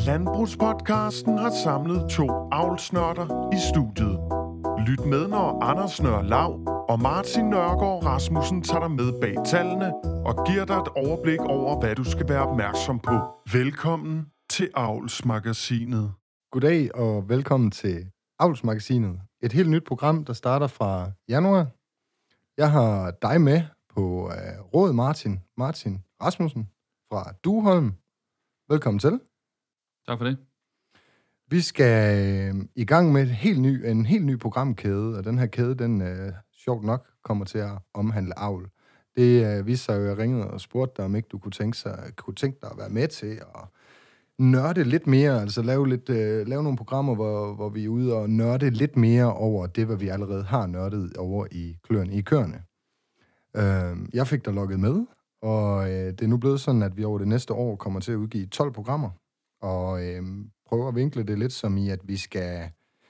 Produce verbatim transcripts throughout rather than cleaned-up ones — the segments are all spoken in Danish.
Landbrugspodcasten har samlet to avlsnørder i studiet. Lyt med, når Anders Nør Lav og Martin Nørgaard Rasmussen tager dig med bag tallene og giver dig et overblik over, hvad du skal være opmærksom på. Velkommen til Avlsmagasinet. Goddag og velkommen til Avlsmagasinet. Et helt nyt program, der starter fra januar. Jeg har dig med på uh, råd Martin, Martin Rasmussen fra Dueholm. Velkommen til. Tak for det. Vi skal øh, i gang med et helt ny, en helt ny programkæde, og den her kæde, den øh, sjovt nok kommer til at omhandle avl. Det øh, viste sig jo, at jeg ringede og spurgte dig, om ikke du kunne tænke, sig, kunne tænke dig at være med til at nørde lidt mere, altså lave, lidt, øh, lave nogle programmer, hvor, hvor vi er ude og nørde lidt mere over det, hvad vi allerede har nørdet over i kløerne i køerne. Øh, jeg fik dig logget med, og øh, det er nu blevet sådan, at vi over det næste år kommer til at udgive tolv programmer, og øh, prøve at vinkle det lidt som i, at vi skal,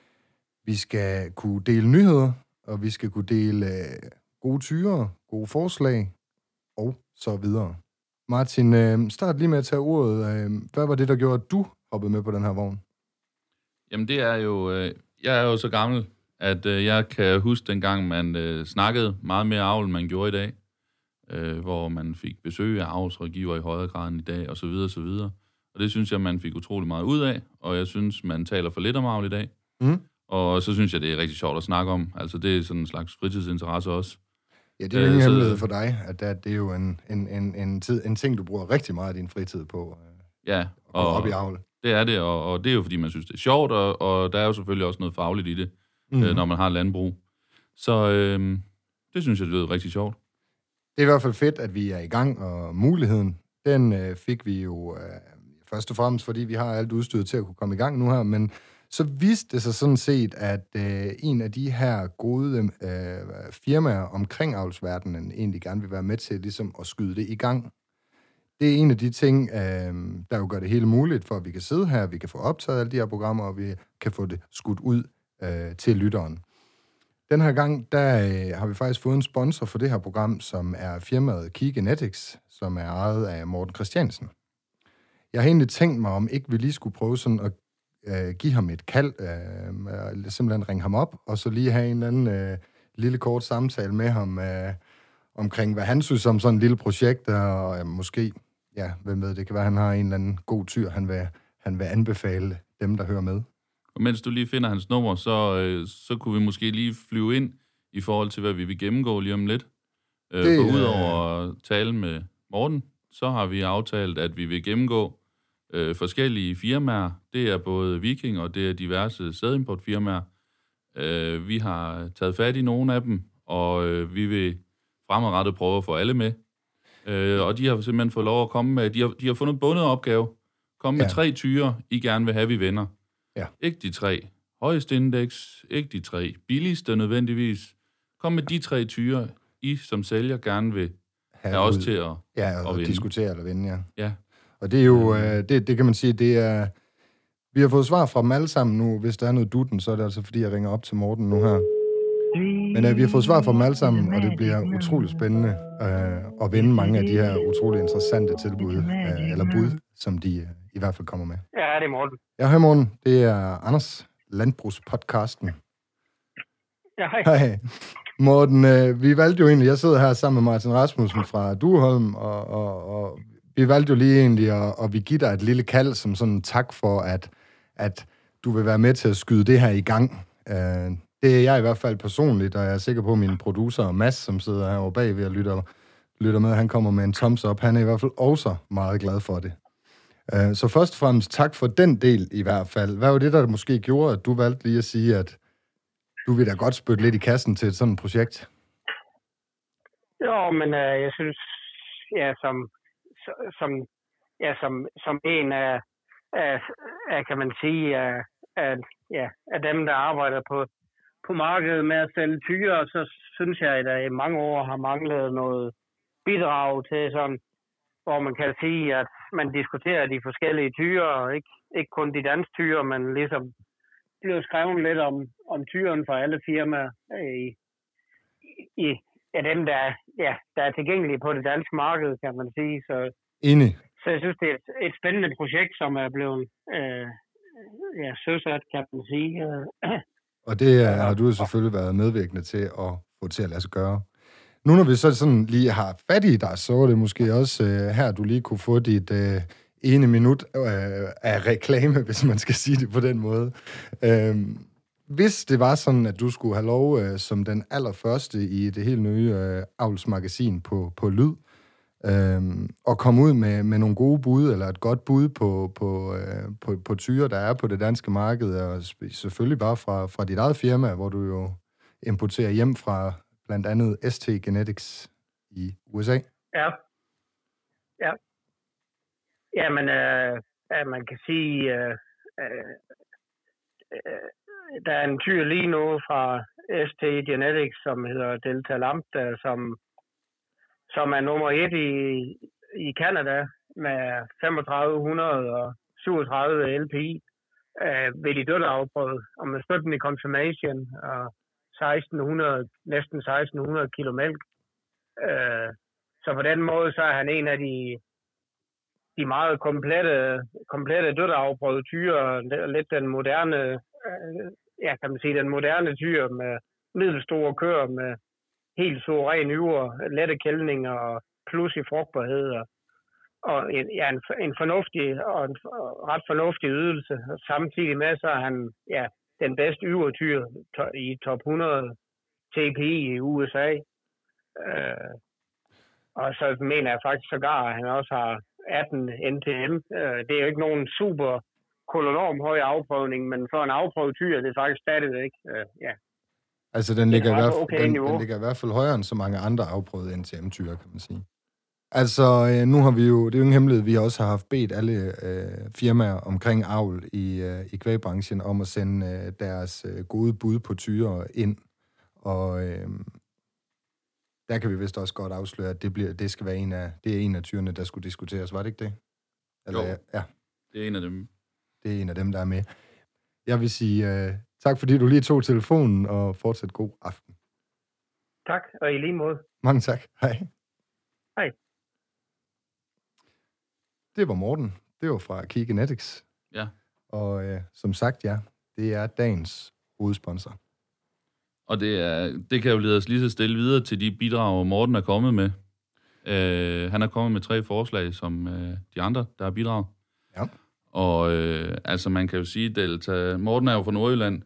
vi skal kunne dele nyheder, og vi skal kunne dele øh, gode tyre, gode forslag, og så videre. Martin, øh, start lige med at tage ordet. Øh, hvad var det, der gjorde, at du hoppede med på den her vogn? Jamen det er jo, øh, jeg er jo så gammel, at øh, jeg kan huske dengang, man øh, snakkede meget mere avl, end man gjorde i dag, øh, hvor man fik besøg af avlsrådgiver i højere grad end i dag, og så videre, og så videre. Og det synes jeg, man fik utrolig meget ud af, og jeg synes, man taler for lidt om avl i dag. Mm. Og så synes jeg, det er rigtig sjovt at snakke om. Altså, det er sådan en slags fritidsinteresse også. Ja, det er jo ingen hemmelighed for dig, at det er jo en, en, en, en, tid, en ting, du bruger rigtig meget af din fritid på. Ja, og op i avl. Det er det, og, og det er jo, fordi man synes, det er sjovt, og, og der er jo selvfølgelig også noget fagligt i det, mm. øh, når man har landbrug. Så øh, det synes jeg, det lyder rigtig sjovt. Det er i hvert fald fedt, at vi er i gang, og muligheden, den øh, fik vi jo... Øh, Først og fremmest, fordi vi har alt udstyret til at kunne komme i gang nu her, men så viste det sig sådan set, at øh, en af de her gode øh, firmaer omkring avlsverdenen egentlig gerne vil være med til ligesom at skyde det i gang. Det er en af de ting, øh, der jo gør det hele muligt, for at vi kan sidde her, vi kan få optaget alle de her programmer, og vi kan få det skudt ud øh, til lytteren. Den her gang, der øh, har vi faktisk fået en sponsor for det her program, som er firmaet Key Genetics, som er ejet af Morten Christiansen. Jeg har egentlig tænkt mig, om ikke vi lige skulle prøve sådan at øh, give ham et kald, øh, simpelthen ringe ham op, og så lige have en eller anden øh, lille kort samtale med ham øh, omkring, hvad han synes om sådan et lille projekt, og øh, måske, ja, hvem ved, det kan være, han har en eller anden god tyr, han vil, han vil anbefale dem, der hører med. Og mens du lige finder hans nummer, så, øh, så kunne vi måske lige flyve ind i forhold til, hvad vi vil gennemgå lige om lidt. Øh, det, for udover at tale med Morten, så har vi aftalt, at vi vil gennemgå Øh, forskellige firmaer. Det er både Viking, og det er diverse sædimportfirmaer. Øh, vi har taget fat i nogle af dem, og øh, vi vil fremadrettet prøve at få alle med. Øh, og de har simpelthen fået lov at komme med, de har, de har fundet bundet opgave, komme ja. med tre tyre, I gerne vil have, vi venner. Ja. Ikke de tre højeste indeks, ikke de tre billigste nødvendigvis. Kom med de tre tyre, I som sælger gerne vil have os til at, ja, at vinde. Diskutere eller vinde, ja. Ja. Og det er jo, øh, det, det kan man sige, det er... Vi har fået svar fra dem alle sammen nu. Hvis der er noget dutten, så er det altså, fordi jeg ringer op til Morten nu her. Men øh, vi har fået svar fra dem alle sammen, og det bliver utrolig spændende øh, at vinde mange af de her utrolig interessante tilbud, øh, eller bud, som de øh, i hvert fald kommer med. Ja, det er Morten. Ja, hej Morten. Det er Anders, Landbrugspodcasten. Ja, hej. Hej. Morten, øh, vi valgte jo egentlig, jeg sidder her sammen med Martin Rasmussen fra Dueholm, og, og, og vi valgte jo lige egentlig, at, og vi giver dig et lille kald som sådan en tak for, at, at du vil være med til at skyde det her i gang. Uh, det er jeg i hvert fald personligt, og jeg er sikker på, at min producer Mads, som sidder herovre bagved og lytter, lytter med, han kommer med en thumbs up. Han er i hvert fald også meget glad for det. Uh, så først og fremmest tak for den del i hvert fald. Hvad var det, der måske gjorde, at du valgte lige at sige, at du vil da godt spytte lidt i kassen til et sådan projekt? Jo, men uh, jeg synes, ja, som... som, ja, som, som en af, af, af, kan man sige, af, af, ja, af dem, der arbejder på, på markedet med at sælge tyre, så synes jeg, at der i mange år har manglet noget bidrag til sådan, hvor man kan sige, at man diskuterer de forskellige tyre, og ikke, ikke kun de danske tyre, men ligesom bliver skrevet lidt om, om tyren for alle firmaer i, i, ja, dem, der, ja, der er tilgængelige på det danske marked, kan man sige. Så, Enig. så jeg synes, det er et, et spændende projekt, som er blevet øh, ja, søsat, kan man sige. Og det uh, har du selvfølgelig været medvirkende til at få til at lade sig gøre. Nu når vi så sådan lige har fat i dig, så er det måske også uh, her, du lige kunne få dit uh, ene minut uh, af reklame, hvis man skal sige det på den måde. Uh, hvis det var sådan, at du skulle have lov uh, som den allerførste i det helt nye uh, avlsmagasin på, på Lyd, uh, og komme ud med, med nogle gode bud, eller et godt bud på, på, uh, på, på tyre, der er på det danske marked, og selvfølgelig bare fra, fra dit eget firma, hvor du jo importerer hjem fra blandt andet S T Genetics i U S A. Ja. Ja. Jamen, øh, man kan sige, øh, øh, øh, der er en tyr lige nu fra S T Genetics, som hedder Delta Lambda, som, som er nummer et i, i Canada med femogtredive hundrede og syvogtredive L P I øh, ved de dødderafprøvet, og med støtten i confirmation og seksten hundrede, næsten seksten hundrede kilo mælk. Øh, så på den måde, så er han en af de, de meget komplette, komplette dødderafprøvede tyre, lidt den moderne, øh, ja, kan man sige, den moderne tyr med middelstore køer med helt suveræn yver, lette kældninger og plus i frugtbarhed og, og en, ja, en, en fornuftig og en ret fornuftig ydelse. Samtidig med, så er han, ja, den bedste yvertyr i top hundrede T P I i U S A. Øh, og så mener jeg faktisk sågar, at han også har atten N T M. Øh, det er jo ikke nogen super kolonorm høj afprøvning, men for en afprøvet tyr, det er faktisk stadigvæk, øh, ja. Altså, den ligger, i hvert fald, okay den, den ligger i hvert fald højere end så mange andre afprøvede N T M-tyre, kan man sige. Altså, nu har vi jo, det er jo en hemmelighed, vi også har haft bedt alle øh, firmaer omkring avl i, øh, i kvægbranchen om at sende øh, deres øh, gode bud på tyre ind. Og øh, der kan vi vist også godt afsløre, at det, bliver, det skal være en af, det er en af tyrene, der skulle diskuteres. Var det ikke det? Eller, jo, ja. Det er en af dem. Det er en af dem, der er med. Jeg vil sige øh, tak, fordi du lige tog telefonen, og fortsat god aften. Tak, og i lige måde. Mange tak. Hej. Hej. Det var Morten. Det var fra Key Genetics. Ja. Og øh, som sagt, ja, det er dagens hovedsponsor. Og det, er, det kan jo lede os lige så stille videre til de bidrag, Morten er kommet med. Øh, han er kommet med tre forslag, som øh, de andre, der har bidrag. Ja. Og øh, altså, man kan jo sige, Delta... Morten er jo fra Nordjylland.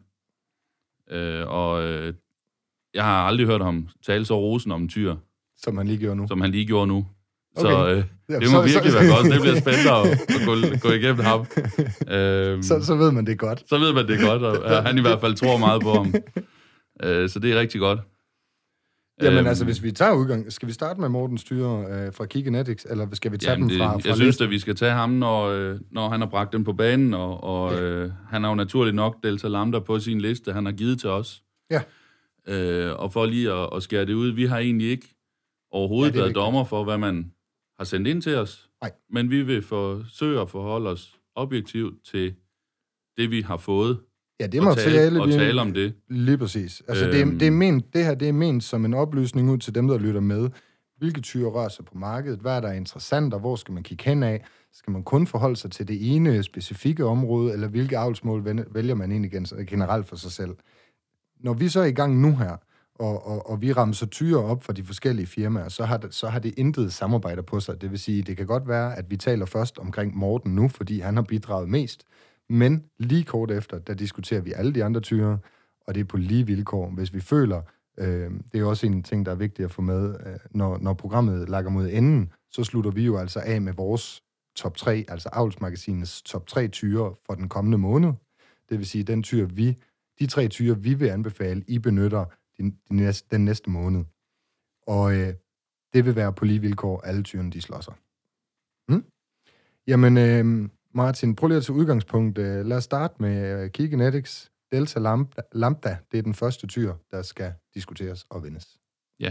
Øh, og øh, jeg har aldrig hørt ham tale så rosen om en tyr. Som han lige gjorde nu. Som han lige gjorde nu. Okay. Så øh, det må så, virkelig så, være godt. Det bliver spændende at, at gå, gå igennem ham. Øhm, så, så ved man det godt. Så ved man det godt, og han i hvert fald tror meget på ham. Øh, så det er rigtig godt. Jamen øhm, altså, hvis vi tager udgang... Skal vi starte med Mortens tyre øh, fra Key Genetics, eller skal vi tage jamen, dem fra, fra Jeg synes, at vi skal tage ham, når, øh, når han har bragt dem på banen, og, og ja. øh, han har jo naturligt nok Delta Lambda på sin liste, han har givet til os. Ja. Øh, og for lige at, at skære det ud, vi har egentlig ikke overhovedet ja, været dommer for, hvad man har sendt ind til os. Nej. Men vi vil forsøge at forholde os objektivt til det, vi har fået. Ja, det er materiale, og tale om det. Lige præcis. Altså, øhm, det, er, det, er ment, det her det er ment som en oplysning ud til dem, der lytter med. Hvilke tyre rører sig på markedet? Hvad er der interessant, og hvor skal man kigge hen af? Skal man kun forholde sig til det ene specifikke område, eller hvilke avlsmål vælger man egentlig generelt for sig selv? Når vi så er i gang nu her, og, og, og vi ramser tyre op for de forskellige firmaer, så har, det, så har det intet samarbejder på sig. Det vil sige, det kan godt være, at vi taler først omkring Morten nu, fordi han har bidraget mest. Men lige kort efter, der diskuterer vi alle de andre tyre, og det er på lige vilkår. Hvis vi føler, øh, det er også en ting, der er vigtigt at få med, øh, når, når programmet lakker mod enden, så slutter vi jo altså af med vores top tre, altså avlsmagasinets top tre tyre for den kommende måned. Det vil sige, den tyre vi, de tre tyre, vi vil anbefale, I benytter de, de næste, den næste måned. Og øh, det vil være på lige vilkår, alle tyrene, de slår sig. Hmm? Jamen, øh, Martin, prøv lige at tage udgangspunkt. Lad os starte med Key Genetics. Delta Lambda, Lambda, det er den første tyr, der skal diskuteres og vindes. Ja.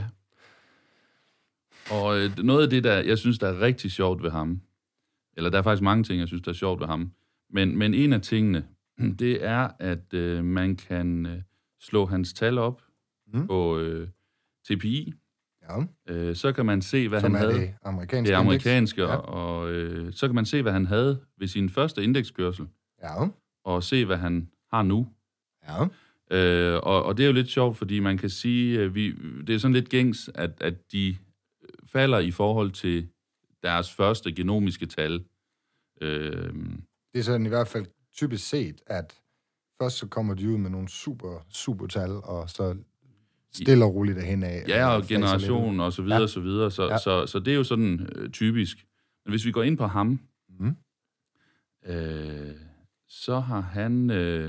Og øh, noget af det, der jeg synes, der er rigtig sjovt ved ham, eller der er faktisk mange ting, jeg synes, der er sjovt ved ham, men, men en af tingene, det er, at øh, man kan øh, slå hans tal op mm. på øh, T P I. Ja. Øh, så kan man se, hvad Som han er havde. det amerikanske. Det amerikanske, ja. og, og øh, så kan man se, hvad han havde ved sin første indekskørsel, Ja. og se, hvad han har nu. Ja. Øh, og, og det er jo lidt sjovt, fordi man kan sige, at vi, det er sådan lidt gængs, at, at de falder i forhold til deres første genomiske tal. Øh, Det er sådan i hvert fald typisk set, at først så kommer de ud med nogle super, super tal, og så stille og roligt derhen af. Ja, og generation og så videre, ja. og så videre. Så, ja. så, så det er jo sådan øh, typisk. Men hvis vi går ind på ham, mm. øh, så har han øh,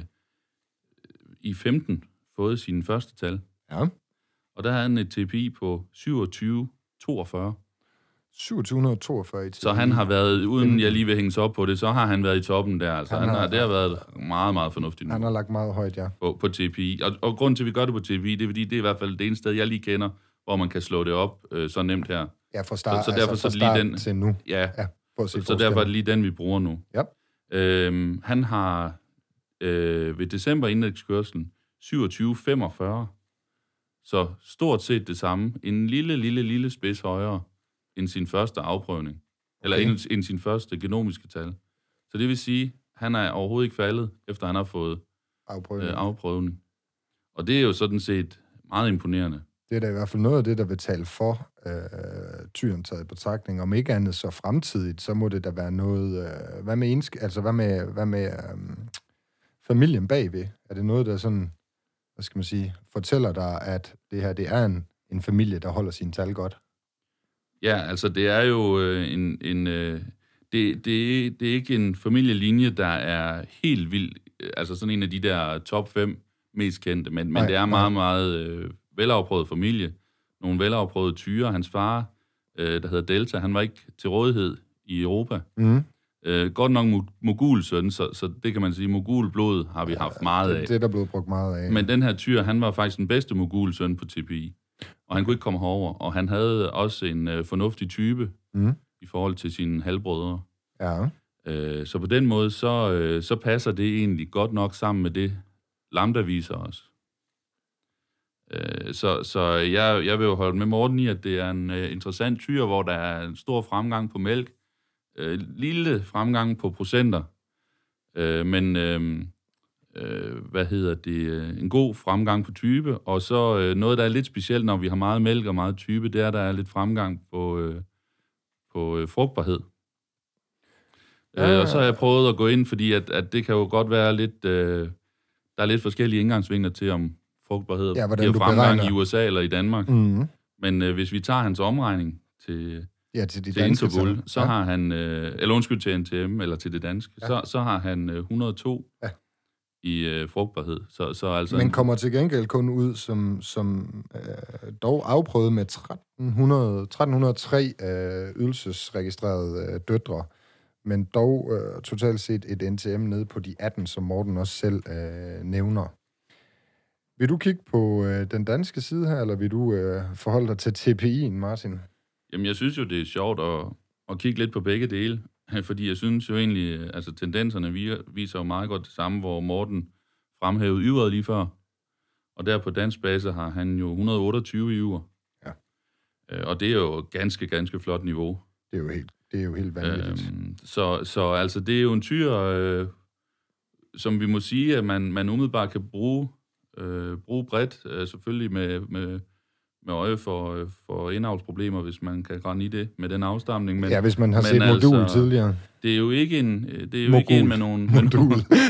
i femten fået sine første tal. Ja. Og der havde han et T P I på syvogtyve toogfyrre. syvogtyve toogfyrre i T P I. Så han har været, uden jeg lige vil hænge sig op på det, så har han været i toppen der. Altså, han, han har, det har været meget, meget fornuftigt nu. Han har lagt meget højt, ja. På, på T P I. Og, og grunden til, at vi gør det på T P I, det er fordi, det er i hvert fald det ene sted, jeg lige kender, hvor man kan slå det op øh, så nemt her. Ja, fra start, så, så derfor, altså, så fra lige den, til nu. Ja, ja så, så derfor er det lige den, vi bruger nu. Ja. Øhm, han har øh, ved december indekskørslen syvogtyve femogfyrre. Så stort set det samme. En lille, lille, lille spids højere end sin første afprøvning. Eller okay. end, end sin første genomiske tal. Så det vil sige, at han er overhovedet ikke faldet, efter han har fået afprøvning. Øh, afprøvning. Og det er jo sådan set meget imponerende. Det er da i hvert fald noget af det, der vil tale for øh, tyren taget i betragtning. Om ikke andet så fremtidigt, så må det da være noget... Øh, hvad med, ensk- altså, hvad med, hvad med øh, familien bagved? Er det noget, der sådan, hvad skal man sige, fortæller dig, at det her det er en, en familie, der holder sine tal godt? Ja, altså det er jo øh, en... en øh, det, det, det er ikke en familielinje, der er helt vild. Altså sådan en af de der top fem mest kendte, men, men nej, det er meget, nej. meget øh, velafprøvet familie. Nogle velafprøvede tyre. Hans far, øh, der hedder Delta, han var ikke til rådighed i Europa. Mm. Øh, godt nok mogulsøn, så, så det kan man sige, mogulblod har vi ja, haft meget det, af. Det er der blevet brugt meget af. Men den her tyr, han var faktisk den bedste mogulsøn på T P I. Og han kunne ikke komme herover. Og han havde også en øh, fornuftig type mm. i forhold til sine halvbrødre. Ja. Øh, så på den måde, så, øh, så passer det egentlig godt nok sammen med det, Lambda viser os. Øh, så så jeg, jeg vil jo holde med Morten i, at det er en uh, interessant tyr, hvor der er en stor fremgang på mælk, øh, lille fremgang på procenter, øh, men øh, øh, hvad hedder det, en god fremgang på type, og så øh, noget, der er lidt specielt, når vi har meget mælk og meget type, det er, der er lidt fremgang på, øh, på øh, frugtbarhed. Ja. Øh, og så har jeg prøvet at gå ind, fordi at, at det kan jo godt være lidt... Øh, der er lidt forskellige indgangsvinkler til, om frugtbarhed ja, bliver fremgang i U S A eller i Danmark. Mm-hmm. Men øh, hvis vi tager hans omregning til, ja, til, de til Interbull, så ja. har han... Øh, eller undskyld til N T M, eller til det danske, ja. så, så har han øh, et hundrede og to ja. i øh, frugtbarhed. Så, så altså Men kommer til gengæld kun ud som, som øh, dog afprøvet med tretten hundrede, tretten hundrede og tre øh, ydelsesregistrerede øh, døtre, men dog øh, totalt set et N T M nede på de atten, som Morten også selv øh, nævner. Vil du kigge på øh, den danske side her, eller vil du øh, forholde dig til T P I'en, Martin? Jamen, jeg synes jo, det er sjovt at, at kigge lidt på begge dele, fordi jeg synes jo egentlig, altså tendenserne viser jo meget godt det samme, hvor Morten fremhævede yveret lige før, og der på dansk base har han jo et hundrede og otteogtyve i yver. Ja. Øh, og det er jo et ganske, ganske flot niveau. Det er jo helt Det er jo helt vanvittigt. Øhm, så, så altså, det er jo en tyr, øh, som vi må sige, at man, man umiddelbart kan bruge, øh, bruge bredt, øh, selvfølgelig med, med, med øje for, øh, for indavlsproblemer, hvis man kan grænne i det med den afstamning. Men, ja, hvis man har set altså, modul tidligere. Det er jo ikke en, det er jo Mogul. ikke en med nogen... Modul.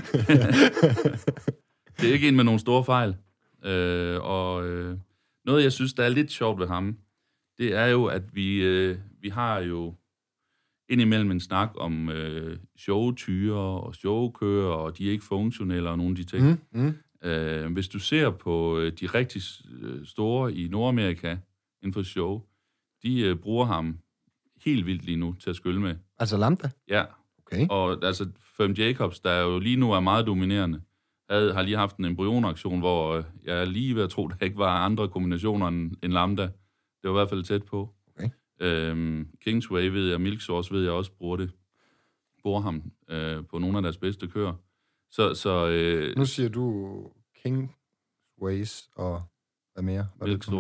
Det er ikke en med nogen store fejl. Øh, og øh, noget, jeg synes, der er lidt sjovt ved ham, det er jo, at vi, øh, vi har jo indimellem en snak om øh, showtyre og showkører, og de er ikke funktionelle og nogle af de ting. Mm, mm. Øh, hvis du ser på øh, de rigtig store i Nordamerika inden for show, de øh, bruger ham helt vildt lige nu til at skylle med. Altså Lambda? Ja. Okay. Og altså Ferm Jacobs, der jo lige nu er meget dominerende, havde, har lige haft en embryonaktion, hvor øh, jeg er lige ved at tro, der ikke var andre kombinationer end, end Lambda. Det var i hvert fald tæt på. Øhm, Kingsway ved jeg, Milk Source ved jeg også bruger det. Bruger ham øh, på nogle af deres bedste kører. Så, så, øh, nu siger du Kingsways og hvad mere? Hvad Milk Source.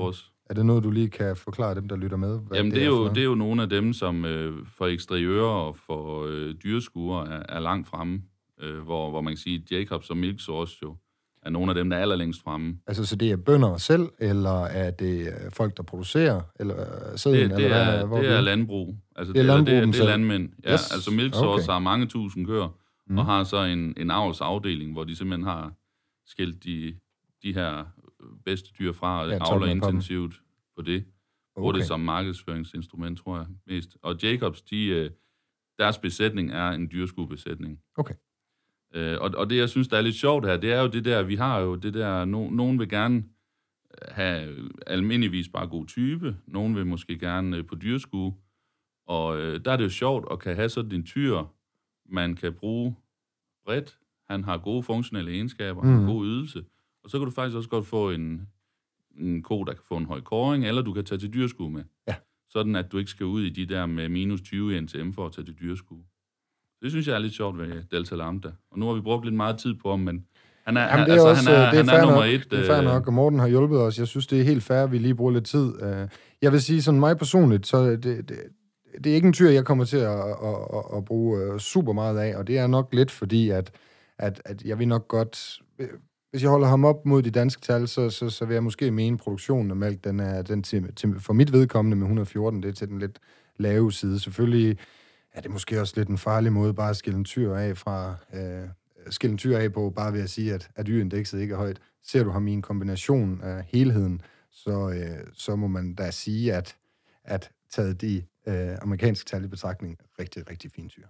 Er det noget, du lige kan forklare dem, der lytter med? Jamen, det, det, er jo, det er jo nogle af dem, som øh, for eksteriører og for øh, dyreskuer er, er langt fremme, øh, hvor, hvor man kan sige, at Jacobs og Milk Source jo er nogle af dem, der er allerlængst fremme. Altså, så det er bønder selv, eller er det folk, der producerer, eller sæden? Det, det, eller er, hvad, hvor det er det? landbrug. Altså, det er, det, det, det, det er landmænd. Ja, yes. Altså, Milk Source okay. har mange tusind køer, mm. og har så en, en avlsafdeling, hvor de simpelthen har skilt de, de her bedste dyr fra, og ja, avler intensivt på det. Bruger okay. det som markedsføringsinstrument, tror jeg, mest. Og Jacobs, de, deres besætning er en dyreskuebesætning. Okay. Øh, og, og det, jeg synes, der er lidt sjovt her, det er jo det der, vi har jo det der, no, nogen vil gerne have almindeligvis bare god type, nogen vil måske gerne øh, på dyreskue, og øh, der er det jo sjovt at kan have sådan en tyr, man kan bruge bredt. Han har gode funktionelle egenskaber, mm. en god ydelse, og så kan du faktisk også godt få en en ko, der kan få en høj kåring, eller du kan tage til dyreskue med. Ja. Sådan, at du ikke skal ud i de der med minus tyve i N T M for at tage til dyreskue. Det synes jeg er lidt sjovt ved Delta Lambda. Og nu har vi brugt lidt meget tid på ham, men han er, Jamen, det er, altså, også, han er, det er, han er nummer nok, et. Det er fair nok, og Morten har hjulpet os. Jeg synes, det er helt fair, at vi lige bruger lidt tid. Jeg vil sige, sådan mig personligt, så det, det, det er ikke en tyr, jeg kommer til at, at, at, at bruge super meget af, og det er nok lidt fordi, at, at, at jeg vil nok godt... Hvis jeg holder ham op mod de danske tal, så, så, så vil jeg måske mene, at produktionen af mælk, den er den til, til, for mit vedkommende med et hundrede og fjorten, det er til den lidt lave side. Selvfølgelig er det måske også lidt en farlig måde bare at skille en tyr af fra... Øh, skille en tyr af på, bare ved at sige, at, at y-indekset ikke er højt. Ser du ham i en kombination af helheden, så, øh, så må man da sige, at, at taget de øh, amerikanske tal i betragtning, rigtig, rigtig fin tyr.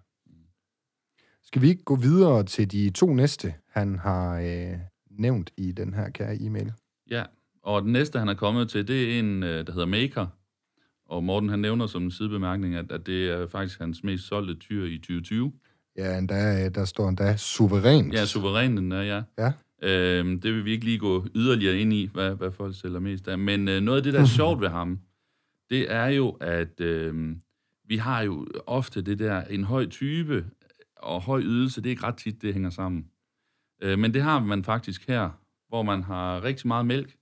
Skal vi ikke gå videre til de to næste, han har øh, nævnt i den her kære e-mail? Ja, og den næste, han er kommet til, det er en, der hedder Maker. Og Morten, han nævner som en sidebemærkning, at, at det er faktisk hans mest solgte tyr i tyve tyve. Ja, endda, der står endda suverænt. Ja, suverænt endda, ja. ja. Øhm, det vil vi ikke lige gå yderligere ind i, hvad, hvad folk sælger mest af. Men øh, noget af det, der er sjovt ved ham, det er jo, at øh, vi har jo ofte det der, en høj type og høj ydelse, det er ikke ret tit, det hænger sammen. Øh, men det har man faktisk her, hvor man har rigtig meget mælk,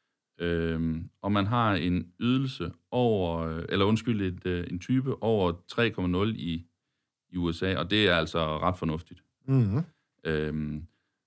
øh, og man har en ydelse over, eller undskyld, et, øh, en type over tre komma nul i i U S A, og det er altså ret fornuftigt. Mm-hmm. Øhm,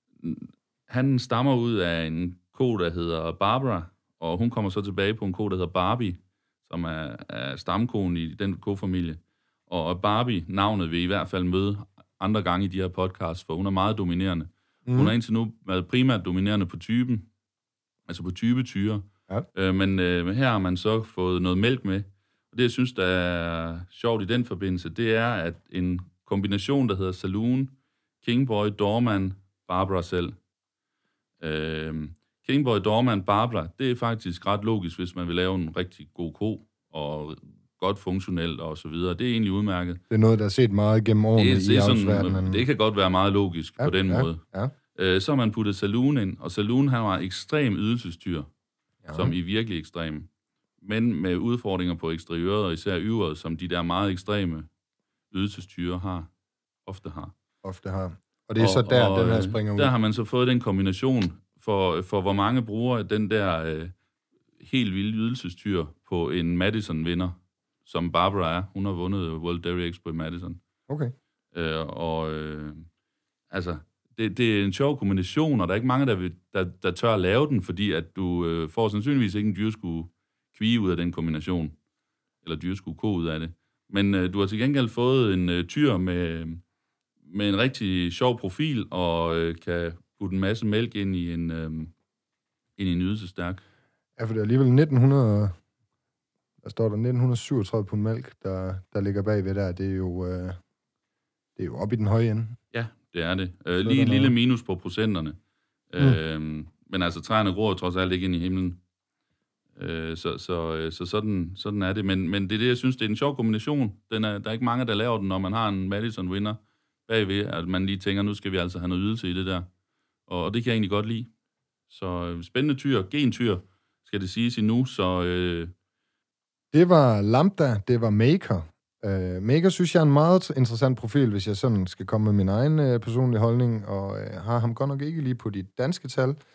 han stammer ud af en ko, der hedder Barbara, og hun kommer så tilbage på en ko, der hedder Barbie, som er, er stamkoen i den kofamilie. Og Barbie, navnet vil I hvert fald møde andre gange i de her podcasts, for hun er meget dominerende. Mm. Hun har indtil nu været primært dominerende på typen, altså på type-tyre. Ja. Øh, men øh, her har man så fået noget mælk med. Og det, jeg synes, der er sjovt i den forbindelse, det er, at en kombination, der hedder Saloon, Kingboy, Dorman, Barbara selv. Øh, Kingboy, Dorman, Barbara, det er faktisk ret logisk, hvis man vil lave en rigtig god ko, og godt funktionelt og så videre. Det er egentlig udmærket. Det er noget, der er set meget gennem årene det, i avlsverdenen. Det kan godt være meget logisk ja, på den ja, måde. Ja. Øh, så har man puttet Saloon ind, og Saloon, han var ekstrem ydelsestyr, ja. Som i virkelig ekstrem. Men med udfordringer på eksteriøret, og især yveret, som de der meget ekstreme ydelsestyre har, ofte har. Ofte har. Og det er og, så der, og, den her springer ud. Der har man så fået den kombination, for, for hvor mange bruger den der øh, helt vilde ydelsestyr på en Madison-vinder, som Barbara er. Hun har vundet World Dairy Expo i Madison. Okay. Øh, og øh, altså, det, det er en sjov kombination, og der er ikke mange, der, vil, der, der tør at lave den, fordi at du øh, får sandsynligvis ikke en dyreskue kvige ud af den kombination, eller dyreskue ko ud af det. Men øh, du har til gengæld fået en øh, tyr med, med en rigtig sjov profil, og øh, kan putte en masse mælk ind i en, øh, ind i en ydelsestærk. Ja, for det er alligevel nitten hundrede, der står der nitten syvogtredive pund mælk, der, der ligger bagved der. Det er jo, øh, det er jo op i den høje ende. Ja, det er det. Øh, lige et lille minus på procenterne. Mm. Øh, men altså, træerne gror trods alt ikke ind i himlen. Øh, så, så, så sådan, sådan er det. Men, men det er det, jeg synes, det er en sjov kombination. Den er, der er ikke mange, der laver den, når man har en Madison-vinder bagved, at man lige tænker, nu skal vi altså have noget ydelse i det der. Og, og det kan jeg egentlig godt lide. Så spændende tyr, gen-tyr, skal det siges endnu. Så, øh... Det var Lambda, det var Maker. Uh, Maker synes jeg er en meget interessant profil, hvis jeg sådan skal komme med min egen uh, personlige holdning, og uh, har ham godt nok ikke lige på de danske tal.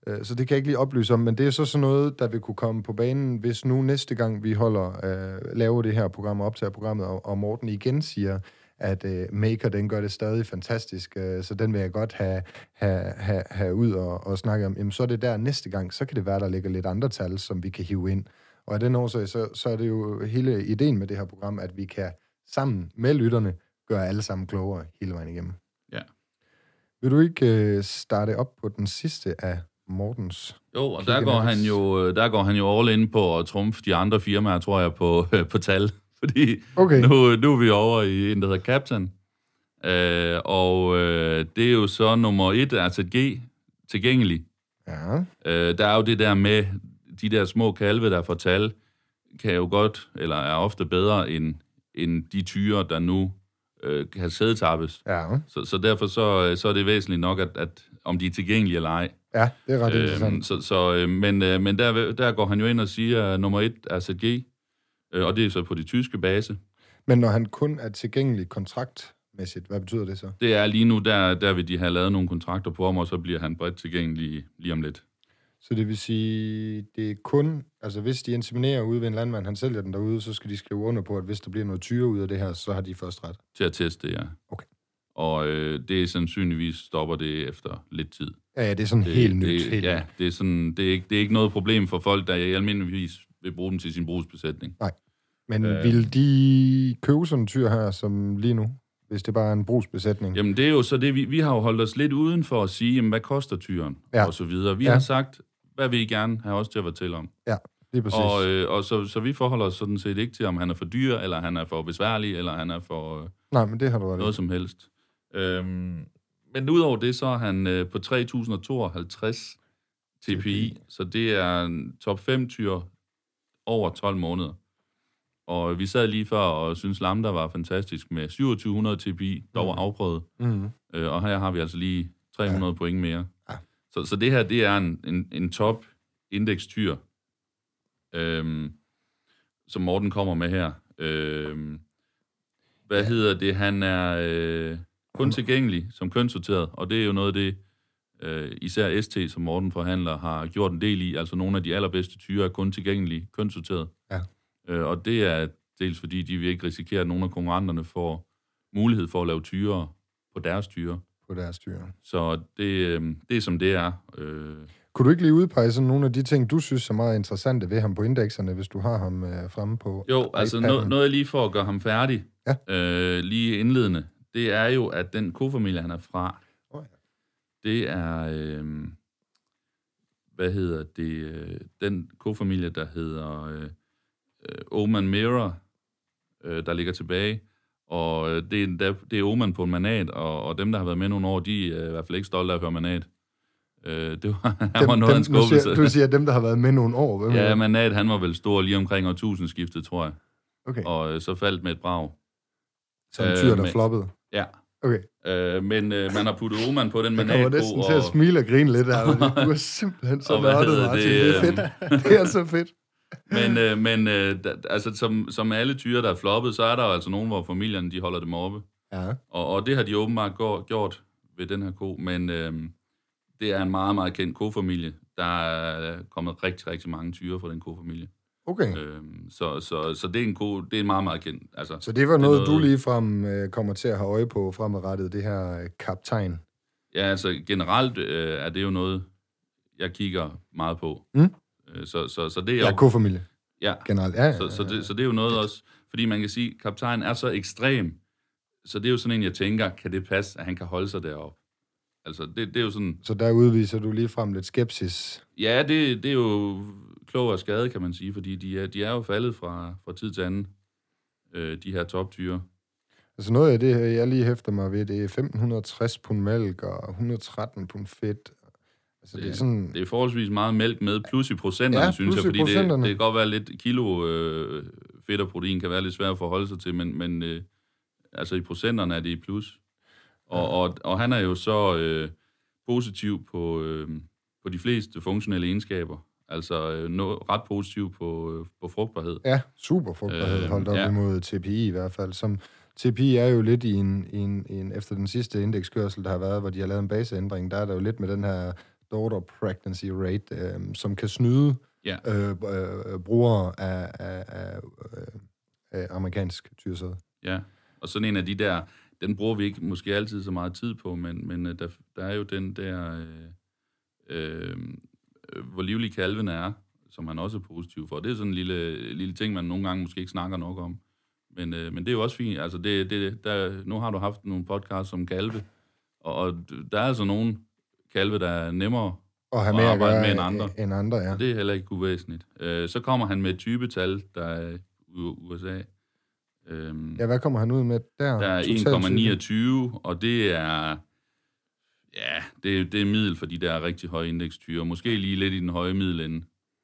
Så det kan jeg ikke lige oplyse om, men det er så sådan noget, der vil kunne komme på banen, hvis nu næste gang vi holder, øh, laver det her program og optager programmet, og, og Morten igen siger, at øh, Maker, den gør det stadig fantastisk, øh, så den vil jeg godt have, have, have, have ud og, og snakke om. Jamen, så er det der næste gang, så kan det være, der ligger lidt andre tal, som vi kan hive ind. Og af den årsag, så, så er det jo hele ideen med det her program, at vi kan sammen med lytterne gøre alle sammen klogere hele vejen igennem. Ja. Vil du ikke øh, starte op på den sidste af Mortens? Jo, og der går, han jo, der går han jo all in på at trumfe de andre firmaer, tror jeg, på, på tal. Fordi okay. nu, nu er vi over i en, der hedder Captain. Øh, og øh, det er jo så nummer et, altså G, tilgængelig. Ja. Øh, der er jo det der med, de der små kalve, der får tal, kan jo godt, eller er ofte bedre end, end de tyre, der nu øh, kan sædetappes. Ja. Så, så derfor så, så er det væsentligt nok, at, at om de er tilgængelige eller ej. Ja, det er ret øh, interessant. Så, så, øh, men øh, men der, der går han jo ind og siger, at nummer et er Z G, øh, og det er så på de tyske base. Men når han kun er tilgængelig kontraktmæssigt, hvad betyder det så? Det er lige nu, der, der vil de have lavet nogle kontrakter på ham, og så bliver han bredt tilgængelig lige om lidt. Så det vil sige, det er kun, altså hvis de inseminerer ude ved en landmand, han sælger den derude, så skal de skrive under på, at hvis der bliver noget tyre ud af det her, så har de først ret. Til at teste, ja. Okay. Og øh, det er sandsynligvis stopper det efter lidt tid. Ja, ja, det er sådan det, helt nyt. Det, helt ja, nyt. det er, sådan, det, er ikke, det er ikke noget problem for folk, der i almindeligvis vil bruge den til sin brugsbesætning. Nej. Men øh, vil de købe sådan en tyr her, som lige nu, hvis det bare er en brugsbesætning? Jamen det er jo så det, vi, vi har jo holdt os lidt uden for at sige, jamen, hvad koster tyren, ja. og så videre. Vi ja. har sagt, hvad vil I gerne have os til at fortælle om? Ja, det er præcis. Og, øh, og så, så vi forholder os sådan set ikke til, om han er for dyr, eller han er for besværlig, eller han er for øh, Nej, men det har du ret. noget som helst. Øhm, men udover det, så er han øh, på tre tusind tooghalvtreds T P I, så det er en top fem tyr over tolv måneder. Og vi sad lige før og synes Lambda var fantastisk med syvogtyve hundrede T P I, der var afprøvet. Mm-hmm. Øh, og her har vi altså lige tre hundrede ja. point mere. Ja. Så, så det her, det er en, en, en top indekstyr, øhm, som Morten kommer med her. Øhm, hvad ja. hedder det? Han er øh, kun tilgængelig som kønssorteret, og det er jo noget af det, øh, især S T, som Morten forhandler, har gjort en del i. Altså nogle af de allerbedste tyre er kun tilgængelige kønssorteret. Ja. Øh, og det er dels fordi, de vil ikke risikere, at nogle af konkurrenterne får mulighed for at lave tyre på deres tyre. På deres tyre. Så det, øh, det er som det er. Øh. Kunne du ikke lige udpege sådan nogle af de ting, du synes er meget interessante ved ham på indekserne, hvis du har ham øh, fremme på Jo, altså no, noget lige for at gøre ham færdig, ja. øh, lige indledende, det er jo, at den kofamilie, han er fra, oh, ja. det er, øh, hvad hedder det, øh, den kofamilie, der hedder øh, Oman Mirror, øh, der ligger tilbage, og det er, det er Oman på en manat, og, og dem, der har været med nogle år, de er i hvert fald ikke stolte af at høre manat. Øh, det var, han dem, var noget af en skuffelse. Siger, du siger, dem, der har været med nogle år? Hvem ja, manat, han var vel stor lige omkring årtusindskiftet, tror jeg. Okay. Og øh, så faldt med et brag. Som en tyr, der øh, floppede? Ja. Okay. Øh, men øh, man har puttet Oman på den manat. Jeg kommer næsten og... til at smile og grine lidt her. Du er simpelthen så nørdet, Martin. Det, det er fedt. Det er så fedt. Men, øh, men øh, da, altså, som, som alle tyre, der er floppet, så er der jo altså nogen, hvor familierne de holder dem oppe. Ja. Og, og det har de åbenbart gjort ved den her ko. Men øh, det er en meget, meget kendt kofamilie. Der er kommet rigtig, rigtig mange tyre fra den kofamilie. Okay. Øhm, så, så, så det er en ko, det er meget, meget kendt. Altså, så det var noget, det noget, du ligefrem øh, kommer til at have øje på fremadrettet, det her øh, kaptajn? Ja, altså generelt øh, er det jo noget, jeg kigger meget på. Mm. Øh, så, så, så det er ja, jo... kofamilie. Ja, generelt. Ja, ja, så, så, det, så det er jo noget også, fordi man kan sige, at kaptajn er så ekstrem, så det er jo sådan en, jeg tænker, kan det passe, at han kan holde sig deroppe? Altså, det, det er jo sådan... Så der udviser du ligefrem lidt skepsis? Ja, det, det er jo klog og skade, kan man sige, fordi de er, de er jo faldet fra, fra tid til anden, øh, de her toptyre. Altså noget af det, jeg lige hæfter mig ved, det er femten tres pund mælk og et hundrede og tretten pund fedt. Altså, det, det, er sådan... det er forholdsvis meget mælk med, plus i procenterne, ja, synes jeg, fordi det, det kan godt være lidt kilo øh, fedt og protein, kan være lidt svært at forholde sig til, men, men øh, altså i procenterne er det i plus. Og, ja. og, og han er jo så øh, positiv på, øh, på de fleste funktionelle egenskaber. Altså øh, no, ret positiv på, øh, på frugtbarhed. Ja, super frugtbarhed, øh, holdt op ja. imod T P I i hvert fald. Som T P I er jo lidt i en, en, en, efter den sidste indekskørsel, der har været, hvor de har lavet en baseændring, der er der jo lidt med den her daughter pregnancy rate, øh, som kan snyde Ja. øh, øh, brugere af, af, af, af amerikansk tyresæde. Ja, og sådan en af de der, den bruger vi ikke måske altid så meget tid på, men, men der, der er jo den der, øh, øh, hvor livlig kalven er, som man også er positiv for. Det er sådan en lille, lille ting, man nogle gange måske ikke snakker nok om. Men, øh, men det er jo også fint. Altså det, det, der, nu har du haft nogle podcasts om kalve, og, og der er altså nogle kalve, der er nemmere og have at mere arbejde at med end andre. End andre ja. Og det er heller ikke uvæsentligt. Øh, så kommer han med et typetal, der er i U S A. Øhm, ja, hvad kommer han ud med der? Der er en komma niogtyve, og det er... Ja, det, det er middel for de der rigtig høje indekstyre. Måske lige lidt i den høje middelende.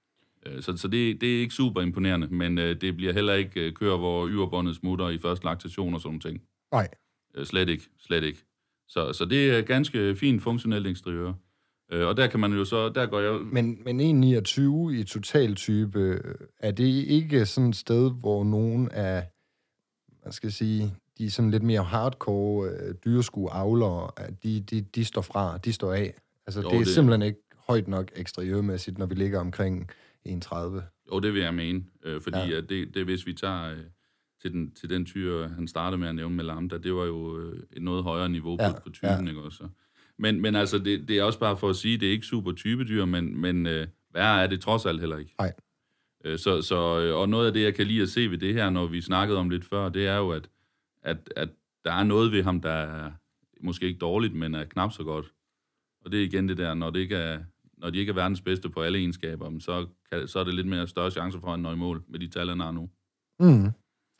Så, så det, det er ikke super imponerende, men øh, det bliver heller ikke øh, kører, hvor yverbåndet smutter i første laktation og sådan ting. Nej. Øh, slet ikke, slet ikke. Så, så det er ganske fint funktionelt eksteriør. Øh, og der kan man jo så, der går jeg... Men, men en komma niogtyve i totaltype, er det ikke sådan et sted, hvor nogen af, hvad skal jeg sige, de sådan lidt mere hardcore øh, dyreskueavlere, de, de, de står fra, de står af? Altså, jo, det er det... simpelthen ikke højt nok eksteriørmæssigt, når vi ligger omkring en komma tredive. Jo, det vil jeg mene, øh, fordi ja. at det, det, hvis vi tager øh, til, den, til den tyr, han startede med at nævne med Lambda, det var jo øh, et noget højere niveau ja. på, på typen, ja. ikke også? Men, men altså, det, det er også bare for at sige, det er ikke super typedyr, men, men øh, værre er det trods alt heller ikke. Nej. Øh, så, så, og noget af det, jeg kan lide at se ved det her, når vi snakkede om lidt før, det er jo, at, at, at der er noget ved ham, der er måske ikke dårligt, men er knap så godt. Og det er igen det der, når det ikke er... Når de ikke er verdens bedste på alle egenskaber, så, kan, så er det lidt mere større chance for, at han når i mål med de tal, han har nu. Mm.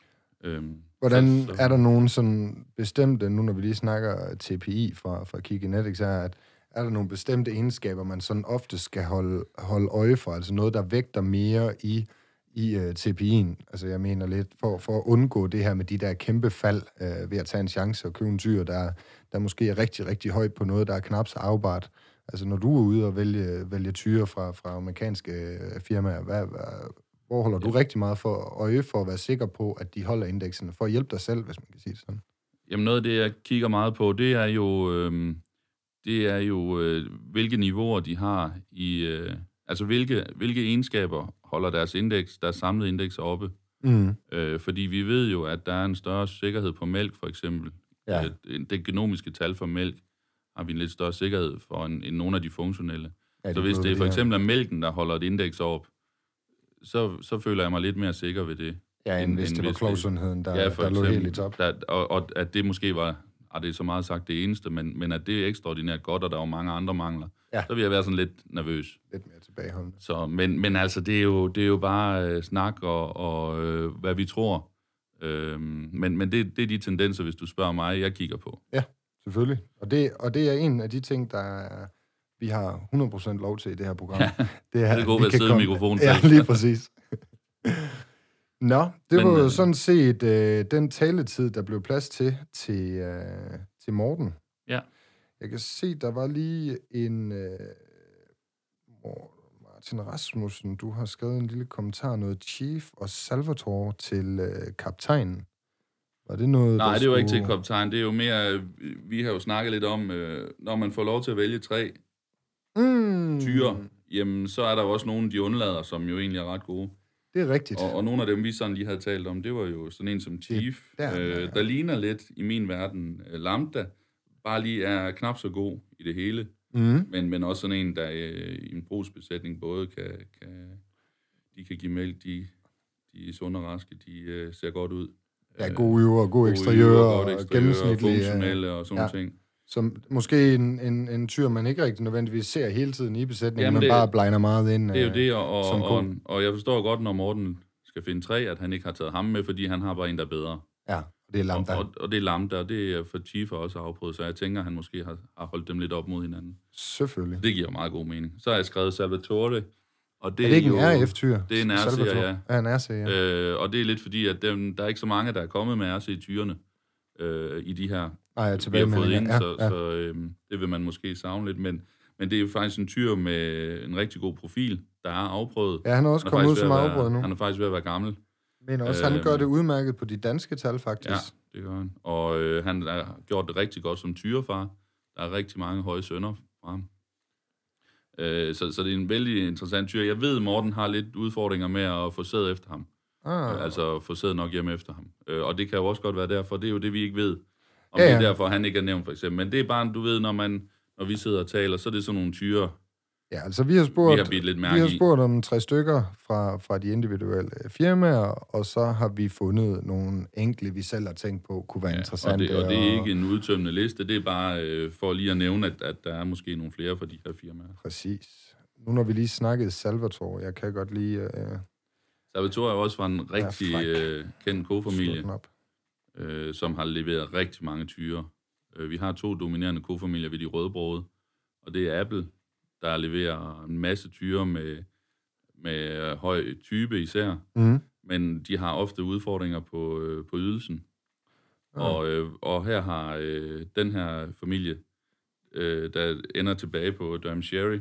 Øhm, Hvordan så, så. Er der nogen sådan bestemte, nu når vi lige snakker T P I fra, fra Kikinetics, er, at er der nogle bestemte egenskaber, man sådan ofte skal holde, holde øje for, altså noget, der vægter mere i, i uh, T P I'en? Altså jeg mener lidt, for, for at undgå det her med de der kæmpe fald uh, ved at tage en chance og købe en dyr, der, der måske er rigtig, rigtig højt på noget, der er knap så afbart. Altså, når du er ude og vælge, vælge tyre fra, fra amerikanske firmaer, hvad, hvad, hvor holder du ja. rigtig meget for øje for at være sikker på, at de holder indekserne, for at hjælpe dig selv, hvis man kan sige det sådan? Jamen, noget af det, jeg kigger meget på, det er jo, øh, det er jo øh, hvilke niveauer de har i... Øh, altså, hvilke, hvilke egenskaber holder deres indeks, deres samlede indeks oppe. Mm. Øh, fordi vi ved jo, at der er en større sikkerhed på mælk, for eksempel. Ja. Øh, det genomiske tal for mælk har vi en lidt større sikkerhed for end, end nogle af de funktionelle. Ja, så hvis det for eksempel er mælken, der holder et indeks op, så, så føler jeg mig lidt mere sikker ved det. Ja, end, end hvis det var klovsundheden, der, ja, der lå helt i top. Der, og, og at det måske var, og det er så meget sagt det eneste, men, men at det er ekstraordinært godt, og der er jo mange andre mangler, ja. Så vil jeg være sådan lidt nervøs. Lidt mere tilbageholdende. Så, men, men altså, det er jo, det er jo bare øh, snak og, og øh, hvad vi tror. Øh, men men det, det er de tendenser, hvis du spørger mig, jeg kigger på. Ja. Selvfølgelig. Og det, og det er en af de ting, der er, vi har hundrede procent lov til i det her program. Ja, det er, det er godt ved at sidde i mikrofonen. Ja, lige præcis. Nå, det Men, var jo øh, sådan set øh, den taletid, der blev plads til til, øh, til Morten. Ja. Jeg kan se, der var lige en... Øh, Martin Rasmussen, du har skrevet en lille kommentar, noget Chief og Salvatore til øh, kaptajnen. Var det noget, Nej, det skulle... var ikke til kaptajn. Det er jo mere... Vi har jo snakket lidt om, øh, når man får lov til at vælge tre mm. tyre, jamen så er der jo også nogle, de undlader, som jo egentlig er ret gode. Det er rigtigt. Og, og nogle af dem, vi sådan lige havde talt om, det var jo sådan en som Chief, der, øh, ja. der ligner lidt i min verden øh, Lambda, bare lige er knap så god i det hele, mm. men, men også sådan en, der øh, i en brugsbesætning både kan, kan, de kan give mælk, de, de er sunde og raske, de øh, ser godt ud. Ja, gode øver, gode eksteriører, og gennemsnitlige. Funktionelle og sådan ja. ting. Som måske en, en, en tyr, man ikke rigtig nødvendigvis ser hele tiden i besætningen, Jamen men det, bare blegner meget ind. Det er jo det, og, og, og, og jeg forstår godt, når Morten skal finde tre, at han ikke har taget ham med, fordi han har bare en, der er bedre. Ja, og det er Lambda. Og, og, og det er Lambda, og det er for Chief også afprøvet, så jeg tænker, at han måske har, har holdt dem lidt op mod hinanden. Selvfølgelig. Det giver meget god mening. Så har jeg skrevet Salvatore. Og det er det ikke jo, en R F-tyr? Det er en R C, ja. Ja, en R C, ja. Øh, og det er lidt fordi, at dem, der er ikke så mange, der er kommet med R C-tyrene øh, i de her, Ej, jeg vi har fået ind, ja, så, ja. så øh, det vil man måske savne lidt. Men, men det er jo faktisk en tyr med en rigtig god profil, der er afprøvet. Ja, han er også han er kommet ud som afprøvet nu. Han er faktisk ved at være gammel. Men også, øh, han gør det udmærket på de danske tal, faktisk. Ja, det gør han. Og øh, han har gjort det rigtig godt som tyrefar. Der er rigtig mange høje sønner fra ham. Øh, så, så det er en vældig interessant tyr. Jeg ved, Morten har lidt udfordringer med at få sæd efter ham. Ah. Øh, altså få sæd nok hjem efter ham. Øh, og det kan jo også godt være derfor. Det er jo det, vi ikke ved. Om ja, ja. Det er derfor, han ikke er nævnt, for eksempel. Men det er bare, du ved, når, man, når vi sidder og taler, så er det sådan nogle tyre. Ja, altså vi har spurgt, vi har, lidt vi har spurgt om tre stykker fra, fra de individuelle firmaer, og så har vi fundet nogle enkelte, vi selv har tænkt på, kunne være ja, interessante. Og det, og det er ikke en udtømmende liste, det er bare øh, for lige at nævne, at, at der er måske nogle flere fra de her firmaer. Præcis. Nu når vi lige snakkede Salvatore, jeg kan godt lige... Øh... Salvatore er også fra en rigtig øh, kendt kofamilie, øh, som har leveret rigtig mange tyre. Øh, vi har to dominerende kofamilier ved de rødbrode, og det er Apple, der leverer en masse tyre med, med høj type især, mm. men de har ofte udfordringer på, øh, på ydelsen. Mm. Og, øh, og her har øh, den her familie, øh, der ender tilbage på Durham Sherry,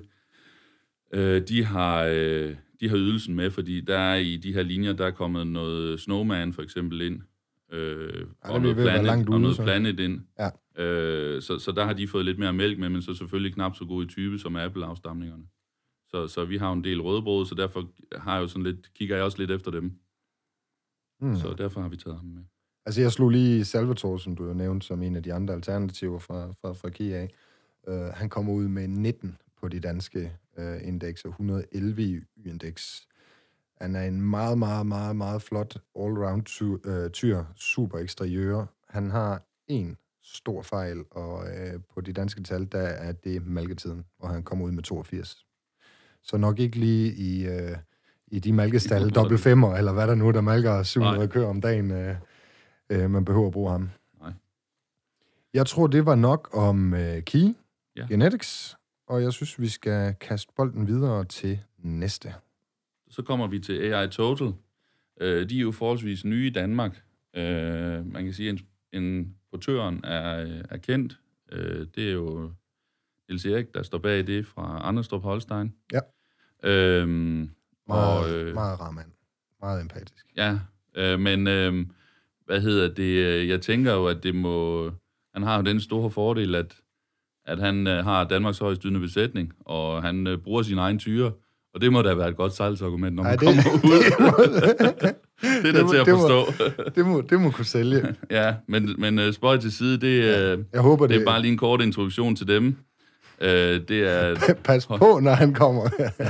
øh, de, har, øh, de har ydelsen med, fordi der er i de her linjer, der er kommet noget Snowman for eksempel ind, øh, ja, og, noget planet, ude, og noget Planet ind. Ja. Øh, så, så der har de fået lidt mere mælk med, men så selvfølgelig knap så god i type som Apple-afstamningerne. Så, så vi har en del rødbrød, så derfor har jeg jo sådan lidt, kigger jeg også lidt efter dem. Mm. Så derfor har vi taget ham med. Altså jeg slog lige Salvatore, som du jo nævnte, som en af de andre alternativer fra, fra, fra Kia. Uh, han kommer ud med nitten på de danske uh, indeks, og et hundrede og elleve i Y-indeks. Han er en meget, meget, meget, meget flot all-round tyr, uh, tyr, super eksteriør. Han har en stor fejl, og øh, på de danske tal, der er det malketiden, hvor han kommer ud med toogfirs. Så nok ikke lige i, øh, i de malkestal, dobbelt femmer, eller hvad der nu, der malker syv hundrede køer om dagen, øh, øh, man behøver at bruge ham. Nej. Jeg tror, det var nok om øh, Key ja. Genetics, og jeg synes, vi skal kaste bolden videre til næste. Så kommer vi til A I Total. Øh, de er jo forholdsvis nye i Danmark. Øh, man kan sige, en, en portøren er, er kendt. Øh, det er jo Niels Erik, der står bag det fra Anderstrup Holstein. Ja. Øhm, meget, og, øh, meget rar mand. Meget empatisk. Ja, øh, men øh, hvad hedder det? Jeg tænker jo, at det må... Han har jo den store fordel, at, at han øh, har Danmarks højst ydende besætning, og han øh, bruger sin egen tyre. Og det må da være et godt salgsargument, når man Ej, det, kommer ud. Det, det er da til at det forstå. Må, det, må, det må kunne sælge. Ja, men, men uh, spøj til side, det, ja, jeg håber, det er det... bare lige en kort introduktion til dem. Uh, det er Pas på, når han kommer.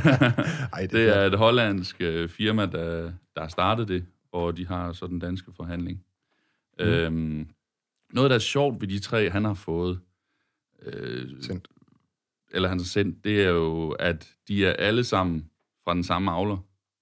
Ej, det, det er et hollandsk uh, firma, der, der startede det, og de har så den danske forhandling. Mm. Uh, noget, der er sjovt ved de tre, han har fået, uh, sendt. eller han har sendt, det er jo, at de er alle sammen fra den samme avler.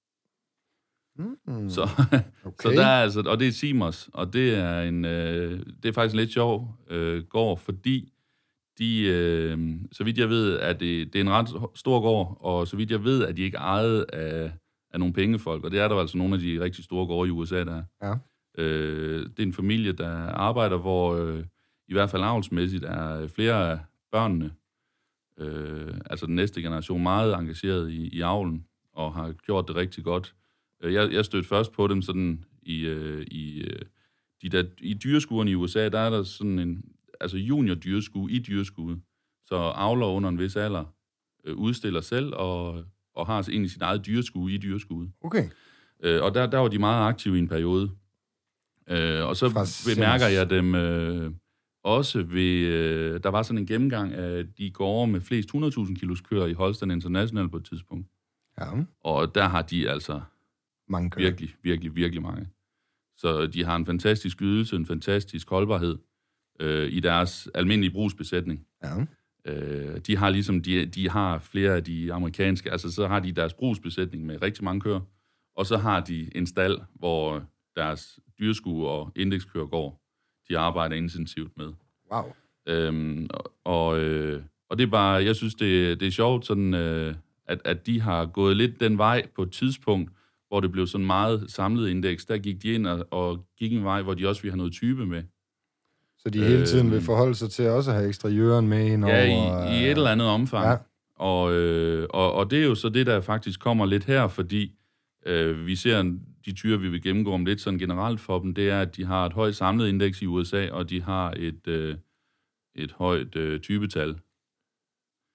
Mm. Så, okay. så der er altså, og det er Simers, og det er en, øh, det er faktisk en lidt sjov øh, gård, fordi de, øh, så vidt jeg ved, at det, det er en ret stor gård, og så vidt jeg ved, at de ikke er ejet af, af nogle pengefolk, og det er der altså nogle af de rigtig store gårde i U S A, der er. Ja. Øh, det er en familie, der arbejder, hvor øh, i hvert fald avlsmæssigt er flere af børnene, øh, altså den næste generation, meget engageret i, i avlen, og har gjort det rigtig godt. Jeg, jeg stødte først på dem sådan i, øh, i, øh, de der, i dyreskuerne i U S A, der er der sådan en, altså junior dyreskue i dyreskuet. Så avler under en vis alder øh, udstiller selv og, og har altså egentlig sit eget dyreskue i dyreskuet. Okay. Øh, og der, der var de meget aktive i en periode. Øh, og så bemærker jeg dem øh, også ved, øh, der var sådan en gennemgang af de gårde med flest hundrede tusind kilos køer i Holstein International på et tidspunkt. Ja. Og der har de altså mange køer. Virkelig, virkelig, virkelig mange. Så de har en fantastisk ydelse, en fantastisk holdbarhed øh, i deres almindelige brugsbesætning. Ja. Øh, de har ligesom, de, de har flere af de amerikanske, altså så har de deres brugsbesætning med rigtig mange køer, og så har de en stald, hvor deres dyreskue og indekskøer går. De arbejder intensivt med. Wow. Øhm, og, og, øh, og det er bare, jeg synes, det, det er sjovt, sådan, øh, at, at de har gået lidt den vej på et tidspunkt, hvor det blev sådan meget samlet indeks. Der gik de ind og, og gik en vej, hvor de også ville have noget type med. Så de hele tiden øh, vil forholde sig til også at have eksteriøren med ind over... Ja, i, i et eller andet omfang. Ja. Og, øh, og, og det er jo så det, der faktisk kommer lidt her, fordi øh, vi ser de tyre, vi vil gennemgå om lidt sådan generelt for dem, det er, at de har et højt samlet indeks i U S A, og de har et, øh, et højt øh, typetal.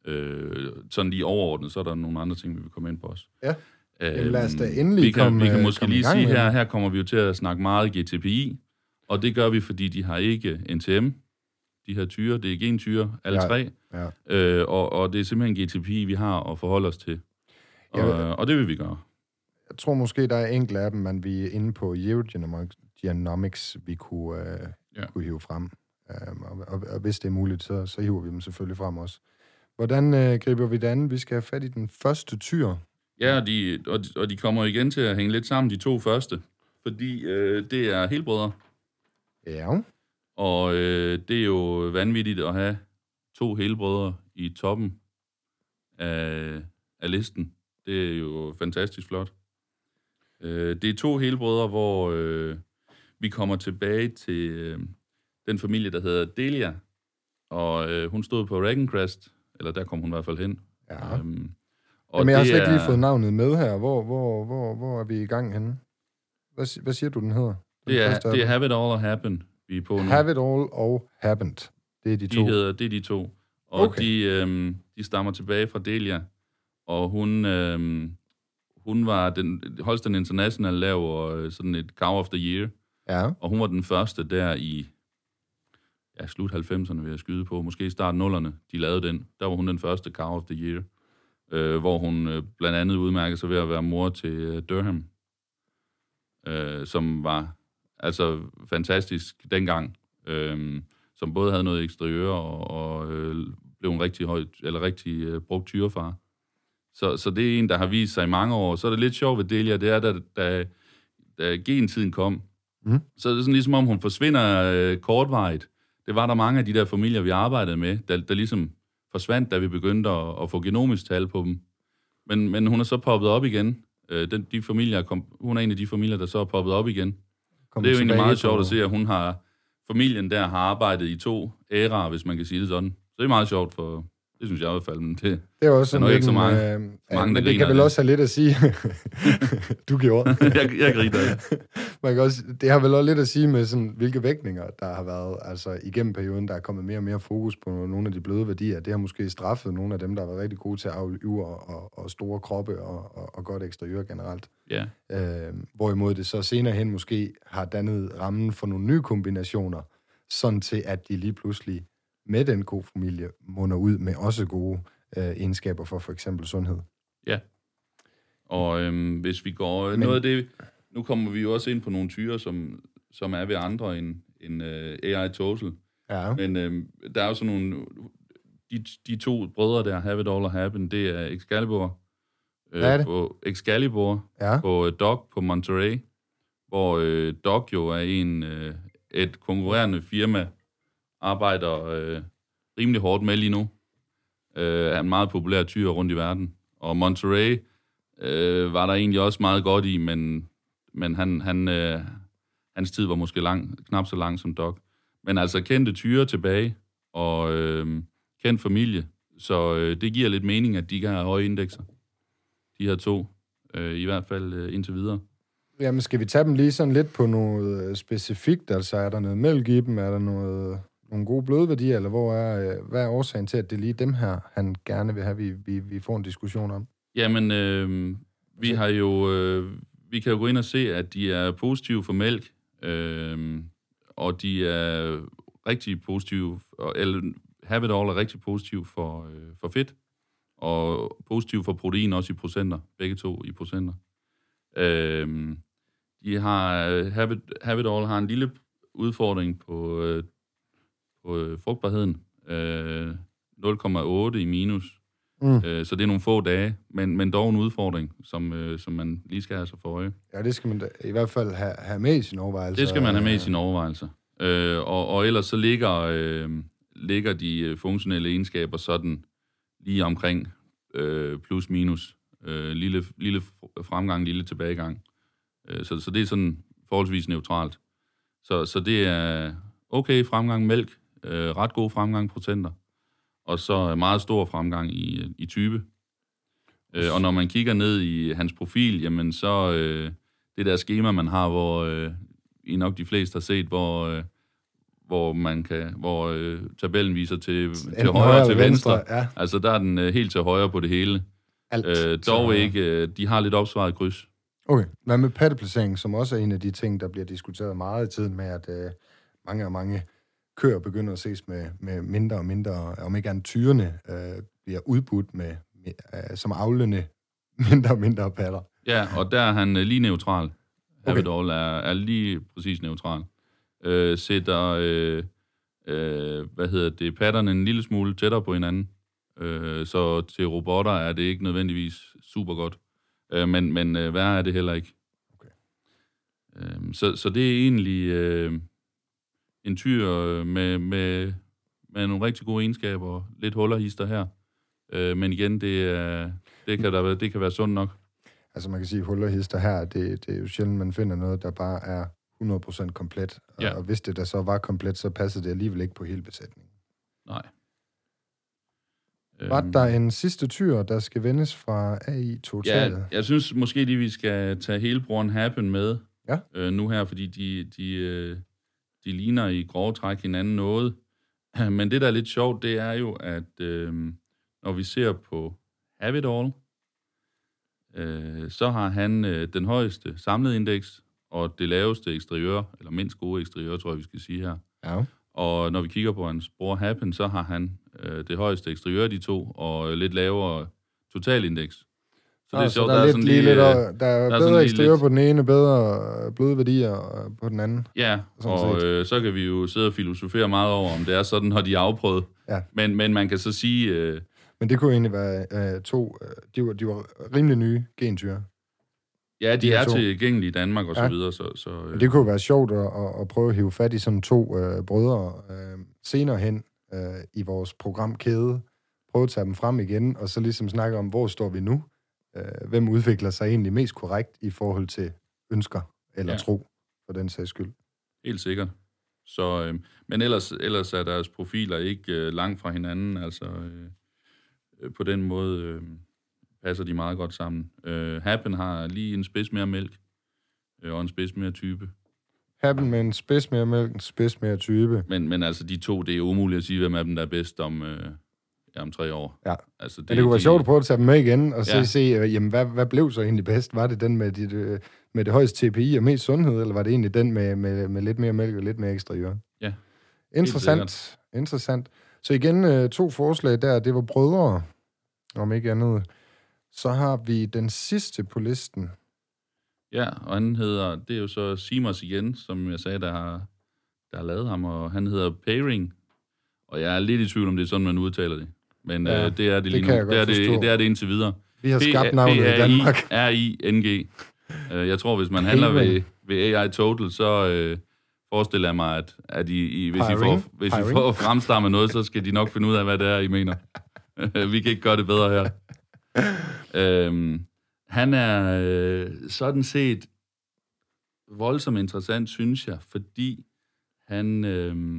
Øh, sådan lige overordnet, så er der nogle andre ting, vi vil komme ind på også. Ja, øh, Jamen, lad os da endelig vi kan, komme Vi kan måske lige sige her, her, her kommer vi jo til at snakke meget G T P I, og det gør vi, fordi de har ikke N T M, de her tyre, det er gentyre, alle ja. tre, ja. øh, og, og det er simpelthen G T P I, vi har at forholde os til, og, ja, og det vil vi gøre. Jeg tror måske, der er enkelte af dem, man vi er inde på Eurogenomics, vi kunne, øh, ja. kunne hive frem. Um, og, og, og hvis det er muligt, så, så hiver vi dem selvfølgelig frem også. Hvordan øh, griber vi det an? Vi skal have fat i den første tyr. Ja, og de, og, de, og de kommer igen til at hænge lidt sammen, de to første. Fordi øh, det er helbrødre. Ja. Og øh, det er jo vanvittigt at have to helbrødre i toppen af, af listen. Det er jo fantastisk flot. Øh, det er to helbrødre, hvor øh, vi kommer tilbage til øh, den familie, der hedder Delia. Og øh, hun stod på Ragencrest, eller der kom hun i hvert fald hen. Ja. Øhm, og Jamen, jeg har slet ikke er... lige fået navnet med her. Hvor, hvor, hvor, hvor er vi i gang henne? Hvad, hvad siger du, den hedder? Den det, er, det er Have It All or Happen, vi er på nu. Have It All og Happened. Det er de, de to. Hedder, det er de to. Og okay. de, øhm, de stammer tilbage fra Delia. Og hun, øhm, hun var den, Holsten International laver sådan et Cow of the Year. Ja. Og hun var den første der i ja, slut halvfemserne, vil jeg skyde på. Måske start nullerne, de lavede den. Der var hun den første Cow of the Year. Øh, hvor hun øh, blandt andet udmærkede sig ved at være mor til øh, Durham. Øh, som var altså fantastisk dengang. Øh, som både havde noget eksteriør og, og øh, blev en rigtig højt, eller rigtig øh, brugt tyrefar. Så, så det er en, der har vist sig i mange år. Så er det lidt sjovt ved Delia, det er, da, da, da gentiden kom, mm. så er det sådan ligesom om, hun forsvinder øh, kortvarigt. Det var der mange af de der familier, vi arbejdede med, der, der ligesom forsvandt, da vi begyndte at, at få genomisk tal på dem. Men, men hun er så poppet op igen. Øh, den, de familier kom, hun er en af de familier, der så er poppet op igen. Det er jo egentlig meget sjovt at se, at hun har, familien der har arbejdet i to æraer, hvis man kan sige det sådan. Så det er meget sjovt for... Det synes jeg i hvert fald, men det, det er også er ikke så mange, øh, mange ja, men det kan vel også have lidt at sige. Du gjorde. jeg, jeg griner ikke. Man kan også, det har vel også lidt at sige med, sådan, hvilke vægtninger, der har været altså, igennem perioden, der er kommet mere og mere fokus på nogle af de bløde værdier. Det har måske straffet nogle af dem, der har været rigtig gode til at afle yver og, og store kroppe og, og, og godt eksteriør generelt. Ja. Øh, hvorimod det så senere hen måske har dannet rammen for nogle nye kombinationer, sådan til at de lige pludselig med den gode familie munder ud med også gode øh, egenskaber for for eksempel sundhed. Ja. Og øhm, hvis vi går... Men, noget af det... Nu kommer vi jo også ind på nogle tyre, som, som er ved andre end, end uh, A I Total. Ja. Men øhm, der er jo sådan nogle... De, de to brødre der, Have It All or Happen, det er Excalibur. Øh, Hvad er det? På Excalibur, ja. på uh, Doc på Monterey, hvor øh, Doc jo er en, øh, et konkurrerende firma, arbejder øh, rimelig hårdt med lige nu. Øh, er en meget populær tyr rundt i verden. Og Monterey øh, var der egentlig også meget godt i, men, men han, han, øh, hans tid var måske lang, knap så lang som Doc. Men altså kendte tyre tilbage, og øh, kendt familie. Så øh, det giver lidt mening, at de kan have høje indekser. De her to, øh, i hvert fald øh, indtil videre. Jamen, skal vi tage dem lige sådan lidt på noget specifikt? Altså, er der noget mælk i dem? Er der noget... nogle gode blodværdier, eller hvor er, hvad er årsagen til, at det er lige dem her, han gerne vil have, vi, vi, vi får en diskussion om? Jamen, øh, vi har jo, øh, vi kan jo gå ind og se, at de er positive for mælk, øh, og de er rigtig positive, eller Have It All er rigtig positiv for, øh, for fedt, og positiv for protein også i procenter, begge to i procenter. Øh, de har, Have It, Have It All har en lille udfordring på øh, på øh, frugtbarheden. Øh, nul komma otte i minus. Mm. Øh, så det er nogle få dage, men, men dog en udfordring, som, øh, som man lige skal have sig for øje. Ja, det skal man da, i hvert fald have, have med i sine overvejelser. Det skal man have med i sine overvejelser. Øh, og, og ellers så ligger, øh, ligger de funktionelle egenskaber sådan lige omkring øh, plus minus. Øh, lille, lille fremgang, lille tilbagegang. Øh, så, så det er sådan forholdsvis neutralt. Så, så det er okay fremgang mælk, øh, ret god fremgang procenter, og så meget stor fremgang i, i type. Øh, og når man kigger ned i hans profil, jamen så øh, det der skema, man har, hvor øh, I nok de fleste har set, hvor, øh, hvor man kan, hvor øh, tabellen viser til, til Enten højre og til venstre. venstre, ja. Altså, der er den øh, helt til højre på det hele. Alt øh, dog ikke, øh, de har lidt opsvaret kryds. Okay. Hvad med patteplacering, som også er en af de ting, der bliver diskuteret meget i tiden med, at øh, mange og mange køer begynder at ses med, med mindre og mindre, om ikke andet tyrene, øh, bliver udbudt med, med øh, som avlende mindre og mindre patter. Ja, og der er han øh, lige neutral. Okay. Havidol er, er lige præcis neutral. Øh, sætter, øh, øh, hvad hedder det, patterne en lille smule tættere på hinanden. Øh, så til robotter er det ikke nødvendigvis super godt. Øh, men men øh, værre er det heller ikke. Okay. Øh, så, så det er egentlig øh, en tyr med, med, med nogle rigtig gode egenskaber. Lidt hullerhister her. Øh, men igen, det, er, det, kan der, det kan være sundt nok. Altså man kan sige, hullerhister her, det, det er jo sjældent, man finder noget, der bare er hundrede procent komplet. Ja. Og, og hvis det der så var komplet, så passede det alligevel ikke på hele besætningen. Nej. Var der en sidste tyr, der skal vendes fra A I Total? Ja, jeg synes måske lige, vi skal tage hele broren Happen med ja. øh, nu her, fordi de, de, øh, de ligner i grove træk hinanden noget. Men det, der er lidt sjovt, det er jo, at øh, når vi ser på Have It All, øh, så har han øh, den højeste samlede indeks, og det laveste eksteriør, eller mindst gode eksteriør, tror jeg, vi skal sige her. Ja. Og når vi kigger på hans bror Happen, så har han øh, det højeste eksteriør, de to, og lidt lavere totalindeks. Så Nå, det er så sjovt, der er, der er lidt, sådan lige lige... lidt, der, der er der bedre eksteriør lidt... på den ene, bedre blodværdier på den anden. Ja, og øh, så kan vi jo sidde og filosofere meget over, om det er sådan, har de afprøvet. Ja. Men, men man kan så sige... Øh... Men det kunne egentlig være øh, to... Øh, de, var, de var rimelig nye gentyre. Ja, de, de er to. Tilgængelige i Danmark og ja. så videre. Så, så, øh... Det kunne være sjovt at, at prøve at hive fat i sådan to øh, brødre øh, senere hen øh, i vores programkæde. Prøve at tage dem frem igen, og så ligesom snakke om, hvor står vi nu? Øh, hvem udvikler sig egentlig mest korrekt i forhold til ønsker eller ja. tro, for den sags skyld. Helt sikkert. Så, øh, men ellers, ellers er deres profiler ikke øh, langt fra hinanden. Altså, øh, på den måde øh, passer de meget godt sammen. Øh, Happen har lige en spids mere mælk, øh, og en spids mere type. Happen med en spids mere mælk, en spids mere type. Men, men altså, de to, det er umuligt at sige, hvem af dem, der er bedst om... Øh, Ja, om tre år. Ja. Altså, det, Men det kunne være de... sjovt at prøve at tage dem med igen, og så ja. se, jamen, hvad, hvad blev så egentlig bedst? Var det den med, dit, med det højeste T P I og mest sundhed, eller var det egentlig den med, med, med lidt mere mælk og lidt mere eksteriør? Ja. Interessant. Interessant. Så igen, to forslag der, det var brødre, om ikke andet. Så har vi den sidste på listen. Ja, og han hedder, det er jo så Simers igen, som jeg sagde, der har, der har lavet ham, og han hedder Pairing, og jeg er lidt i tvivl, om det er sådan, man udtaler det. Men ja, øh, det er det lige det nu. Det er det, det er det indtil videre. Vi har skabt navnet i Danmark. P R I N G. uh, jeg tror, hvis man handler ved, ved A I Total, så uh, forestiller jeg mig, at, at I, I, hvis, I får, hvis I får fremstammet noget, så skal de nok finde ud af, hvad det er, I mener. Vi kan ikke gøre det bedre her. uh, han er uh, sådan set voldsomt interessant, synes jeg, fordi han... Uh,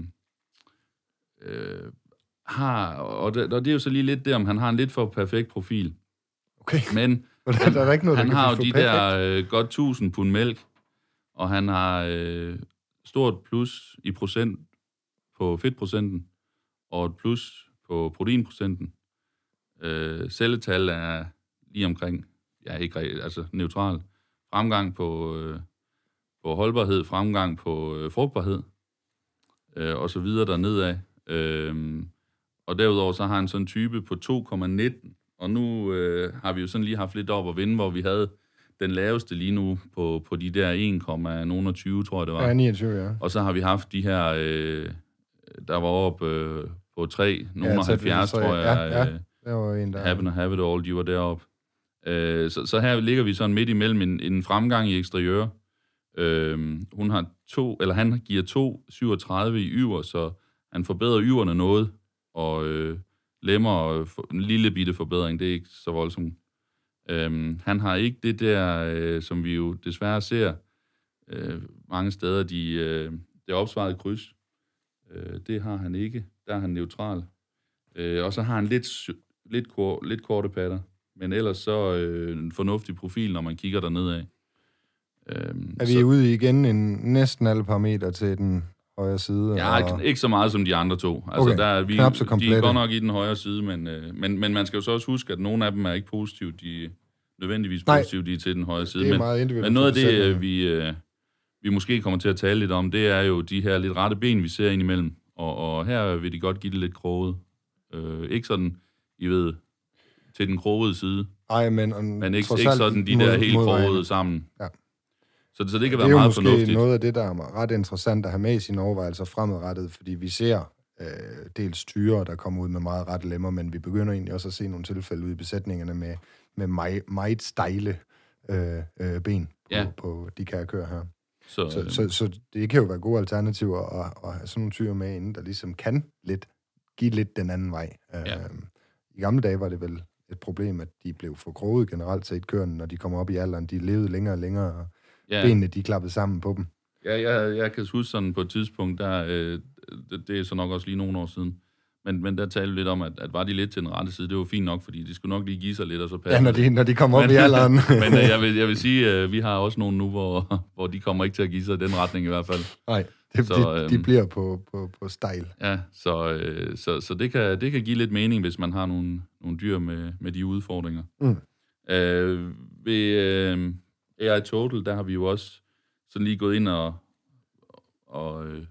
uh, har, og det, og det er jo så lige lidt det, om han har en lidt for perfekt profil. Okay. Men han, der er ikke noget, han har jo de perfekt. der øh, godt tusind pund mælk, og han har øh, stort plus i procent på fedtprocenten, og et plus på proteinprocenten. Øh, celletal er lige omkring, ja, ikke altså neutral. Fremgang på, øh, på holdbarhed, fremgang på øh, frugtbarhed, øh, og så videre dernedad. Øh, Og derudover så har han sådan en type på to komma nitten. Og nu øh, har vi jo sådan lige haft lidt op at vinde, hvor vi havde den laveste lige nu på, på de der en komma tyve, tror jeg det var. Ja, niogtyve, ja. Og så har vi haft de her, øh, der var oppe øh, på tre, nogle ja, halvfjerds, tror jeg. Ja, ja. Der var en, der... Happen og Have It All, de var deroppe. Øh, så, så her ligger vi sådan midt imellem en, en fremgang i eksteriør. Øh, hun har to, eller han giver to komma syvogtredive i yver, så han forbedrer yverne noget. Og øh, lemmer en lille bitte forbedring, det er ikke så voldsomt. Øhm, han har ikke det der, øh, som vi jo desværre ser øh, mange steder, de, øh, det opsvarede kryds. Øh, det har han ikke. Der er han neutral. Øh, og så har han lidt, lidt, kor, lidt korte patter, men ellers så øh, en fornuftig profil, når man kigger dernede af. Øhm, er vi så... ude igen en næsten alle parametre til den højre side. Ja, og... ikke så meget som de andre to. Altså, okay, der er vi, knap så komplette. De er godt nok i den højre side, men, øh, men, men man skal jo så også huske, at nogle af dem er ikke positive. De er nødvendigvis positive, de er til den højre side. Det er men, meget men noget af det, øh, vi, øh, vi måske kommer til at tale lidt om, det er jo de her lidt rette ben, vi ser indimellem. Og, og her vil de godt give det lidt kroget. Øh, ikke sådan, I ved, til den krogede side. Ej, men, men ikke, ikke sådan de mod, der helt krogede sammen. Ja. Så, så det kan være meget fornuftigt. Det er jo måske noget af det, der er ret interessant at have med i sine overvejelser fremadrettet, fordi vi ser øh, dels tyre, der kommer ud med meget rette lemmer, men vi begynder egentlig også at se nogle tilfælde ud i besætningerne med, med meget, meget stejle øh, øh, ben ja. på, på de karakører her. Så, så, øh... så, så det kan jo være gode alternativer at, at have sådan nogle tyre med inden, der ligesom kan lidt, give lidt den anden vej. Ja. Øh, I gamle dage var det vel et problem, at de blev for kroget generelt set køerne, når de kommer op i alderen. De levede længere og længere, og ja. benene, de klappede sammen på dem. Ja, jeg, jeg kan huske sådan på et tidspunkt, der, øh, det, det er så nok også lige nogle år siden, men, men der talte vi lidt om, at, at var de lidt til den rette side, det var fint nok, fordi de skulle nok lige give sig lidt, og så passe. Ja, når de, når de kommer op men, i alderen. men øh, jeg, vil, jeg vil sige, at øh, vi har også nogle nu, hvor, hvor de kommer ikke til at give sig i den retning i hvert fald. Nej, det, så, de, øh, de bliver på, på, på stejl. Ja, så, øh, så, så det, kan, det kan give lidt mening, hvis man har nogle, nogle dyr med, med de udfordringer. Mm. Øh, ved øh, A I Total, der har vi jo også sådan lige gået ind og, og øh,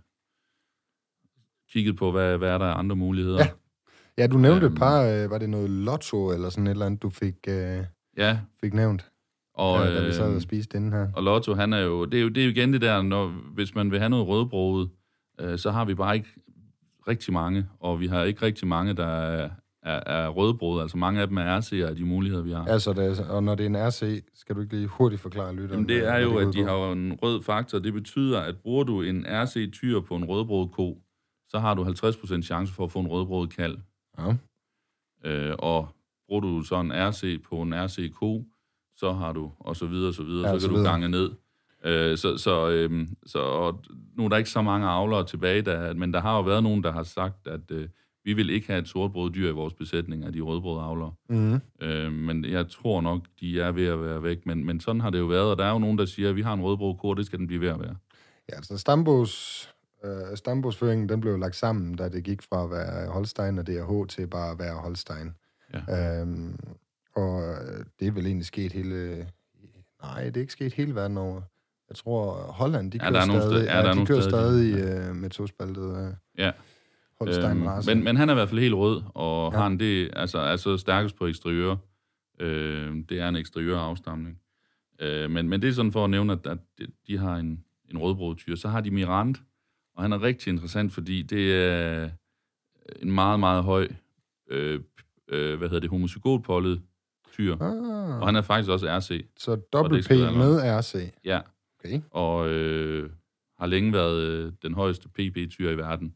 kigget på, hvad, hvad er der af andre muligheder. Ja, ja du nævnte øhm, et par, øh, var det noget lotto eller sådan et eller andet, du fik, øh, ja. fik nævnt, og, ja, da vi sad og spiste inden her. Og Lotto, han er jo, det er jo, det er jo igen det der, når, hvis man vil have noget rødbroget, øh, så har vi bare ikke rigtig mange, og vi har ikke rigtig mange, der er, er, er rødbroget, altså mange af dem er R C'er af de muligheder, vi har. Altså, det er, og når det er en R C, skal du ikke lige hurtigt forklare lytteren? Jamen det er jo, at de har en rød faktor. Det betyder, at bruger du en R C-tyr på en rødbroget ko, så har du halvtreds procent chance for at få en rødbroget kalv. Ja. Øh, og bruger du så en R C på en R C-ko, så har du, og så videre, og så videre, ja, så kan så du gange ned. Øh, så, så, øh, så og nu er der ikke så mange avlere tilbage, der, men der har jo været nogen, der har sagt, at øh, vi vil ikke have et sortbroget dyr i vores besætning af de rødbrode avlere. Mm. Øh, men jeg tror nok, de er ved at være væk. Men, men sådan har det jo været, og der er jo nogen, der siger, at vi har en rødbroget ko, det skal den blive ved at være. Ja, altså Stambos, øh, Stambos-føringen, den blev lagt sammen, da det gik fra at være Holstein og D R H til bare at være Holstein. Ja. Øhm, og det er vel egentlig sket hele... Nej, det er ikke sket hele verden over. Jeg tror, Holland, de kører ja, stadig, ja, ja, de kører stadig ja. uh, med tospaltet uh, ja. Holstein-race. Øhm, men, men han er i hvert fald helt rød, og ja. har han det, altså, altså stærkest på eksteriør. Øh, det er en eksteriør afstamning. Øh, men, men det er sådan for at nævne, at, at de har en, en rødbroget tyr. Så har de Mirant, og han er rigtig interessant, fordi det er en meget, meget høj, øh, øh, hvad hedder det, homozygotpollet tyr. Ah. Og han er faktisk også R C. Så dobbelt P med R C? Ja. Okay. Og øh, har længe været øh, den højeste P P-tyr i verden.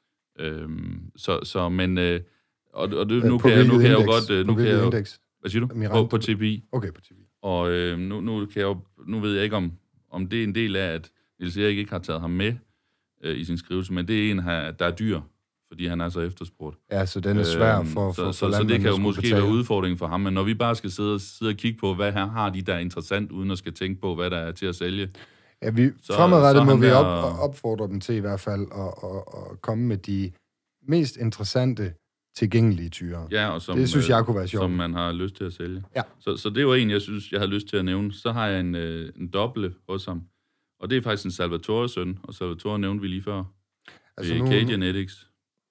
Øhm, så, så, men... Øh, og, og det, nu, kan jeg, nu kan jeg jo godt... Øh, nu kan jeg jo, hvad siger du? På, på T P I. Okay, på T P I. Og øh, nu, nu, kan jeg jo, nu ved jeg ikke, om, om det er en del af, at Niels Erik ikke har taget ham med øh, i sin skrivelse, men det er en, der er dyr, fordi han er så efterspurgt. Ja, så den er svær for, øh, for, for så, så, så det kan jo måske betale. Være udfordringen for ham, men når vi bare skal sidde og, sidde og kigge på, hvad her har de, der er interessant, uden at skal tænke på, hvad der er til at sælge. Ja, vi, så, fremadrettet så må vi op, der... opfordre dem til i hvert fald at, at, at komme med de mest interessante, tilgængelige tyre. Ja, og som, det synes jeg kunne være sjovt. Som man har lyst til at sælge. Ja. Så, så det var en, jeg synes, jeg har lyst til at nævne. Så har jeg en, en doble hos ham, og det er faktisk en Salvatore-søn, og Salvatore nævnte vi lige før. Altså nu... K-Genetics.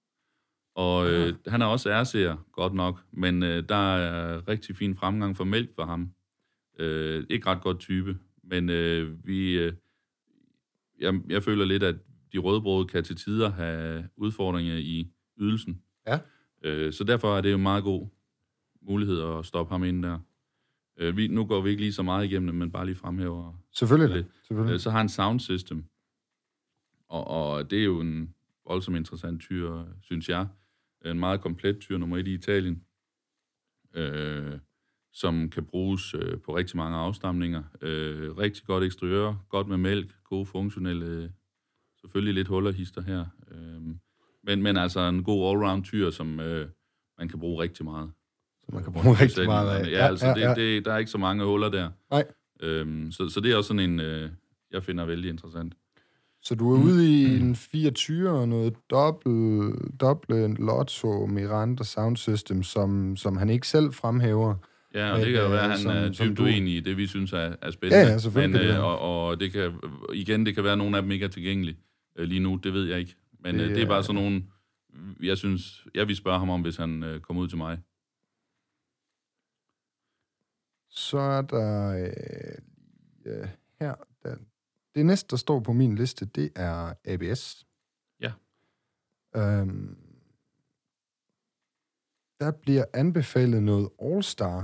Og øh, han er også R C'er, godt nok, men øh, der er rigtig fin fremgang for mælk for ham. Øh, ikke ret godt type, men øh, vi, øh, jeg, jeg føler lidt, at de rødbrode kan til tider have udfordringer i ydelsen. Ja. Øh, så derfor er det jo en meget god mulighed at stoppe ham ind der. Øh, vi, nu går vi ikke lige så meget igennem det, men bare lige fremhæver. Selvfølgelig. Selvfølgelig. Øh, så har han Sound System, og, og det er jo en voldsomt interessant tyr, synes jeg. En meget komplet tyr, nummer et i Italien, øh, som kan bruges øh, på rigtig mange afstamninger. Øh, rigtig godt eksteriør, godt med mælk, gode funktionelle, selvfølgelig lidt hullerhister her. Øh, men, men altså en god allround tyr, som øh, man kan bruge rigtig meget. Som man kan bruge rigtig meget af. Ja, ja, altså ja, ja. Det, det, der er ikke så mange huller der. Nej. Øh, så, så det er også sådan en, øh, jeg finder vældig interessant. Så du er ude i en fireogtyve og noget dobbelt, dobbelt Lotto Miranda Sound System, som, som han ikke selv fremhæver. Ja, og det kan jo være, at han som, er som dybt du... uenig i det, vi synes er, er spændende. Ja, ja, selvfølgelig. Men, det øh, og, og det kan, igen, det kan være, at nogle af dem ikke er tilgængelige øh, lige nu, det ved jeg ikke. Men det, øh, det er bare sådan nogle, jeg synes, jeg vil spørge ham om, hvis han øh, kommer ud til mig. Så er der øh, her, der, det næste, der står på min liste, det er A B S. Ja. Øhm, der bliver anbefalet noget All-Star.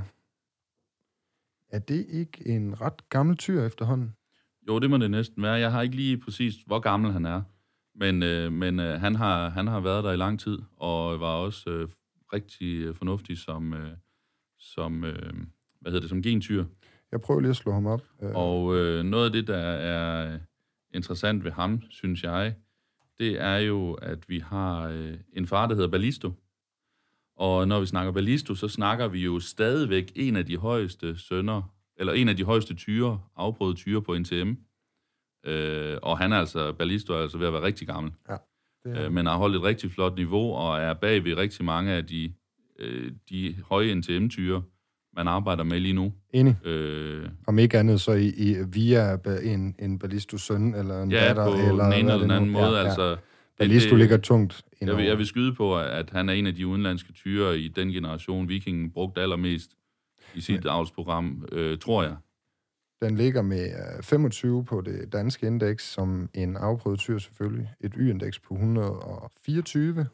Er det ikke en ret gammel tyr efterhånden? Jo, det må det næsten være. Jeg har ikke lige præcis, hvor gammel han er. Men, øh, men øh, han, har, han har været der i lang tid, og var også øh, rigtig fornuftig som, øh, som øh, hvad hedder det, som gentyr. Jeg prøver lige at slå ham op. Og øh, noget af det, der er interessant ved ham, synes jeg, det er jo, at vi har øh, en far, der hedder Ballisto. Og når vi snakker Ballisto, så snakker vi jo stadigvæk en af de højeste sønner, eller en af de højeste tyre, afprøvede tyre på N T M. Øh, og han er altså, Ballisto er altså ved at være rigtig gammel. Ja, det er... øh, men har holdt et rigtig flot niveau, og er bag ved rigtig mange af de, øh, de høje N T M-tyre, man arbejder med lige nu. Enig. Øh, Om ikke andet, så i, i, via en, en Ballisto-søn, eller en ja, datter, på eller den ene eller den anden nu? måde. Ja, ja. Altså, Ballisto det, ligger tungt. Jeg vil, jeg vil skyde på, at han er en af de udenlandske tyrer i den generation, Vikingen brugte allermest i sit ja. avlsprogram, øh, tror jeg. Den ligger med femogtyve på det danske indeks, som en afprøvet tyr selvfølgelig. Et Y-indeks på et hundrede og fireogtyve.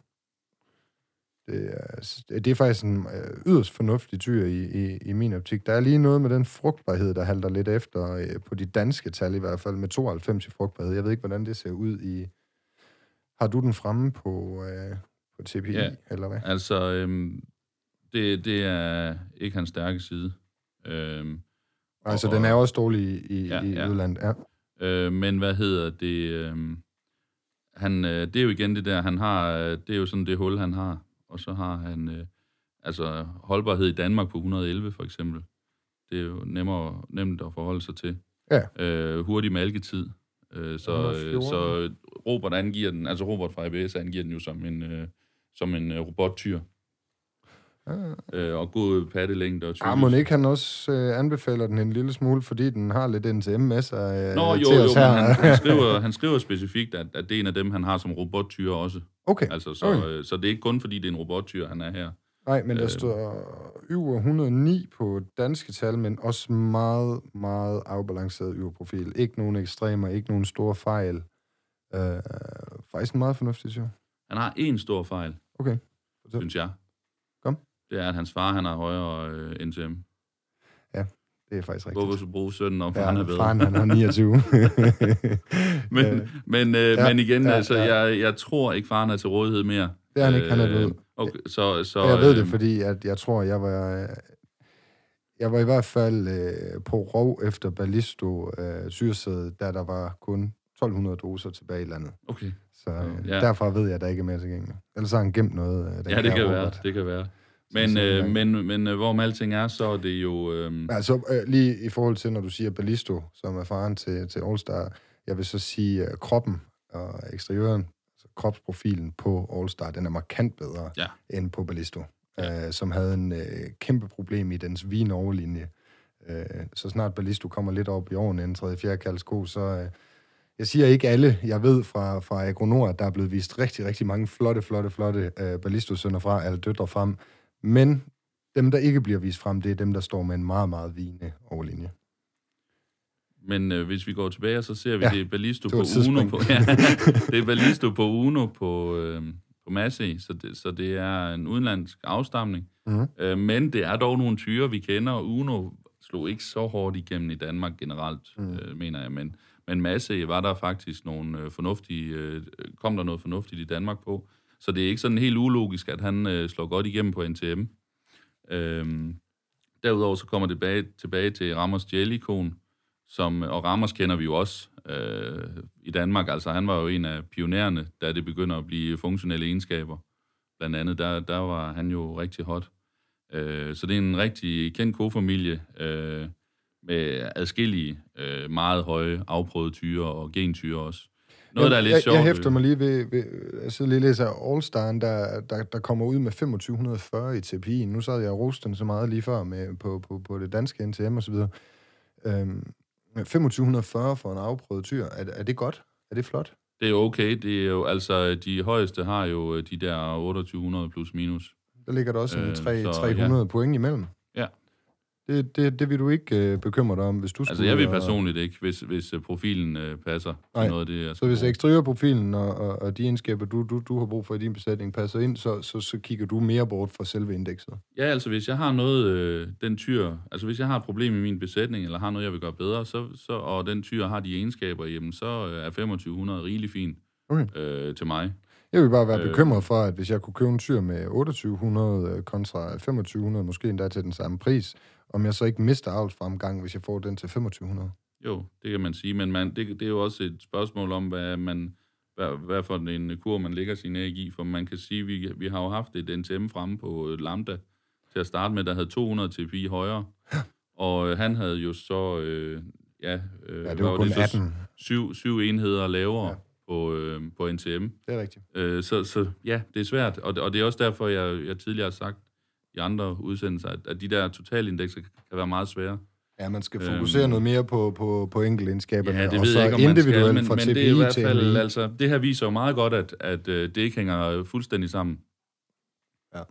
Det er, det er faktisk en yderst fornuftig tyr i, i, i min optik. Der er lige noget med den frugtbarhed, der halter lidt efter, på de danske tal i hvert fald, med tooghalvfems i frugtbarhed. Jeg ved ikke, hvordan det ser ud i... Har du den fremme på, øh, på T P I, ja, eller hvad? altså, øhm, det, det er ikke hans stærke side. Øhm, altså, og, den er også dårlig i, ja, i ja. udlandet, ja. Øh, men hvad hedder det? Øh, han, øh, det er jo igen det der, han har, det er jo sådan det hul, han har. Og så har han, øh, altså, holdbarhed i Danmark på et hundrede og elleve, for eksempel. Det er jo nemmere, nemt at forholde sig til. Ja. Øh, hurtig malketid. Øh, så, øh, så Robert angiver den, altså Robert fra A B S angiver den jo som en, øh, som en øh, robottyr. Ah. Øh, og god pattelængde og tykkelse. Ah, må ikke han også øh, anbefaler den en lille smule, fordi den har lidt N T M med sig øh, Nå, jo, til jo, os men her. han, han, skriver, han skriver specifikt, at, at det er en af dem, han har som robottyr også. Okay. Altså, så, okay. Øh, så det er ikke kun, fordi det er en robottyr, han er her. Nej, men der øh, står over et hundrede og ni på danske tal, men også meget, meget afbalanceret yverprofil. Ikke nogen ekstremer, ikke nogen store fejl. Øh, faktisk en meget fornuftig tyr. Han har én stor fejl, okay. synes jeg. Kom. Det er, at hans far, han har højere øh, N T M. Ja, det er faktisk rigtigt. Hvorfor skulle bruge sønnen om, for ja, han er bedre? Faren, han har niogtyve. men, men, øh, ja, men igen, ja, altså, ja. Jeg, jeg tror ikke, faren er til rådighed mere. Det er han ikke, han er død. Okay, så, så, jeg ved øh, det, fordi at jeg tror, jeg var... Jeg var i hvert fald øh, på rov efter Ballisto øh, syresæde, da der var kun tolv hundrede doser tilbage i landet. Okay. Så øh, ja. derfor ved jeg, at der ikke er mere tilgængeligt. Ellers har han gemt noget. Øh, ja, det kan Robert. være, det kan være. Men, øh, men, men øh, hvorom alting er, så er det jo... Øh... Altså, øh, lige i forhold til, når du siger Ballisto, som er faren til, til All-Star, jeg vil så sige, øh, kroppen og eksteriøren, altså kropsprofilen på All-Star, den er markant bedre ja. end på Ballisto. Ja. Øh, som havde en øh, kæmpe problem i dens vin-overlinje. Øh, så snart Ballisto kommer lidt op i årene, en tredje fjerde kaldsko, så... Øh, jeg siger ikke alle. Jeg ved fra, fra Agronord, at der er blevet vist rigtig, rigtig mange flotte, flotte, flotte øh, Ballisto-sønner fra, eller døtre frem. Men dem, der ikke bliver vist frem, det er dem, der står med en meget, meget vigende overlinje. Men øh, hvis vi går tilbage, så ser vi, ja, det er Ballisto på Uno. På, ja, det er Ballisto på Uno på... Øh, på Massey, så det, så det er en udenlandsk afstamning. Mm-hmm. Øh, men det er dog nogle tyre, vi kender, og Uno slog ikke så hårdt igennem i Danmark generelt, mm. øh, mener jeg. Men, men Massey var der faktisk nogle øh, fornuftige, øh, kom der noget fornuftigt i Danmark på. Så det er ikke sådan helt ulogisk, at han øh, slår godt igennem på N T M. Øh, derudover så kommer det tilbage, tilbage til Ramos Jellicon, som, og Ramos kender vi jo også øh, i Danmark. Altså han var jo en af pionererne, da det begynder at blive funktionelle egenskaber. Blandt andet, der, der var han jo rigtig hot. Øh, så det er en rigtig kendt kofamilie øh, med adskillige, øh, meget høje afprøvede tyre og gentyre også. Noget, der er lidt jeg, sjovt. Jeg hæfter mig lige ved, ved jeg sidder lige og læser All-Staren, der, der, der kommer ud med femogtyve fyrre i T P I. Nu sad jeg og roste den så meget lige før med, på, på, på det danske N T M og så videre. Øhm, femogtyve fyrre for en afprøvet tyr, er, er det godt? Er det flot? Det er okay. Det er jo, altså, de højeste har jo de der otteogtyve hundrede plus minus. Der ligger der også en øh, tre hundrede ja. point imellem. Ja. Det, det, det vil du ikke øh, bekymre dig om, hvis du skulle... Altså, jeg vil personligt ikke, hvis, hvis profilen øh, passer Nej. til noget af det, jeg Så hvis eksteriørprofilen og, og, og de egenskaber, du, du, du har brug for i din besætning, passer ind, så, så, så kigger du mere bort fra selve indekset? Ja, altså, hvis jeg har noget, øh, den tyr... Altså, hvis jeg har et problem i min besætning, eller har noget, jeg vil gøre bedre, så, så, og den tyr har de egenskaber, jamen, så er femogtyve hundrede rigelig fint okay. øh, til mig. Jeg vil bare være bekymret for, at hvis jeg kunne købe en tyr med otteogtyve hundrede kontra femogtyve hundrede, måske endda til den samme pris, om jeg så ikke mister avlsfremgang, hvis jeg får den til femogtyve hundrede. Jo, det kan man sige, men man, det, det er jo også et spørgsmål om, hvad, man, hvad, hvad for en kur man lægger sin æg i, for man kan sige, at vi, vi har jo haft et N T M fremme på Lambda til at starte med, der havde to hundrede T P I højere, og øh, han havde jo så, øh, ja, øh, ja, det var, var kun det, atten. Syv, syv enheder lavere. Ja. På, øh, på N T M. Det er rigtigt. Øh, så, så ja, det er svært, og, og det er også derfor, jeg, jeg tidligere har sagt i andre udsendelser, at, at de der totalindekser kan være meget svære. Ja, man skal fokusere øhm, noget mere på, på, på enkeltindskaberne, ja, det og så jeg ikke, individuelt men, fra men T P I det er i hvert fald, til altså, det her viser jo meget godt, at, at uh, det ikke hænger fuldstændig sammen. Ja.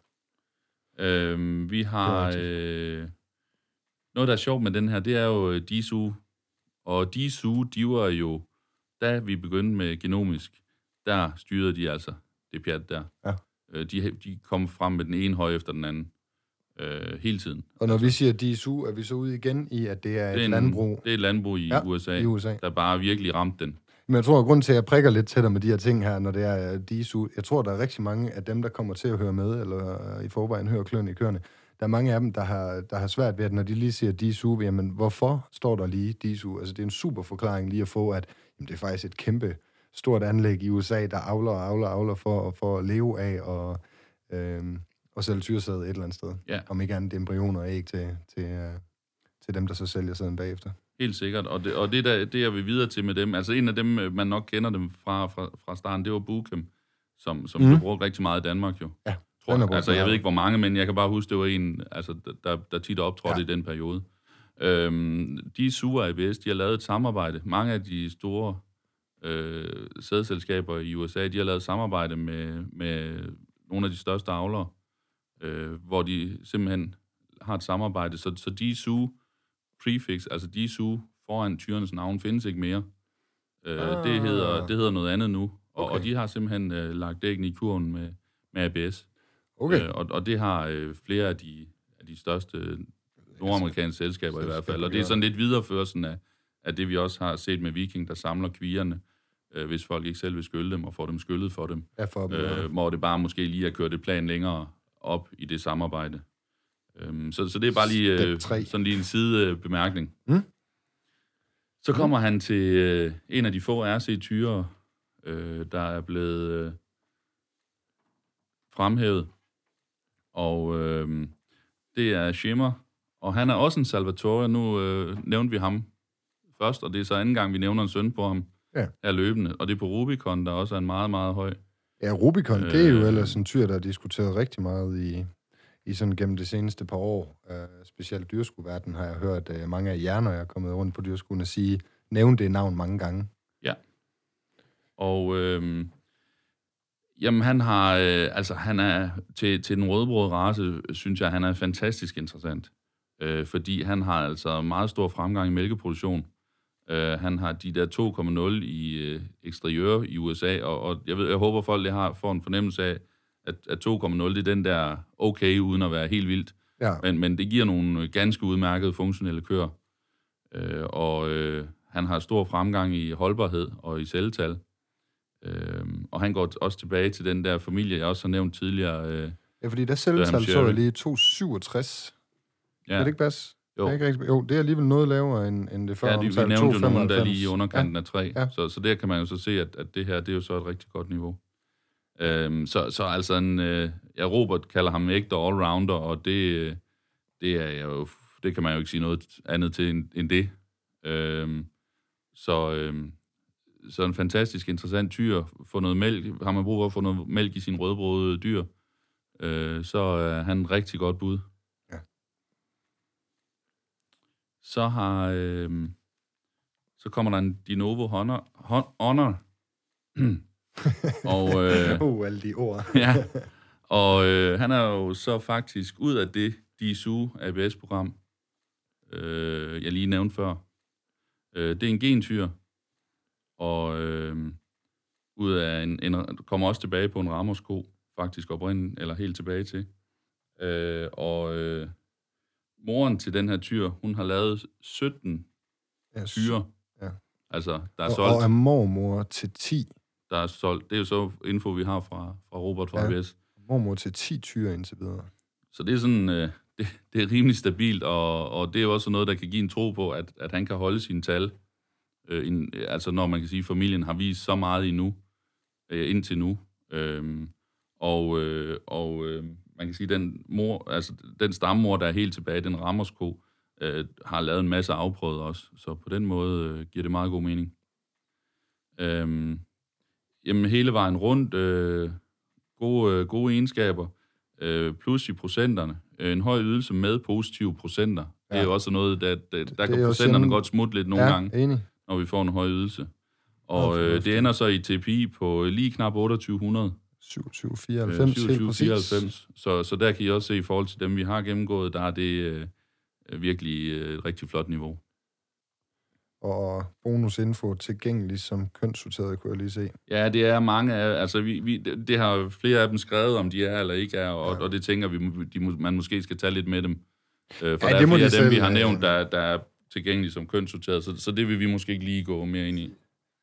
Øhm, vi har... Øh, noget, der er sjovt med den her, det er jo D S U, og D S U, de var jo, da vi begyndte med genomisk, der styrede de altså det pjat der. Ja. Øh, de, de kom frem med den ene høj efter den anden. Øh, hele tiden. Og når vi siger D S U, er vi så ude igen i, at det er et det er en, landbrug? Det er et landbrug i, ja, U S A, i U S A, der bare virkelig ramte den. Men jeg tror, at grunden til, at jeg prikker lidt til dig med de her ting her, når det er D S U, jeg tror, der er rigtig mange af dem, der kommer til at høre med, eller i forvejen hører kløerne i køerne, der er mange af dem, der har, der har svært ved, at når de lige siger D S U, jamen hvorfor står der lige D S U? Altså det er en super forklaring lige at få, at jamen, det er faktisk et kæmpe stort anlæg i U S A, der avler og avler og avler for, for at leve af og, øhm, og sælge tyresæd et eller andet sted. Ja. Om ikke andet embryoner og æg til, til, uh, til dem, der så sælger sæden bagefter. Helt sikkert, og det, og det, der, det jeg vil videre til med dem, altså en af dem, man nok kender dem fra, fra, fra starten, det var Buchem, som, som mm. blev brugt rigtig meget i Danmark jo. Ja, tror jeg. Altså jeg ved ikke, hvor mange, men jeg kan bare huske, det var en, altså, der, der tit optrådte ja. i den periode. Øhm, de sure A B S, de har lavet et samarbejde. Mange af de store øh, sædselskaber i U S A, de har lavet et samarbejde med, med nogle af de største avlere, øh, hvor de simpelthen har et samarbejde. Så, så D S U prefix, altså D S U foran tyrens navn, findes ikke mere. Øh, ah. det, hedder, det hedder noget andet nu. Og, okay. og de har simpelthen øh, lagt dækken i kurven med, med A B S. Okay. Øh, og, og det har øh, flere af de, af de største nordamerikanske selskaber i hvert fald. Og det er sådan lidt videreførelsen af, af det, vi også har set med Viking, der samler kvierne, øh, hvis folk ikke selv vil skylde dem, og får dem skyllet for dem. Ja, for dem, øh, hvor det bare måske lige har kørt et plan længere op i det samarbejde. Øh, så, så det er bare lige, øh, sådan lige en sidebemærkning. Mm? Så kommer mm. han til øh, en af de få R C-tyre, øh, der er blevet øh, fremhævet. Og øh, det er Shimmer. Og han er også en Salvatore. Nu øh, nævnte vi ham først, og det er så anden gang, vi nævner en søn på ham ja. her løbende. Og det er på Rubicon, der også er en meget, meget høj. Ja, Rubicon, øh, det er jo ellers en tyr, der er diskuteret rigtig meget i, i sådan gennem det seneste par år. Uh, specielt dyrskuverdenen har jeg hørt uh, mange af jer, når jeg er kommet rundt på dyrskuen, at sige, nævne det navn mange gange. Ja. Og øh, jamen, han har, øh, altså han er, til, til den rødbrøde race, synes jeg, han er fantastisk interessant. Øh, fordi han har altså meget stor fremgang i mælkeproduktion. Øh, han har de der to komma nul i øh, eksteriør i U S A, og, og jeg, ved, jeg håber, folk det har, får en fornemmelse af, at, at to komma nul, det er den der okay, uden at være helt vildt. Ja. Men, men det giver nogle ganske udmærkede funktionelle køer. Øh, og øh, han har stor fremgang i holdbarhed og i celletal. Øh, og han går også tilbage til den der familie, jeg også har nævnt tidligere. Øh, ja, fordi der celletal så jeg lige to komma syvogtres. Ja. Er det ikke passe? Jo. Det er ikke jo, det er alligevel noget lavere end, end det før. Ja, de, vi nævnte jo nogen, der er lige i underkanten ja. af tre. Ja. Så, så der kan man jo så se, at, at det her, det er jo så et rigtig godt niveau. Øhm, så, så altså en... Øh, ja, Robert kalder ham ægte allrounder, og det, det er jo... Det kan man jo ikke sige noget andet til end, end det. Øhm, så, øhm, så en fantastisk interessant tyr. Få noget mælk. Har man brug for at få noget mælk i sin rødbrødede dyr, øh, så er han en rigtig godt bud. Ja. Så har... Øh, så kommer der en Dinovo Honor. Honor. og, øh, uh, alle de ord. ja. Og øh, han er jo så faktisk ud af det D S U A B S-program, øh, jeg lige nævnte før. Øh, det er en gentyr, og øh, ud af en, en, kommer også tilbage på en Ramos-ko, faktisk oprindeligt, eller helt tilbage til. Øh, og øh, moren til den her tyr, hun har lavet sytten ja, tyre. Ja. Altså, der er og, solgt... Og er mormor til ti. Der er solgt. Det er jo så info, vi har fra, fra Robert fra ja. A B S. Mormor til ti tyre indtil videre. Så det er sådan... Øh, det, det er rimelig stabilt, og, og det er jo også noget, der kan give en tro på, at, at han kan holde sine tal. Øh, in, altså, når man kan sige, at familien har vist så meget endnu, øh, indtil nu. Øh, og øh, og øh, man kan sige, den mor, altså den stammor, der er helt tilbage, den Ramos-ko, øh, har lavet en masse afprøvet også. Så på den måde øh, giver det meget god mening. Øh, jamen, hele vejen rundt, øh, gode, øh, gode egenskaber, øh, plus i procenterne. Øh, en høj ydelse med positive procenter. Ja. Det er jo også noget, der, der, der kan procenterne sådan... godt smutte lidt nogle ja, gange, enig. Når vi får en høj ydelse. Og øh, det ender så i T P I på lige knap otteogtyve hundrede. syvogtyve fireoghalvfems, øh, syvogtyve fireoghalvfems. Så, så der kan I også se, i forhold til dem, vi har gennemgået, der er det øh, virkelig øh, et rigtig flot niveau. Og bonusinfo tilgængelig som kønssorteret, kunne jeg lige se. Ja, det er mange af, altså vi, vi, det har flere af dem skrevet, om de er eller ikke er, og, ja. og det tænker vi, de, man måske skal tage lidt med dem. Øh, for ja, der er flere de af dem, selv, vi har nævnt, der, der er tilgængelige som kønssorteret, så, så det vil vi måske ikke lige gå mere ind i.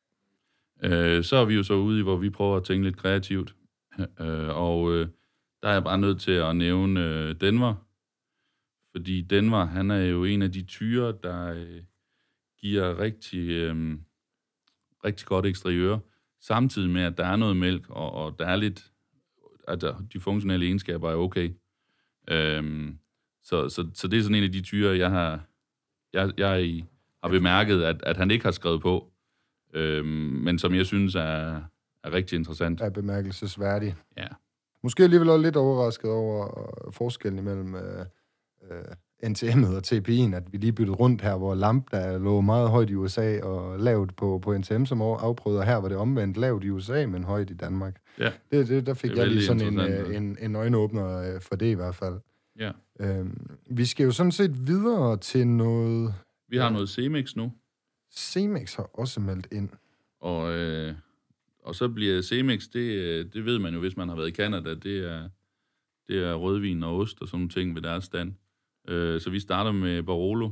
Øh, så er vi jo så ude i, hvor vi prøver at tænke lidt kreativt, øh, og øh, der er jeg bare nødt til at nævne øh, Denver, fordi Denver, han er jo en af de tyre, der... Øh, giver rigtig, øh, rigtig godt eksteriør, samtidig med, at der er noget mælk, og, og der er lidt, altså de funktionelle egenskaber er okay. Øhm, så, så, så det er sådan en af de tyre, jeg har, jeg, jeg har bemærket, at, at han ikke har skrevet på, øhm, men som jeg synes er, er rigtig interessant. Er bemærkelsesværdig. Ja. Måske alligevel også lidt overrasket over forskellen imellem... Øh, øh, N T M'et og T P I'en, at vi lige byttede rundt her, hvor Lamp, der lå meget højt i U S A og lavt på, på N T M, som afprøvede, her var det omvendt lavt i U S A, men højt i Danmark. Ja. Det, det, der fik jeg lige sådan en, en, en øjenåbner for det i hvert fald. Ja. Øhm, vi skal jo sådan set videre til noget... Vi har noget Cemex nu. Cemex har også meldt ind. Og, øh, og så bliver Cemex, det, det ved man jo, hvis man har været i Canada, det er, det er rødvin og ost og sådan nogle ting ved deres stand. Øh, så vi starter med Barolo.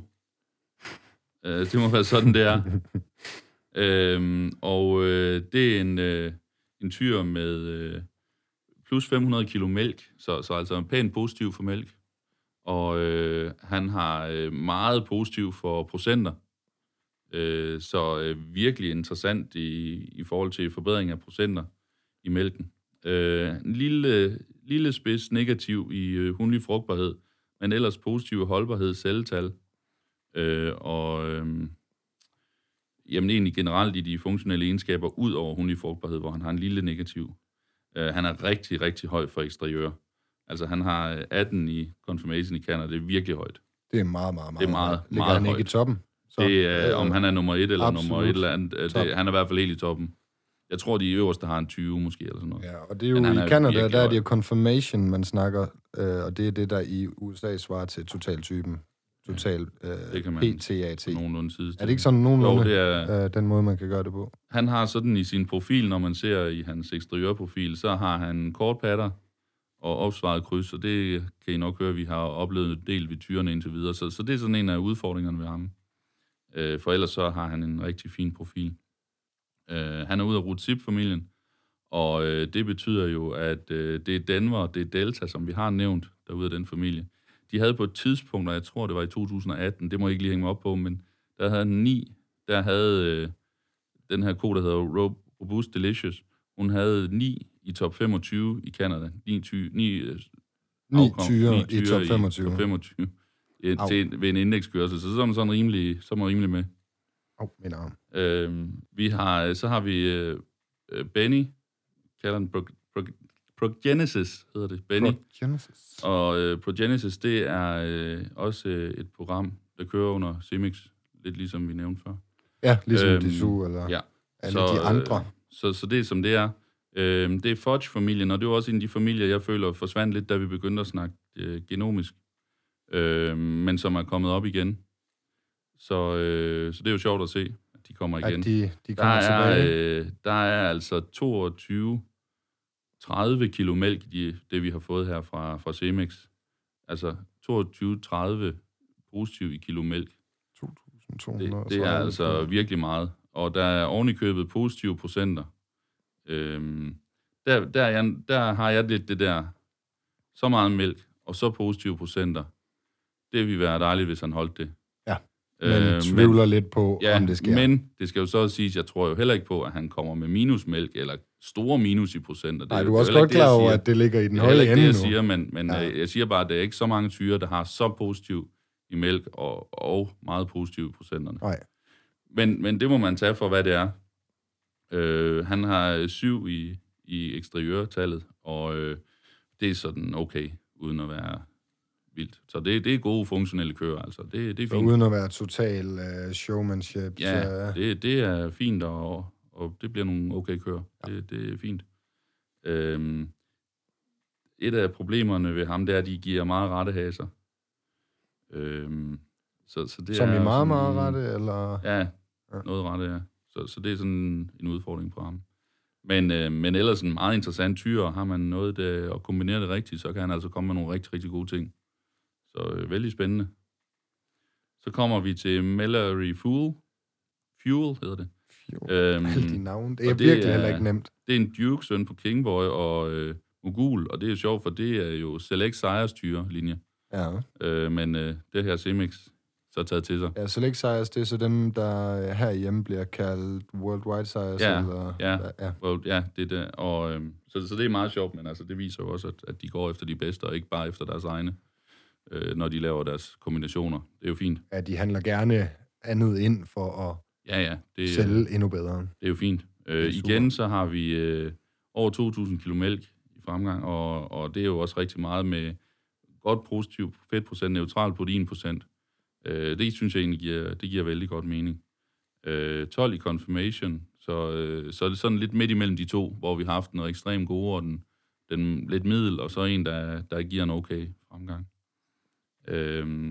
Øh, det må være sådan, det er. øh, og øh, det er en, øh, en tyr med øh, plus fem hundrede kilo mælk, så, så altså en pæn positiv for mælk. Og øh, han har øh, meget positiv for procenter. Øh, så øh, virkelig interessant i, i forhold til forbedring af procenter i mælken. Øh, en lille, lille spids negativ i øh, hundelig frugtbarhed, men ellers positiv holdbarhed, celletal, øh, og øh, jamen egentlig generelt i de funktionelle egenskaber, ud over hundelig frugtbarhed, hvor han har en lille negativ. Øh, han er rigtig, rigtig høj for eksteriør. Altså han har atten i confirmation i Canada, det er virkelig højt. Det er meget, meget, meget Det er meget, højt. Ligger meget han ikke højt. i toppen? Så, det er, om han er nummer et eller absolut. nummer et eller andet, det, han er i hvert fald helt i toppen. Jeg tror, de øverste har en tyve måske, eller sådan noget. Ja, og det er jo i Canada, der er det confirmation, man snakker, øh, og det er det, der i U S A svarer til totaltypen. Total øh, P T A T. Nogenlunde er det ikke sådan nogenlunde, jo, det er, øh, den måde, man kan gøre det på? Han har sådan i sin profil, når man ser i hans eksteriørprofil, så har han kort patter og opsvaret kryds, og det kan I nok høre, vi har oplevet en del ved tyrene indtil videre. Så, så det er sådan en af udfordringerne ved ham. Øh, for ellers så har han en rigtig fin profil. Uh, han er ude af Root-Zip-familien, og uh, det betyder jo, at uh, det er Denver og det er Delta, som vi har nævnt derude af den familie. De havde på et tidspunkt, og jeg tror, det var i to tusind atten, det må jeg ikke lige hænge mig op på, men der havde ni, der havde uh, den her ko, der hedder Robust Delicious, hun havde ni i top femogtyve i Canada. Ni, ty, ni, uh, ni tyre i top femogtyve. I top femogtyve. Til, ved en indekskørsel, så så er man sådan rimelig, så er man rimelig med. Åh, oh, min arm. Øh, vi har, så har vi øh, Benny, kalder den Pro, Pro, Progenesis, hedder det. Benny. Progenesis. Og øh, Progenesis, det er øh, også øh, et program, der kører under Semix, lidt ligesom vi nævnte før. Ja, ligesom øhm, Dessous eller ja. alle så, de andre. Øh, så, så det er som det er. Øh, det er Fudge-familien, og det er også en af de familier, jeg føler forsvandt lidt, da vi begyndte at snakke øh, genomisk. Øh, men som er kommet op igen. Så, øh, så det er jo sjovt at se, at de kommer igen. At de, de kommer der er, tilbage. Øh, der er altså toogtyve tredive kilo mælk i det, vi har fået her fra, fra Semix. Altså toogtyve tredive positiv i kilo mælk. to tusind to hundrede Det, det er altså virkelig meget. Og der er ovenikøbet positive procenter. Øhm, der, der, er jeg, der har jeg lidt det der, så meget mælk, og så positive procenter. Det ville være dejligt, hvis han holdt det. Ja, men øh, tvivler men, lidt på, ja, om det sker. Men det skal jo så siges, jeg tror jo heller ikke på, at han kommer med minusmælk, eller store minus i procenter. Nej, du er også godt klar over, at det ligger i den høje ende nu. Det er ikke det, jeg siger, men, men ja. jeg siger bare, at det er ikke så mange tyre, der har så positiv i mælk, og, og meget positive i procenterne. Nej. Men, men det må man tage for, hvad det er. Øh, han har syv i, i eksteriørtallet, og øh, det er sådan okay, uden at være vildt. Så det, det er gode funktionelle kører, altså. Det, det er fint. Uden at være total uh, showmanship. Ja, så... det, det er fint, og, og det bliver nogle okay kører. Ja. Det, det er fint. Øhm, et af problemerne ved ham, det er, at de giver meget rettehaser. Øhm, så, så det Som er i meget, sådan, meget rette, eller? Ja, ja. Noget rette, ja. Så, så det er sådan en udfordring på ham. Men, øh, men ellers en meget interessant tyr, og har man noget der, at kombinere det rigtigt, så kan han altså komme med nogle rigtig, rigtig gode ting. Så øh, vældig spændende. Så kommer vi til Mallory Fuel. Fuel hedder det. Fuel. Øhm, Alle de navne. Det er det virkelig er, heller ikke nemt. Det er en Duke-søn på Kingboy og øh, Mogul, og det er sjovt, for det er jo Select Sires tyre-linje. Ja. Øh, men øh, det her Semix så taget til sig. Ja, Select Sires, det er så dem, der herhjemme bliver kaldt Worldwide Sires. Ja, eller, ja, ja. Well, ja, det er det. Og, øh, så, så det er meget sjovt, men altså, det viser jo også, at, at de går efter de bedste, og ikke bare efter deres egne, øh, når de laver deres kombinationer. Det er jo fint. Ja, de handler gerne andet ind for at ja, ja, det, sælge endnu bedre. Det er jo fint. Øh, igen, så har vi øh, over to tusind kilo mælk i fremgang, og, og det er jo også rigtig meget med godt positiv fedtprocent, neutral proteinprocent. Øh, det synes jeg egentlig giver, det giver vældig godt mening. Øh, tolv i confirmation, så, øh, så er det sådan lidt midt imellem de to, hvor vi har haft noget ekstremt gode, og den, den lidt middel, og så en, der, der giver en okay fremgang. Øh,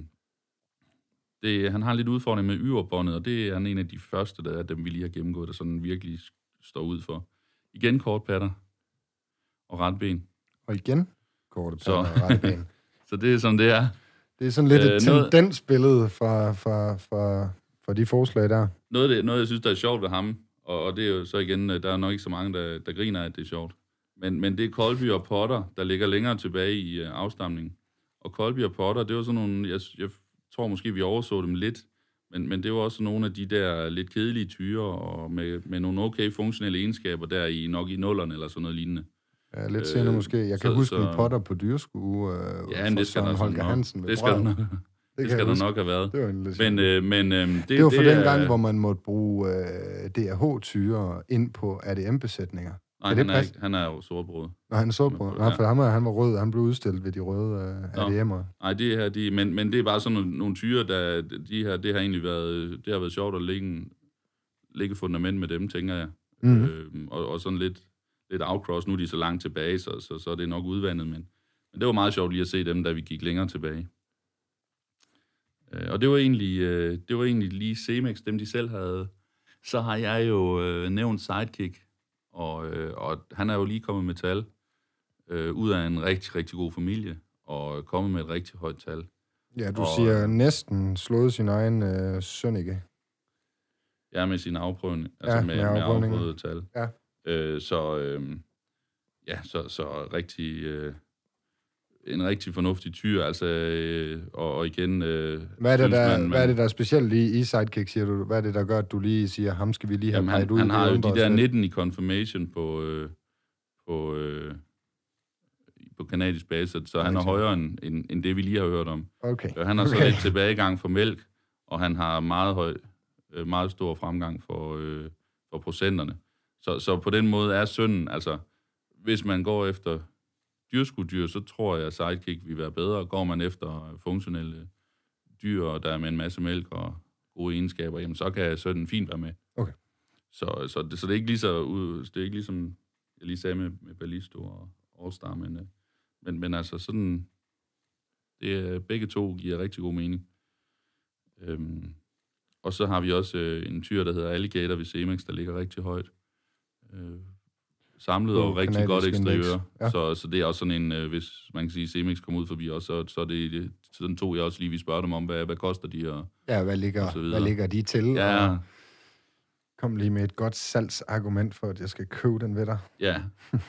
det, han har lidt udfordring med yverbåndet, og det er en af de første, der er dem, vi lige har gennemgået, der sådan virkelig står ud for. Igen kortpatter og retben. Og igen kortpatter og retben. Så det er sådan, det er. Det er sådan lidt et øh, tendensbillede fra, fra, fra, fra de forslag der. Noget, det, noget, jeg synes, der er sjovt ved ham, og, og det er jo så igen, der er nok ikke så mange, der, der griner, at det er sjovt. Men, men det er Colby og Potter, der ligger længere tilbage i uh, afstamningen. Og Colby og Potter, det var sådan nogle, jeg, jeg tror måske, vi overså dem lidt, men, men det var også nogle af de der lidt kedelige tyre, og med, med nogle okay funktionelle egenskaber der i nok i nullerne, eller sådan noget lignende. Ja, lidt senere øh, måske. Jeg kan så, huske en Potter på dyrskue øh, ja, det skal der Holger Hansen. Det skal der nok, det det skal der nok have været. Det var, en men, øh, men, øh, det, det var for det den er, gang, hvor man måtte bruge øh, D R H-tyre ind på A D M-besætninger. Nej, er han, er ikke, han er jo sortbrød. Nå, han er sortbrød. Nå, for ham, han var rød. Han blev udstillet ved de røde øh, A D M'er. Nej, det her, de, men, men det er bare sådan nogle, nogle tyre, der de her, det har egentlig været, det har været sjovt at lægge, lægge fundament med dem, tænker jeg. Mm-hmm. Øh, og, og sådan lidt, lidt outcross. Nu er de så langt tilbage, så, så, så er det nok udvandet, men, men det var meget sjovt lige at se dem, da vi gik længere tilbage. Øh, og det var egentlig, øh, det var egentlig lige Semix, dem de selv havde. Så har jeg jo øh, nævnt Sidekick, og, øh, og han er jo lige kommet med tal øh, ud af en rigtig, rigtig god familie, og kommet med et rigtig højt tal. Ja, du og, siger næsten slået sin egen øh, søn, ikke? Ja, med sin afprøvning, altså ja, med, med, med afprøvet tal. Ja. Øh, så øh, ja, så, så rigtig, øh, en rigtig fornuftig tyr, altså, øh, og, og igen... Øh, hvad, er det, der, man, man, hvad er det, der er specielt lige i Sidekick, siger du? Hvad er det, der gør, at du lige siger, ham skal vi lige have han, ud? Han har jo de der nitten i confirmation på, øh, på, øh, på kanadisk base, så han er højere end, end, end det, vi lige har hørt om. Okay. Han har okay. så lidt tilbagegang for mælk, og han har meget høj øh, meget stor fremgang for, øh, for procenterne. Så, så på den måde er sønnen, altså hvis man går efter dyrskuddyr, så tror jeg, at Sidekick vil være bedre. Går man efter funktionelle dyr, der er med en masse mælk og gode egenskaber, jamen så kan sønnen fint være med. Okay. Så, så, det, så det er ikke lige så ud, det er ikke ligesom jeg lige sagde med, med Ballisto og All-Star, men, men, men altså sådan, det, begge to giver rigtig god mening. Øhm, og så har vi også øh, en tyr, der hedder Alligator ved Cemex, der ligger rigtig højt. Øh, samlet og rigtig godt eksteriør. Ja. Så, så det er også sådan en, øh, hvis man kan sige, at Cemex kommer ud forbi også, så, så er det, det sådan tog jeg også lige, vi spørger dem om, hvad, hvad koster de? Og, ja, hvad ligger, hvad ligger de til? Ja. Og kom lige med et godt salgsargument for, at jeg skal købe den ved dig. Ja.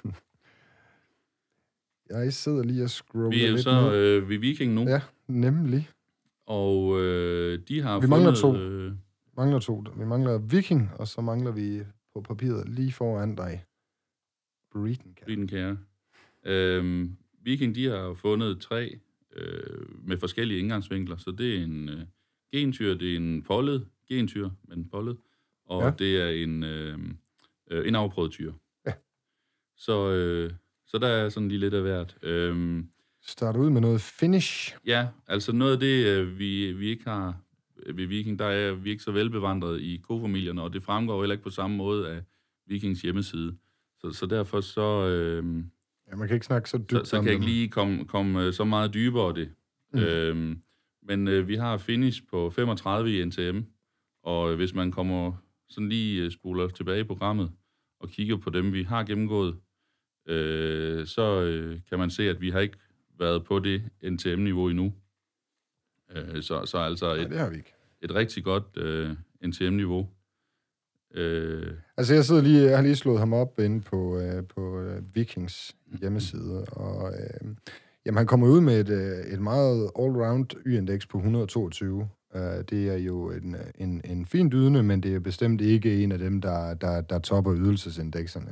Jeg sidder lige og scroller lidt. Vi er jo så øh, ved Viking nu. Ja, nemlig. Og øh, de har vi fundet... Mangler to. Øh, mangler to. Vi mangler Viking, og så mangler vi på papiret lige foran dig. Breedencare. Øhm, Viking, de har fundet tre øh, med forskellige indgangsvinkler, så det er en øh, gentyr, det er en pollet gentyr, men pollet, og ja. det er en, øh, en afprøvet tyr. Ja. Så, øh, så der er sådan lige lidt af hvert. Øhm, Start ud med noget finish. Ja, altså noget af det, vi, vi ikke har ved Viking, der er vi ikke så velbevandret i kofamilierne, og det fremgår heller ikke på samme måde af Vikings hjemmeside. Så, så derfor så... Øh, ja, man kan ikke snakke så dybt så, så kan jeg ikke lige komme, komme så meget dybere det. Mm. Øhm, men øh, vi har finish på femogtredive i N T M, og hvis man kommer sådan lige spoler tilbage i programmet og kigger på dem, vi har gennemgået, øh, så øh, kan man se, at vi har ikke været på det N T M-niveau endnu. Øh, så, så altså et, Nej, det har vi ikke. et rigtig godt øh, N T M-niveau. Øh. Altså, jeg sidder lige, jeg har lige slået ham op inde på, øh, på øh, Vikings hjemmeside, og øh, jamen, han kommer ud med et, øh, et meget all-round Y-indeks på et hundrede og toogtyve. Uh, det er jo en, en, en fin dydende, men det er bestemt ikke en af dem, der, der, der topper ydelsesindekserne.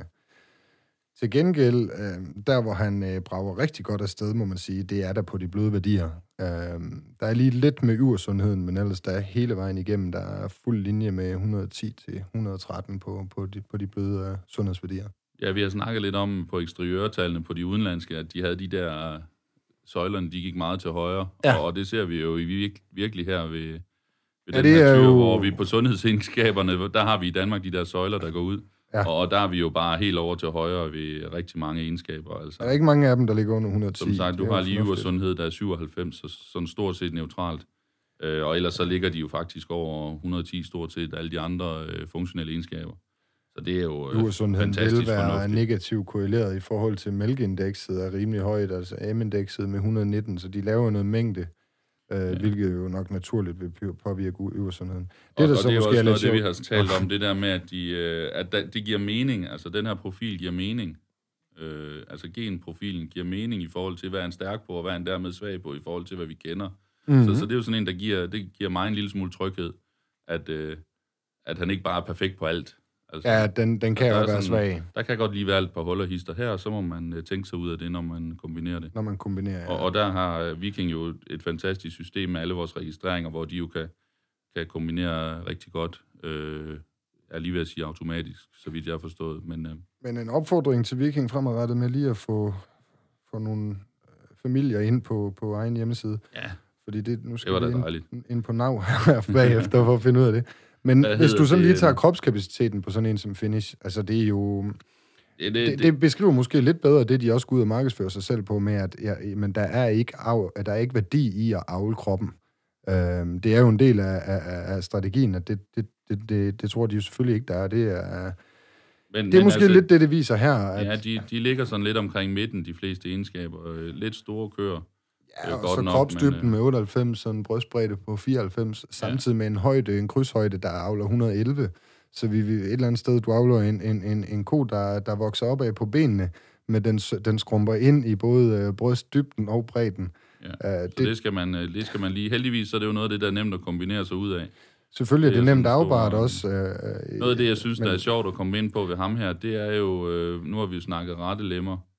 Til gengæld, øh, der hvor han øh, brager rigtig godt afsted, må man sige, det er der på de bløde værdier. Øh, der er lige lidt med yversundheden, men ellers der er hele vejen igennem, der er fuld linje med et hundrede og ti til et hundrede og tretten på, på, de, på de bløde øh, sundhedsværdier. Ja, vi har snakket lidt om på eksteriørtallene på de udenlandske, at de havde de der søjlerne, de gik meget til højre, ja. og det ser vi jo i virk- virkelig her ved, ved ja, den her tyr, jo... hvor vi på sundhedsegenskaberne, der har vi i Danmark de der søjler, der går ud. Ja. Og der er vi jo bare helt over til højre ved rigtig mange egenskaber. Altså. Der er ikke mange af dem, der ligger under et hundrede og ti. Som sagt, du har liv og sundhed, der er syvoghalvfems, så sådan stort set neutralt. Øh, og ellers så ligger de jo faktisk over et hundrede og ti stort set alle de andre øh, funktionelle egenskaber. Så det er jo øh, fantastisk vil være fornuftigt. Negativt korreleret i forhold til mælkeindekset er rimelig højt, altså A M-indekset med et hundrede og nitten, så de laver noget mængde. Øh, ja. Hvilket jo nok naturligt vil påvirke øversundheden. Det, og, der og så det er jo også noget, det vi har talt om, det der med, at, de, øh, at da, det giver mening, altså den her profil giver mening, øh, altså genprofilen giver mening i forhold til, hvad er en stærk på, og hvad er en dermed svag på, i forhold til, hvad vi kender. Mm-hmm. Så, så det er jo sådan en, der giver, det giver mig en lille smule tryghed, at, øh, at han ikke bare er perfekt på alt. Altså, ja, den, den kan jo være sådan, svag. Der kan godt lige være et par huller hister her, og så må man uh, tænke sig ud af det, når man kombinerer det. Når man kombinerer, ja. Og, og der har Viking jo et fantastisk system med alle vores registreringer, hvor de jo kan, kan kombinere rigtig godt. Øh, jeg er lige ved at sige automatisk, så vidt jeg har forstået. Men, øh, men en opfordring til Viking fremadrettet med lige at få, få nogle familier ind på, på egen hjemmeside. Ja, fordi det, nu skal det var vi da dejligt. Ind, ind på Nav her bagefter for at finde ud af det. Men Hvad hvis du sådan det, lige tager kropskapaciteten på sådan en som Finish, altså det er jo... Ja, det, det, det beskriver måske lidt bedre det, de også går ud og markedsfører sig selv på med, at ja, men der er ikke af, der er ikke værdi i at avle kroppen. Øhm, det er jo en del af, af, af strategien, at det, det, det, det, det tror de jo selvfølgelig ikke, der er. Det er, men, det er men måske altså, lidt det, det viser her. At, ja, de, de ligger sådan lidt omkring midten, de fleste egenskaber. Lidt store køer. Ja, og så kropsdybden men, med otteoghalvfems, sådan en brystbredde på fireoghalvfems, samtidig ja. med en højde, en krydshøjde, der avler et hundrede og elleve. Så vi, vi et eller andet sted, du avler en, en, en, en ko, der, der vokser opad på benene, men den, den skrumper ind i både brystdybden og bredden. Ja, uh, så det, det, skal man, det skal man lige... Heldigvis så er det jo noget af det, der er nemt at kombinere sig ud af. Selvfølgelig det er det nemt afbart også. Uh, noget af det, jeg synes, men, der er sjovt at komme ind på ved ham her, det er jo... Uh, nu har vi jo snakket rettelemmer.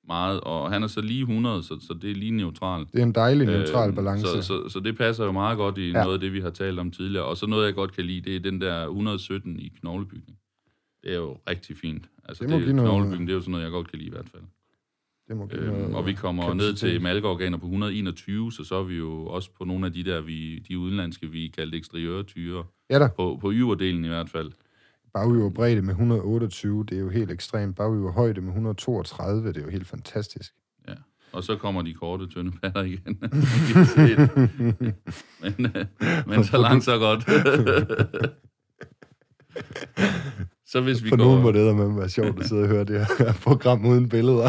meget, og han er så lige hundrede, så, så det er lige neutralt. Det er en dejlig neutral øh, balance. Så, så, så det passer jo meget godt i ja. noget af det, vi har talt om tidligere. Og så noget, jeg godt kan lide, det er den der et hundrede sytten i knoglebygning. Det er jo rigtig fint. Altså, det, det knoglebygning, noget... det er jo sådan noget, jeg godt kan lide i hvert fald. Det må øhm, og vi kommer ned til malkeorganer på et hundrede enogtyve, så så er vi jo også på nogle af de der, vi, de udenlandske, vi kaldte eksteriørtyre. Ja på, på yverdelen i hvert fald. Bagyver bredde med et hundrede otteogtyve, det er jo helt ekstremt. Bagyver højde med et hundrede toogtredive, det er jo helt fantastisk. Ja, og så kommer de korte, tynde patter igen. men, men så langt, så godt. Så hvis vi For går... nogen må det med være sjovt at sidde og høre det her program uden billeder.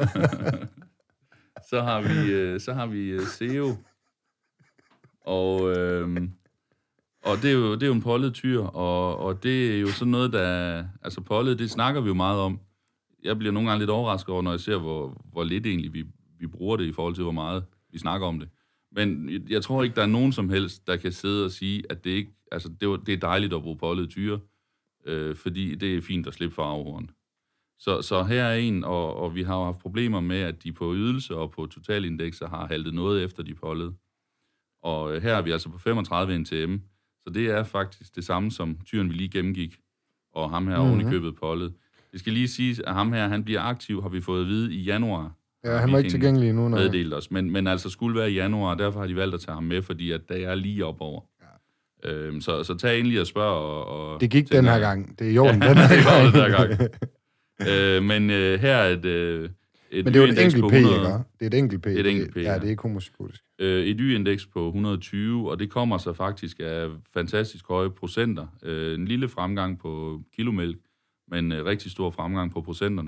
så har vi, så har vi S E O. Og, øhm, og det, er jo, det er jo en pollet tyr, og, og det er jo sådan noget, der... Altså pollet, det snakker vi jo meget om. Jeg bliver nogle gange lidt overrasket over, når jeg ser, hvor, hvor lidt egentlig vi, vi bruger det i forhold til, hvor meget vi snakker om det. Men jeg tror ikke, der er nogen som helst, der kan sidde og sige, at det ikke... Altså, det, det er dejligt at bruge pollet tyre, øh, fordi det er fint at slippe for afhåren. Så, så her er en, og, og vi har jo haft problemer med, at de på ydelse og på totalindekser har haltet noget efter de pollet. Og her er vi altså på femogtredive N T M, så det er faktisk det samme som tyren, vi lige gennemgik, og ham her mm-hmm. oven i købet pollet. Det skal lige siges, at ham her, han bliver aktiv, har vi fået at vide i januar. Ja, han var ikke tilgængelig endnu. Meddelt os, men, men altså skulle være i januar, derfor har de valgt at tage ham med, fordi at der er lige op over. Ja. Øhm, så, så tag endelig og spørg. Og, og det gik den her gang. Det er jo den her gang. gang. øh, men øh, her er et... Øh, Et Men det er jo et enkelt P, ikke? Det er et enkelt P. Et enkelt P, ja. ja. Det er ikke homozygotisk. Øh, et Y-indeks på et hundrede og tyve, og det kommer så faktisk af fantastisk høje procenter. Øh, en lille fremgang på kilomælk, men øh, rigtig stor fremgang på procenterne.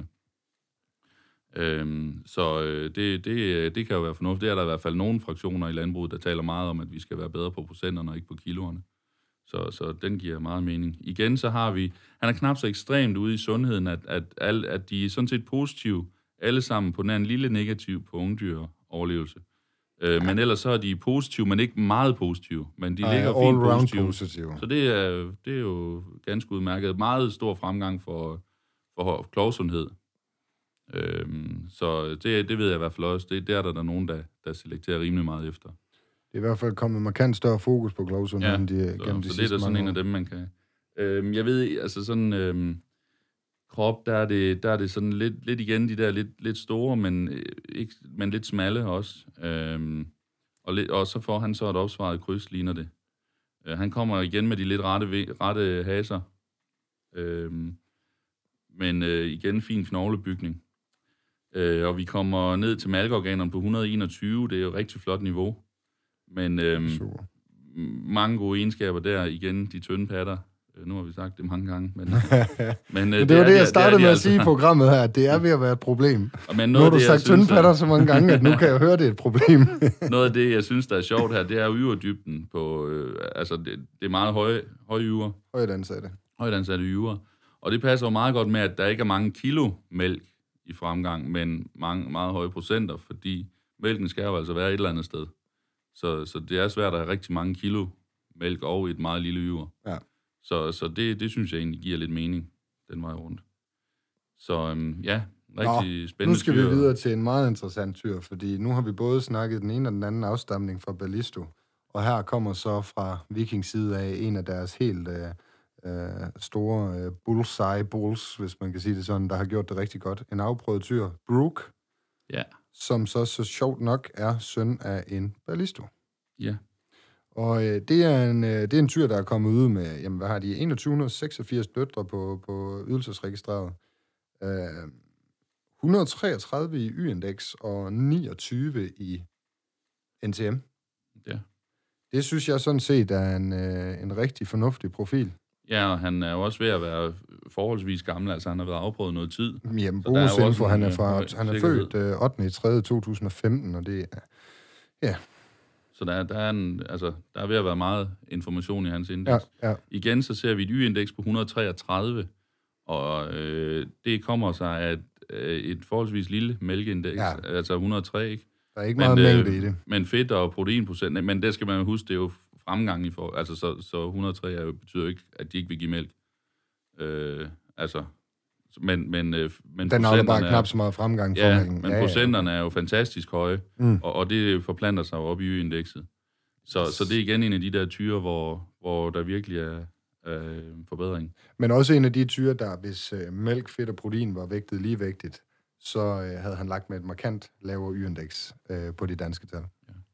Øh, så øh, det, det, det kan jo være fornuftigt. Det er der i hvert fald nogle fraktioner i landbruget, der taler meget om, at vi skal være bedre på procenterne og ikke på kiloerne. Så, så den giver meget mening. Igen så har vi... Han er knap så ekstremt ude i sundheden, at, at, at, at de er sådan set positive alle sammen på en lille negativ på ungdyr overlevelse. Øh, ja. Men ellers så er de positive, men ikke meget positive. Men de Ej, ligger fint positive. positive. Så det er, det er jo ganske udmærket. Meget stor fremgang for, for klovsundhed. Øh, så det, det ved jeg i hvert fald også. Det, det er der, der er nogen, der, der selekterer rimelig meget efter. Det er i hvert fald kommet markant større fokus på klovsundhed, ja, end de, så, gennem de så sidste det er da sådan år. en af dem, man kan... Øh, jeg ved, altså sådan... Øh, krop, der er det, der er det sådan lidt, lidt igen, de der lidt, lidt store, men, ikke, men lidt smalle også. Øhm, og, lidt, og så får han så et opsvaret kryds, ligner det. Øh, han kommer igen med de lidt rette, rette haser. Øhm, men øh, igen, fin knoglebygning. Øh, og vi kommer ned til malkeorganerne på et hundrede og enogtyve, det er jo et rigtig flot niveau. Men øhm, mange gode egenskaber der, igen, de tynde patter. Nu har vi sagt det mange gange. Men, men, men det, det var det, jeg startede det, det med at sige i programmet her, at det er ved at være et problem. Men nu har du det, sagt tynde patter så mange gange, at nu kan jeg høre, det er et problem. Noget af det, jeg synes, der er sjovt her, det er jo yderdybden på... Øh, altså, det, det er meget høje, høje yver. Højt ansatte. Højt ansatte yver. Og det passer jo meget godt med, at der ikke er mange kilo mælk i fremgang, men mange, meget høje procenter, fordi mælken skal jo altså være et eller andet sted. Så, så det er svært at have rigtig mange kilo mælk og et meget lille yver. Ja. Så, så det, det synes jeg egentlig giver lidt mening, den vej rundt. Så øhm, ja, rigtig Nå, spændende nu skal tyr. vi videre til en meget interessant tyr, fordi nu har vi både snakket den ene og den anden afstamning fra Ballisto, og her kommer så fra Vikings side af en af deres helt øh, store øh, bullseye bulls, hvis man kan sige det sådan, der har gjort det rigtig godt. En afprøvet tyr, Brooke, ja. som så, så sjovt nok er søn af en Ballisto. Ja. Og øh, det, er en, øh, det er en tyr, der er kommet ud med, jamen hvad har de, enogtyve seksogfirs døtre på, på ydelsesregistreret. Øh, et hundrede og treogtredive i Y-indeks og niogtyve i N T M. Ja. Det synes jeg sådan set er en, øh, en rigtig fornuftig profil. Ja, og han er jo også ved at være forholdsvis gammel, altså han har været afprøvet noget tid. Jamen, Bruges info, han er, fra, han er født øh, ottende tredje to tusind og femten, og det er, ja... Så der, der, er en, altså, der er ved at være meget information i hans indeks. Ja, ja. Igen så ser vi et Y-indeks på et hundrede og treogtredive, og øh, det kommer sig af et, øh, et forholdsvis lille mælkeindeks, ja. Altså et hundrede og tre, ikke? Der er ikke meget men, mængde øh, i det. Men fedt og proteinprocent, men det skal man huske, det er jo fremgang i for, altså så, så et hundrede og tre er jo, betyder ikke, at de ikke vil give mælk. Øh, altså, Men, men, øh, men den er bare knap så meget fremgang for ja, mælken. men ja, procenterne ja. er jo fantastisk høje, mm. og, og det forplanter sig jo op i y-indekset. Så, så det er igen en af de der tyre, hvor, hvor der virkelig er øh, forbedring. Men også en af de tyre, der hvis øh, mælk, fedt og protein var vægtet ligevægtigt, så øh, havde han lagt med et markant lavere y-indeks øh, på de danske tal.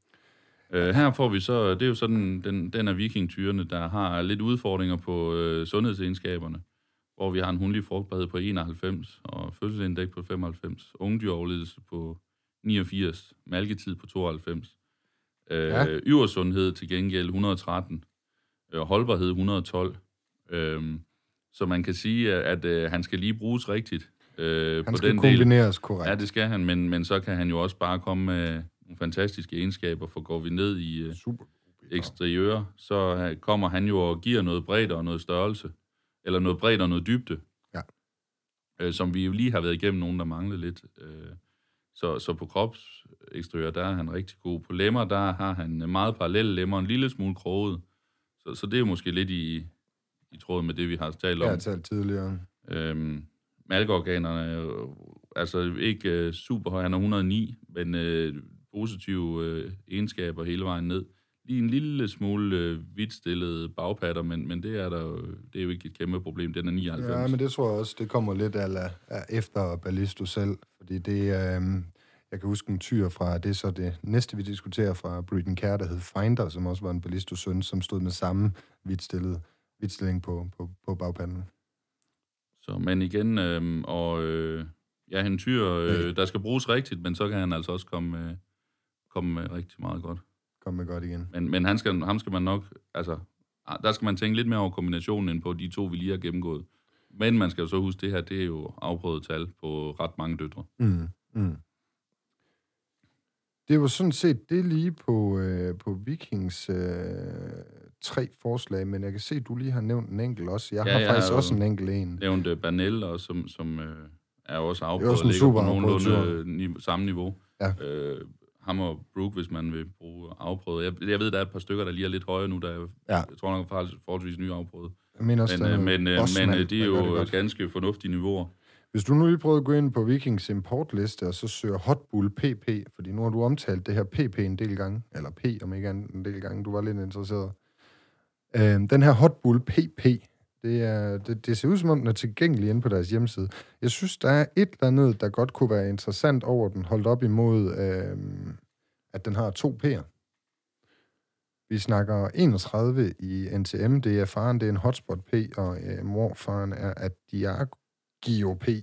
Ja. Øh, her får vi så, det er jo sådan den, den af vikingtyrene, der har lidt udfordringer på øh, sundhedsegenskaberne, hvor vi har en hundelig frugtbarhed på enoghalvfems, og fødselsindeks på femoghalvfems, ungdyroverledelse på niogfirs, malketid på tooghalvfems, øh, ja. Yversundhed til gengæld et hundrede og tretten, øh, holdbarhed et hundrede og tolv. Øh, så man kan sige, at, at øh, han skal lige bruges rigtigt. Øh, han på skal den kombineres del. korrekt. Ja, det skal han, men, men så kan han jo også bare komme med nogle fantastiske egenskaber, for går vi ned i øh, eksteriører, så kommer han jo og giver noget bredde og noget størrelse, eller noget bredde og noget dybde, ja. øh, som vi jo lige har været igennem nogen, der manglede lidt. Øh, så, så på kropseksteriør, der er han rigtig god. På lemmer, der har han meget parallelle lemmer, en lille smule kroget. Så, så det er jo måske lidt i, i tråd med det, vi har talt om. Ja, talt tidligere. Øhm, malkeorganerne er jo altså ikke uh, super høje. Han er et hundrede og ni, men uh, positive uh, egenskaber hele vejen ned. Lige en lille smule uh, vidtstillede bagpatter, men, men det er der jo, det er jo ikke et kæmpe problem. Den er nioghalvfems. Ja, men det tror jeg også, det kommer lidt af, af efter Ballisto selv, fordi det øh, jeg kan huske en tyr fra, det er så det næste, vi diskuterer fra Breeding Care, der hed Finder, som også var en Ballisto-søn, som stod med samme vidtstillede vidtstilling på, på, på bagpanden. Så, men igen, øh, og øh, ja, en tyr, øh, der skal bruges rigtigt, men så kan han altså også komme, øh, komme med rigtig meget godt. Komme med godt igen. Men, men han skal, ham skal man nok, altså, der skal man tænke lidt mere over kombinationen, end på de to, vi lige har gennemgået. Men man skal jo så huske, det her, det er jo afprøvet tal på ret mange døtre. Mm, mm. Det var sådan set det lige på, øh, på Vikings øh, tre forslag, men jeg kan se, at du lige har nævnt en enkelt også. Jeg ja, har jeg faktisk har også en enkelt en. Nævnt uh, Bernel, og som, som øh, er også afprøvet og ligger på nogenlunde ni, samme niveau. Ja. Øh, ham og Brooke, hvis man vil bruge afprøvet. Jeg, jeg ved, der er et par stykker, der lige er lidt højere nu, der er, ja. jeg tror nok er forholdsvis nye afprøvet. Jeg mener også, men, øh, men, øh, men de er jo ganske fornuftige niveauer. Hvis du nu lige prøver at gå ind på Vikings importliste, og så søger Hot Bull P P, fordi nu har du omtalt det her P P en del gange, eller P om ikke en del gange, du var lidt interesseret. Øh, den her Hot Bull P P, det, er, det, det ser ud som om, den er tilgængelig inde på deres hjemmeside. Jeg synes, der er et eller andet, der godt kunne være interessant over den, holdt op imod, øh, at den har to P'er. Vi snakker enogtredive i N T M, det er faren, det er en hotspot P, og øh, morfaren er at Diageo P.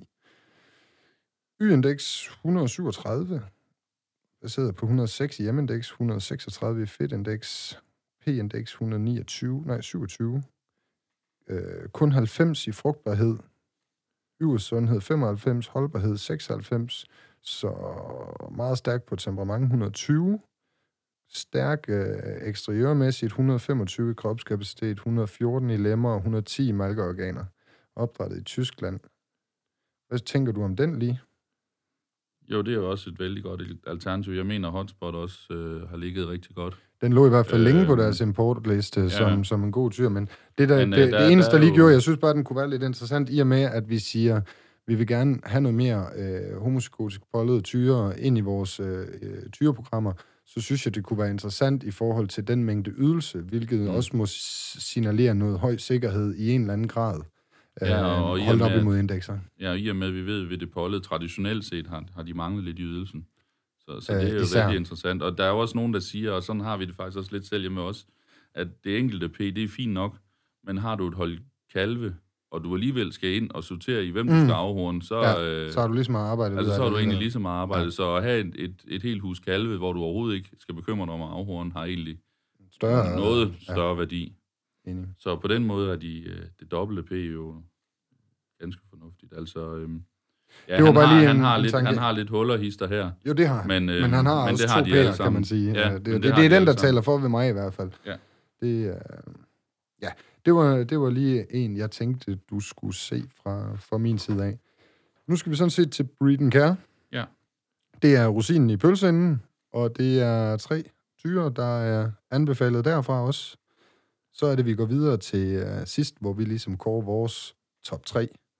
Y-indeks et hundrede og syvogtredive, baseret på et hundrede og seks i M-indeks, et hundrede og seksogtredive i Fedt-indeks, P-indeks et hundrede og niogtyve, nej syvogtyve, øh, kun halvfems i frugtbarhed, yversundhed femoghalvfems, holdbarhed seksoghalvfems, så meget stærk på temperament et hundrede og tyve, stærk øh, eksteriørmæssigt et hundrede og femogtyve i kropskapacitet, et hundrede og fjorten i lemmer og et hundrede og ti i malkeorganer, opdrettet i Tyskland. Hvad tænker du om den lige? Jo, det er jo også et vældig godt alternativ. Jeg mener, Hotspot også øh, har ligget rigtig godt. Den lå i hvert fald øh, længe på deres importliste ja. som, som en god tyr, men det, der, men, det, der, det eneste, der, der lige jo... gjorde, jeg synes bare, den kunne være lidt interessant, i og med, at vi siger, vi vil gerne have noget mere øh, homozygotisk pollede tyrer ind i vores øh, tyreprogrammer, så synes jeg, det kunne være interessant i forhold til den mængde ydelse, hvilket mm. også må signalere noget høj sikkerhed i en eller anden grad. Ja, og øh, holdt op imod indekser. Ja, og i og med, at vi ved, at ved det pollet traditionelt set har, har de manglet lidt i ydelsen. Så, så øh, det er jo især. rigtig interessant. Og der er jo også nogen, der siger, og sådan har vi det faktisk også lidt selv hjemme også, at det enkelte P, det er fint nok, men har du et hold kalve, og du alligevel skal ind og sortere i, hvem mm. du skal afhorne, så, ja, øh, så har du lige så meget arbejde. Altså, så har du egentlig lige så meget arbejde. Ja. Så at have et, et, et helt hus kalve, hvor du overhovedet ikke skal bekymre dig om at afhorne, har egentlig større, noget større ja. værdi. Enig. Så på den måde er de, det dobbelte P jo ganske fornuftigt. Altså, øhm, ja, det var han, bare har, lige han, har lidt, han har lidt huller hister her. Jo, det har men, øhm, men han har men også to P'er, kan man sige. Ja, det, det, det, det, det er de den, der taler for ved mig i hvert fald. Ja. Det, øh, ja, det var, det var lige en, jeg tænkte, du skulle se fra, fra min side af. Nu skal vi sådan set til Breeding Care. Ja. Det er rosinen i pølseenden, og det er tre tyre, der er anbefalet derfra også. Så er det, vi går videre til uh, sidst, hvor vi ligesom kårer vores top tre.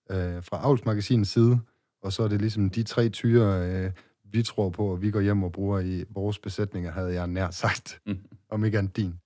øh, fra Avlsmagasinets side, og så er det ligesom de tre tyre, øh, vi tror på, og vi går hjem og bruger i vores besætninger, havde jeg nær sagt, mm. om ikke andet din.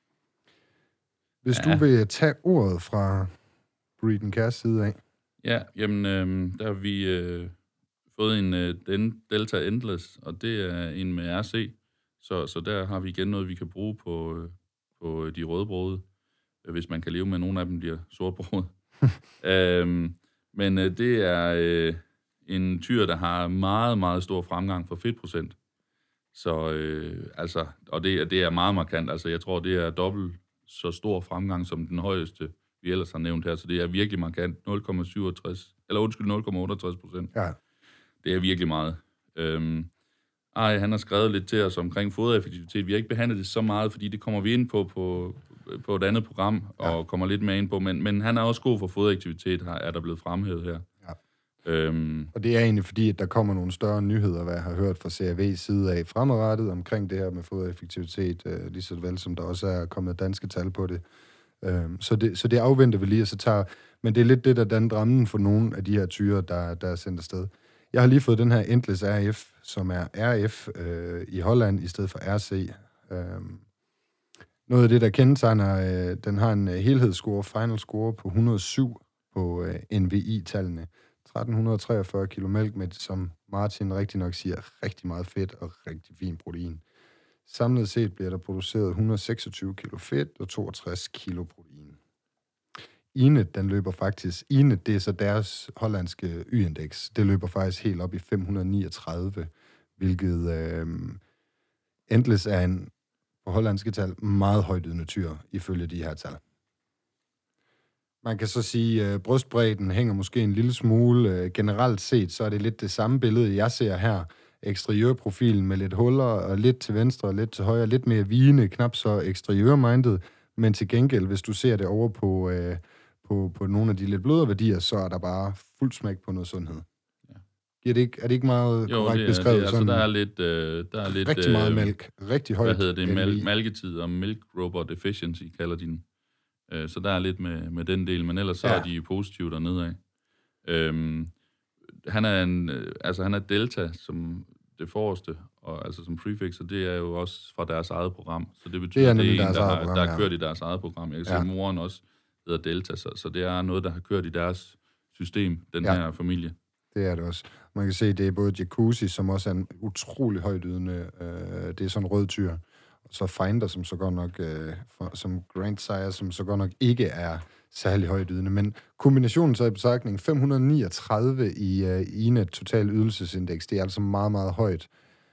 Hvis ja. du vil tage ordet fra Breed and Cares side af. Ja, jamen, øh, der har vi øh, fået en øh, den Delta Endless, og det er en med R C, så, så der har vi igen noget, vi kan bruge på, øh, på de rødbrode, øh, hvis man kan leve med, nogle af dem bliver sortbrode. øhm, men øh, det er øh, en tyr, der har meget, meget stor fremgang for fedtprocent. Så øh, altså, og det, det er meget markant. Altså, jeg tror, det er dobbelt så stor fremgang som den højeste, vi ellers har nævnt her, så det er virkelig markant. nul komma syvogtres, eller undskyld, nul komma otteogtres procent. Ja. Det er virkelig meget. Øhm, ej, han har skrevet lidt til os omkring fodereffektivitet. Vi har ikke behandlet det så meget, fordi det kommer vi ind på på, på et andet program, og ja. kommer lidt mere ind på, men, men han er også god for fodereffektivitet, er der blevet fremhævet her. Ja. Øhm, og det er egentlig fordi, at der kommer nogle større nyheder, hvad jeg har hørt fra C R V's side af fremadrettet omkring det her med fodereffektivitet, øh, lige så vel som der også er kommet danske tal på det. Øhm, så det. Så det afventer vi lige, og så tager... Men det er lidt det, der danner rammen for nogle af de her tyre, der, der er sendt afsted. Jeg har lige fået den her Endless R F, som er R F øh, i Holland, i stedet for R C. Øhm, noget af det, der kendetegner, øh, den har en øh, helhedsscore, final score på et hundrede og syv på øh, N V I-tallene. tretten treogfyrre kilo mælk med, som Martin rigtig nok siger, rigtig meget fedt og rigtig fin protein. Samlet set bliver der produceret et hundrede og seksogtyve kilo fedt og toogtres kilo protein. Inet, den løber faktisk, Inet, det er så deres hollandske Y-indeks, det løber faktisk helt op i fem hundrede og niogtredive, hvilket øh, Endless er en, på hollandske tal, meget højdydende tyr, ifølge de her tal. Man kan så sige, at øh, brystbredden hænger måske en lille smule. Øh, generelt set, så er det lidt det samme billede, jeg ser her. Eksteriørprofilen med lidt huller, og lidt til venstre og lidt til højre, lidt mere vigende, knap så eksteriørmindet, men til gengæld, hvis du ser det over på, øh, på, på nogle af de lidt blødere værdier, så er der bare fuldt smæk på noget sundhed. Ja. Giver det ikke, er det ikke meget jo, korrekt det er, beskrevet? Jo, altså, der er lidt... Øh, der er lidt rigtig meget øh, mælk, rigtig højt. Hvad hedder det? Mal- malketid og milk robot efficiency, kalder de den. Øh, så der er lidt med, med den del, men ellers så ja. er de positive dernede af. Øhm, han er en, altså han er Delta, som det forreste, og altså som prefix, og det er jo også fra deres eget program. Så det betyder, det er, det er en, der har, program, der har kørt ja. i deres eget program. Jeg kan ja. se, at moren også hedder Delta, så, så det er noget, der har kørt i deres system, den ja. her familie. Det er det også. Man kan se, at det er både Jacuzzi, som også er en utrolig højdydende, øh, det er sådan en rød tyr, og så Finder, som så godt nok, øh, for, som Grand Sire, som så godt nok ikke er særlig højdydende, men kombinationen så i betragtning fem hundrede og niogtredive i uh, Inet total ydelsesindeks, det er altså meget, meget højt.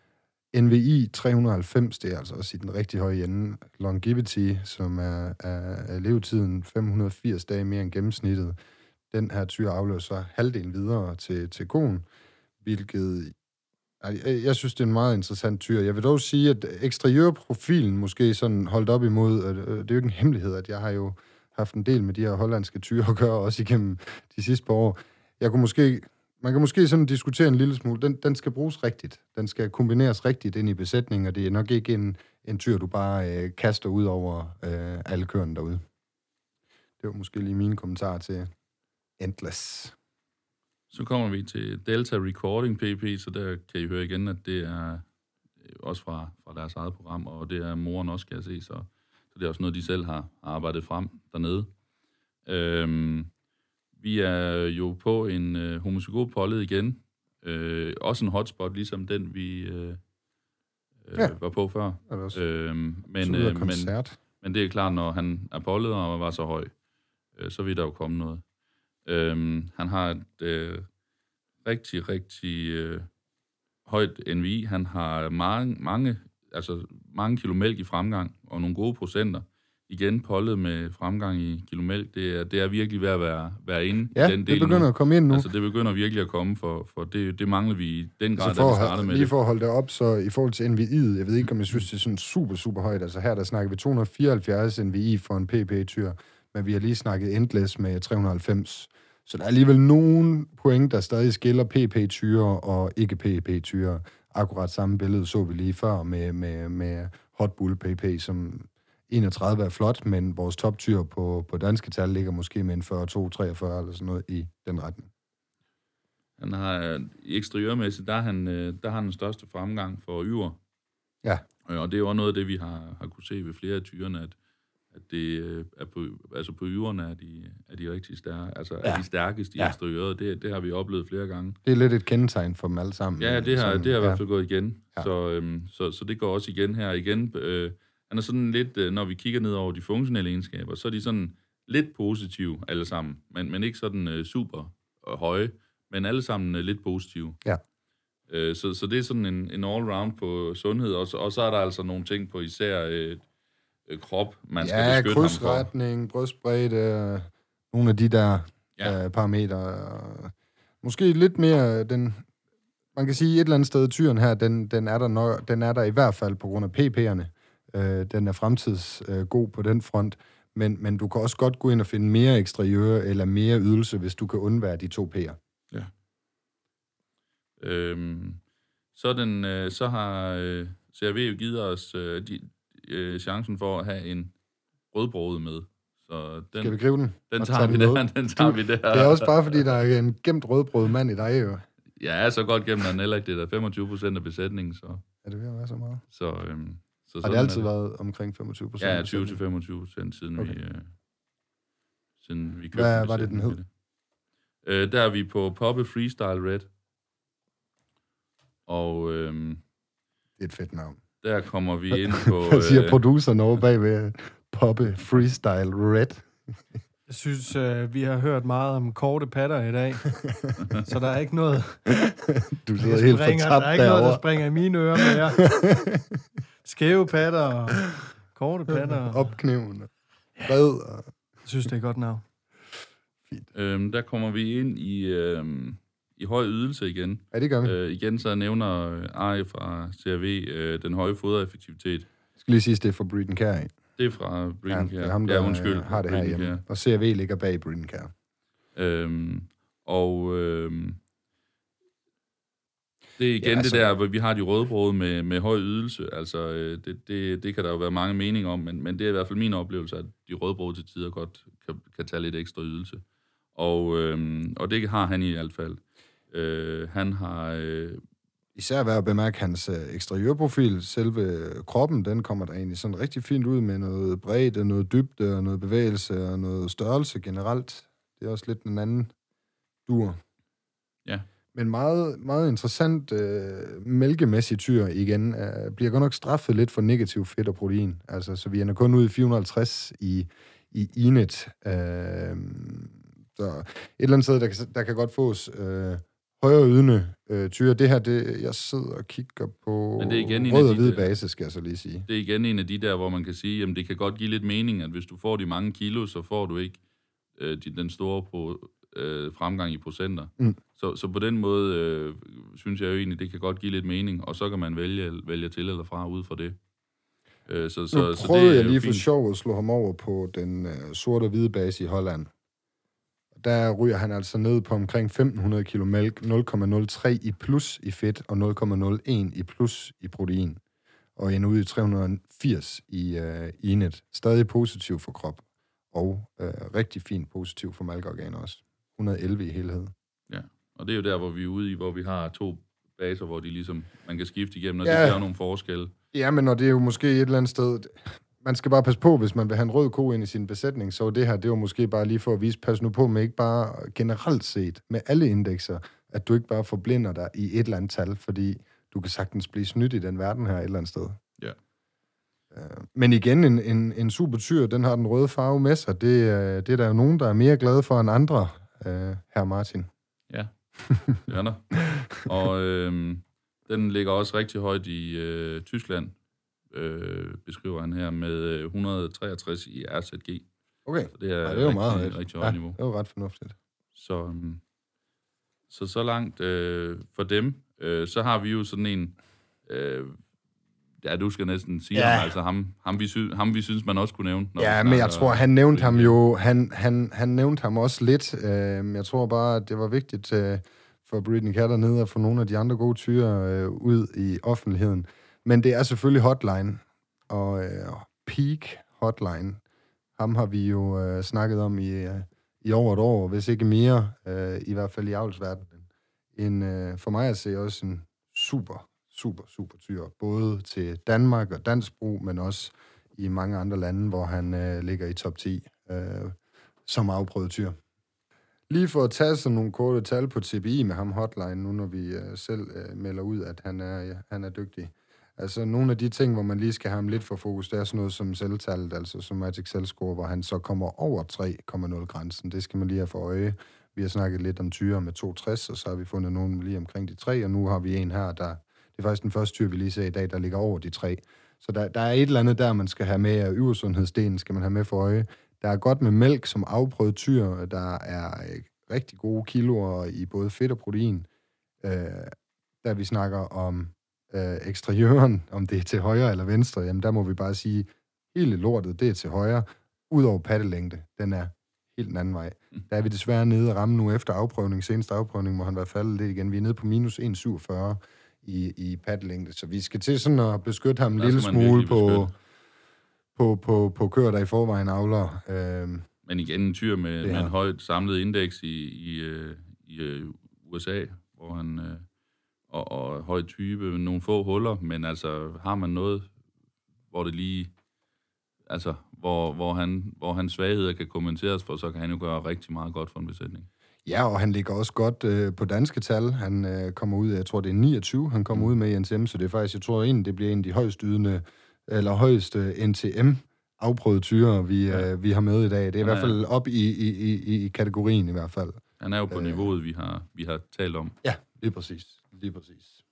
N V I tre hundrede og halvfems, det er altså også i den rigtig høje ende. Longevity, som er, er, er levetiden fem hundrede og firs dage mere end gennemsnittet. Den her tyr aflever så halvdelen videre til, til koen, hvilket... Jeg, jeg synes, det er en meget interessant tyr. Jeg vil dog sige, at eksteriørprofilen måske sådan holdt op imod, det er jo ikke en hemmelighed, at jeg har jo haft en del med de her hollandske tyre at gøre, også igennem de sidste par år. Jeg kunne måske, man kan måske sådan diskutere en lille smule. Den, den skal bruges rigtigt. Den skal kombineres rigtigt ind i besætningen, og det er nok ikke en, en tyr, du bare øh, kaster ud over øh, alle køerne derude. Det var måske lige mine kommentarer til Endless. Så kommer vi til Delta Recording P P, så der kan I høre igen, at det er også fra, fra deres eget program, og det er moren også, kan jeg se, så Så det er også noget, de selv har arbejdet frem dernede. Øhm, vi er jo på en øh, homozygopollet igen. Øh, også en hotspot, ligesom den, vi øh, ja. var på før. Øhm, men, øh, men, men det er klart, når han er pollet og var så høj, øh, så vil der jo komme noget. Øhm, han har et øh, rigtig, rigtig øh, højt N V I. Han har mange, mange altså mange kilo mælk i fremgang, og nogle gode procenter. Igen pollet med fremgang i kilo mælk, det er, det er virkelig ved at være, være inde ja, i den del det begynder nu. at komme ind nu. Altså, det begynder virkelig at komme, for, for det, det mangler vi i den grad, altså da vi startede med lige det. for at holde det op, så i forhold til N V I'et, jeg ved ikke, om jeg synes, det er sådan super, super højt. Altså her, der snakker vi to hundrede og fireoghalvfjerds N V I for en P P-tyr, men vi har lige snakket Endless med tre hundrede og halvfems. Så der er alligevel nogle point, der stadig skiller P P-tyrer og ikke P P-tyrer. Akkurat samme billede så vi lige før med, med, med Hot Bull P P, som enogtredive er flot, men vores toptyr på, på danske tal ligger måske med en fyrre to treogfyrre eller sådan noget i den retning. Han har, eksteriørmæssigt, der, han, der har han den største fremgang for yver. Ja. Og det er jo også noget af det, vi har, har kunne se ved flere af tyrene, at, at det er på, altså på yverne er de, er de rigtig stærke, altså ja. er de stærkeste i ja. eksteriøret. Det, det har vi oplevet flere gange. Det er lidt et kendetegn for dem alle sammen. Ja, det har, som, det har i ja. hvert fald gået igen. Ja. Så, øhm, så, så det går også igen her. Igen, øh, han er sådan lidt, øh, når vi kigger ned over de funktionelle egenskaber, så er de sådan lidt positive alle sammen, men, men ikke sådan øh, super øh, høje, men alle sammen øh, lidt positive. Ja. Øh, så, så det er sådan en, en all-round på sundhed, og så, og så er der altså nogle ting på især øh, øh, krop, man skal ja, beskytte ham for. Ja, krydsretning, brystbredde, nogle af de der ja. øh, parametre. Måske lidt mere den... Man kan sige, et eller andet sted, tyren her, den, den, er der nok, den er der i hvert fald på grund af P P'erne. Øh, den er fremtidsgod øh, god på den front, men, men du kan også godt gå ind og finde mere eksteriør eller mere ydelse, hvis du kan undvære de to P'er. Ja. Øhm, så, den, øh, så har øh, C R V jo givet os øh, de, øh, chancen for at have en rødbroget med. Så den, skal vi gribe den? Den tager, vi, den der, den tager du, vi der. Det er også bare, fordi der er en gemt rødbroget mand i dig, jo. Ja, så godt gennem den heller ikke. Det er der femogtyve procent af besætningen, så... Er det ved at være så meget? Så, øhm, så har det altid været omkring femogtyve procent? Ja, tyve til femogtyve procent siden okay. vi... Øh, siden vi købte hvad var det, den hed? Øh, der er vi på Poppe Freestyle Red. Og... Øhm, det er et fedt navn. Der kommer vi ind på... Hvad siger øh, produceren over bagved Poppe Freestyle Red? Jeg synes, øh, vi har hørt meget om korte patter i dag, så der er ikke noget... Du sidder helt fortabt derovre. Der er ikke derovre. noget, der springer i mine ører mere. Skæve patter og korte patter. Opknævende. Bred. Og... Jeg synes, det er godt navn. Fint. Øhm, der kommer vi ind i, øhm, i høj ydelse igen. Ja, det gør vi. Øh, igen så nævner Ari fra C R V øh, den høje fodereffektivitet. Jeg skal lige sige, at det er for Breeden Care. Det er fra Breeden Care. Ja, det er ham, der ja, undskyld, har det her hjemme. Og C R V ligger bag Breeden Care. Øhm, og øhm, det er igen ja, altså, det der, hvor vi har de rødbrøde med, med høj ydelse. Altså, det, det, det kan der jo være mange meninger om, men, men det er i hvert fald min oplevelse, at de rødbrøde til tider godt kan, kan tage lidt ekstra ydelse. Og, øhm, og det har han i hvert fald. Øh, han har... Øh, Især værd at bemærke hans øh, eksteriørprofil. Selve kroppen, den kommer der egentlig sådan rigtig fint ud med noget bredde, noget dybde og noget bevægelse og noget størrelse generelt. Det er også lidt en anden dur. Ja. Men meget, meget interessant øh, mælkemæssig tyr igen. Øh, bliver godt nok straffet lidt for negativ fedt og protein. Altså, så vi ender kun ud i fire hundrede og halvtreds i, i Inet. Øh, så et eller andet sted, der kan, der kan godt fås... Øh, højere ydende øh, tyre. Det her, det, jeg sidder og kigger på Men det er igen rød og de hvid der, base, skal jeg så lige sige. Det er igen en af de der, hvor man kan sige, jamen det kan godt give lidt mening, at hvis du får de mange kilo, så får du ikke øh, de, den store pro, øh, fremgang i procenter. Mm. Så, så på den måde øh, synes jeg jo egentlig, det kan godt give lidt mening, og så kan man vælge, vælge til eller fra ud fra det. Øh, så, nu så, prøvede så det jeg lige for sjov at slå ham over på den øh, sorte og hvide base i Holland. Der ryger han altså ned på omkring femten hundrede kilo mælk, nul komma nul tre i plus i fedt og nul komma nul en i plus i protein. Og ender ud i tre hundrede og firs i uh, Inet. Stadig positiv for krop. Og uh, rigtig fint positiv for mælkeorganer også. et hundrede og elleve i helhed. Ja, og det er jo der, hvor vi er ude i, hvor vi har to baser, hvor de ligesom, man kan skifte igennem, og ja. det gør nogle forskelle. Ja, men når det er jo måske et eller andet sted... Man skal bare passe på, hvis man vil have en rød ko ind i sin besætning, så det her, det var måske bare lige for at vise, pas nu på med ikke bare generelt set, med alle indekser, at du ikke bare forblinder dig i et eller andet tal, fordi du kan sagtens blive snydt i den verden her et eller andet sted. Ja. Men igen, en, en, en super tyr, den har den røde farve med sig. Det, det er der jo nogen, der er mere glade for end andre, herr Martin. Ja, det er der. Og øh, den ligger også rigtig højt i øh, Tyskland. Øh, beskriver han her med et hundrede og treogtres i R Z G. Okay, så det er, ja, det er jo rigtig, meget rigtig, rigtig højt ja, niveau. det er jo ret fornuftigt. Så um, så, så langt øh, for dem. Øh, så har vi jo sådan en... Øh, ja, du skal næsten sige ja. ham, altså ham, ham, vi sy- ham, vi synes, man også kunne nævne. Når ja, men jeg tror, han nævnte ham jo... Han, han, han nævnte ham også lidt. Øh, jeg tror bare, at det var vigtigt øh, for Breeden Care dernede at få nogle af de andre gode tyre øh, ud i offentligheden. Men det er selvfølgelig Hotline og øh, Peak Hotline. Ham har vi jo øh, snakket om i, øh, i over et år, hvis ikke mere, øh, i hvert fald i avlsverdenen. En, øh, for mig at se også en super, super, super tyr, både til Danmark og dansk brug, men også i mange andre lande, hvor han øh, ligger i top ti øh, som afprøvet tyr. Lige for at tage sådan nogle korte tal på T B I med ham Hotline, nu når vi øh, selv øh, melder ud, at han er, ja, han er dygtig. Altså nogle af de ting, hvor man lige skal have ham lidt for fokus, det er sådan noget som selvtallet, altså somatic cell score, hvor han så kommer over tre komma nul grænsen. Det skal man lige have for øje. Vi har snakket lidt om tyre med to komma tres, og så har vi fundet nogen lige omkring de tre, og nu har vi en her, der det er faktisk den første tyr, vi lige ser i dag, der ligger over de tre. Så der, der er et eller andet der, man skal have med, og yversundhedsdelen skal man have med for øje. Der er godt med mælk som afprøvet tyr, der er rigtig gode kiloer i både fedt og protein. Øh, der vi snakker om øh, eksteriøren, om det er til højre eller venstre, jamen der må vi bare sige, hele lortet, det er til højre, udover pattelængde, den er helt den anden vej. Der er vi desværre nede og ramme nu efter afprøvning, seneste afprøvning, må han være faldet lidt igen. Vi er nede på minus en komma syvogfyrre i, i pattelængde, så vi skal til sådan at beskytte ham en lille smule på, på, på, på køer, der i forvejen avler. Øhm, Men igen en tyr med, med en højt samlet indeks i, i, i U S A, hvor han øh, og, og høj type, nogle få huller, men altså har man noget, hvor det lige, altså hvor, hvor, han, hvor hans svagheder kan kommenteres for, så kan han jo gøre rigtig meget godt for en besætning. Ja, og han ligger også godt øh, på danske tal. Han øh, kommer ud, jeg tror det er niogtyve, han kommer mm. ud med i N T M, så det er faktisk, jeg tror egentlig, det bliver en af de højst ydende, eller højeste N T M afprøvede tyre, vi, ja. øh, vi har med i dag. Det er han i hvert fald op i, i, i, i kategorien i hvert fald. Han er jo på øh, niveauet, vi har, vi har talt om. Ja, lige præcis. Lige præcis.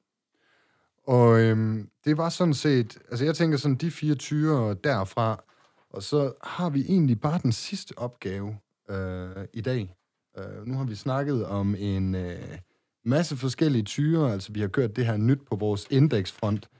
Og øhm, det var sådan set, altså jeg tænker sådan, de fire tyre derfra, og så har vi egentlig bare den sidste opgave øh, i dag. Uh, nu har vi snakket om en uh, masse forskellige tyre, altså vi har kørt det her nyt på vores indeksfront.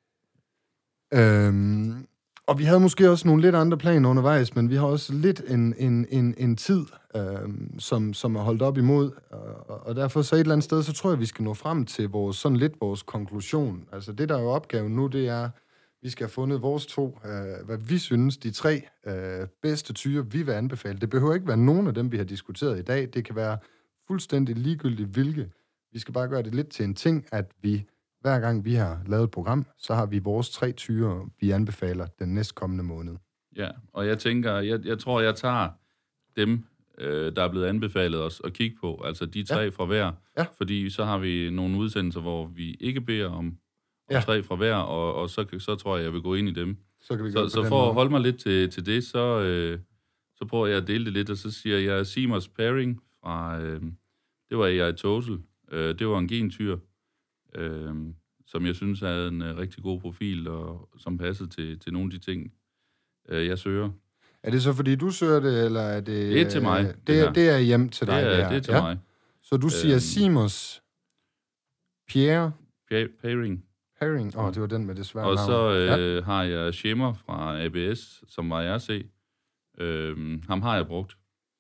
Um, og vi havde måske også nogle lidt andre planer undervejs, men vi har også lidt en, en, en, en tid, um, som, som er holdt op imod, og, og derfor så et eller andet sted, så tror jeg, vi skal nå frem til vores, sådan lidt vores konklusion. Altså det, der er jo opgaven nu, det er, vi skal have fundet vores to, uh, hvad vi synes, de tre uh, bedste tyre, vi vil anbefale. Det behøver ikke være nogen af dem, vi har diskuteret i dag. Det kan være fuldstændig ligegyldigt, hvilke. Vi skal bare gøre det lidt til en ting, at vi, hver gang vi har lavet et program, så har vi vores tre tyre, vi anbefaler den næstkommende måned. Ja, og jeg tænker, jeg, jeg tror, jeg tager dem, øh, der er blevet anbefalet os at kigge på, altså de tre ja. fra hver, ja. fordi så har vi nogle udsendelser, hvor vi ikke beder om og ja. tre fra hver, og, og så, så tror jeg, jeg vil gå ind i dem. Så, kan vi så, så for måde. At holde mig lidt til, til det, så, øh, så prøver jeg at dele det lidt, og så siger jeg Simers Pairing fra, øh, det var A I Total, øh, det var en gentyr, øh, som jeg synes havde en øh, rigtig god profil, og som passede til, til nogle af de ting, øh, jeg søger. Er det så, fordi du søger det, eller er det... Det er til mig. Det, det, er, det er hjem til dig, det, er, det her. Det er til ja? mig. Så du siger øh, Simers Pierre... Pairing. Pairing. Åh, oh, det var den med det svære og navn. Og så øh, ja. har jeg Shimmer fra A B S, som var R C. Øh, ham har jeg brugt.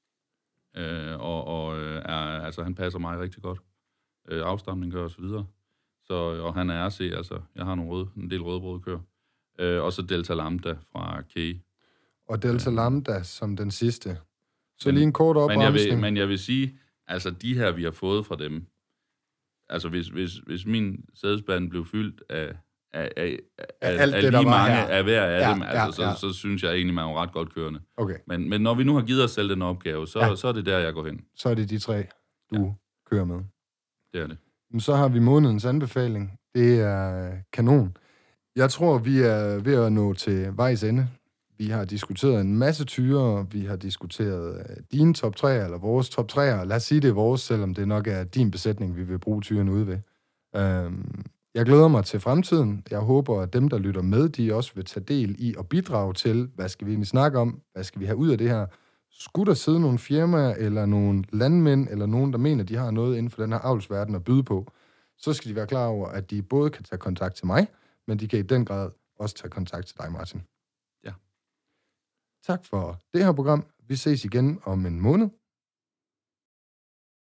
Øh, og og er, altså, han passer mig rigtig godt. Øh, afstamning gør og så videre. Så, og han er R C, altså. Jeg har nogle røde, en del rødbrød kører. Øh, og så Delta Lambda fra K. Og Delta øh, Lambda som den sidste. Så men, lige en kort opremsning. Men jeg, vil, men jeg vil sige, altså de her, vi har fået fra dem, altså, hvis, hvis, hvis min sædespand blev fyldt af, af, af, af, alt af det, lige mange her. af hver af ja, dem, altså, ja, ja. Så, så synes jeg egentlig, man er ret godt kørende. Okay. Men, men når vi nu har givet os selv den opgave, så, ja. så er det der, jeg går hen. Så er det de tre, du ja. kører med. Det er det. Så har vi månedens anbefaling. Det er kanon. Jeg tror, vi er ved at nå til vejs ende. Vi har diskuteret en masse tyre, vi har diskuteret dine top tre, eller vores top tre. Lad os sige, det er vores, selvom det nok er din besætning, vi vil bruge tyrene ude ved. Øhm, jeg glæder mig til fremtiden. Jeg håber, at dem, der lytter med, de også vil tage del i og bidrage til, hvad skal vi egentlig snakke om, hvad skal vi have ud af det her. Skulle der sidde nogle firmaer, eller nogle landmænd, eller nogen, der mener, de har noget inden for den her avlsverden at byde på, så skal de være klar over, at de både kan tage kontakt til mig, men de kan i den grad også tage kontakt til dig, Martin. Ja. Tak for det her program. Vi ses igen om en måned.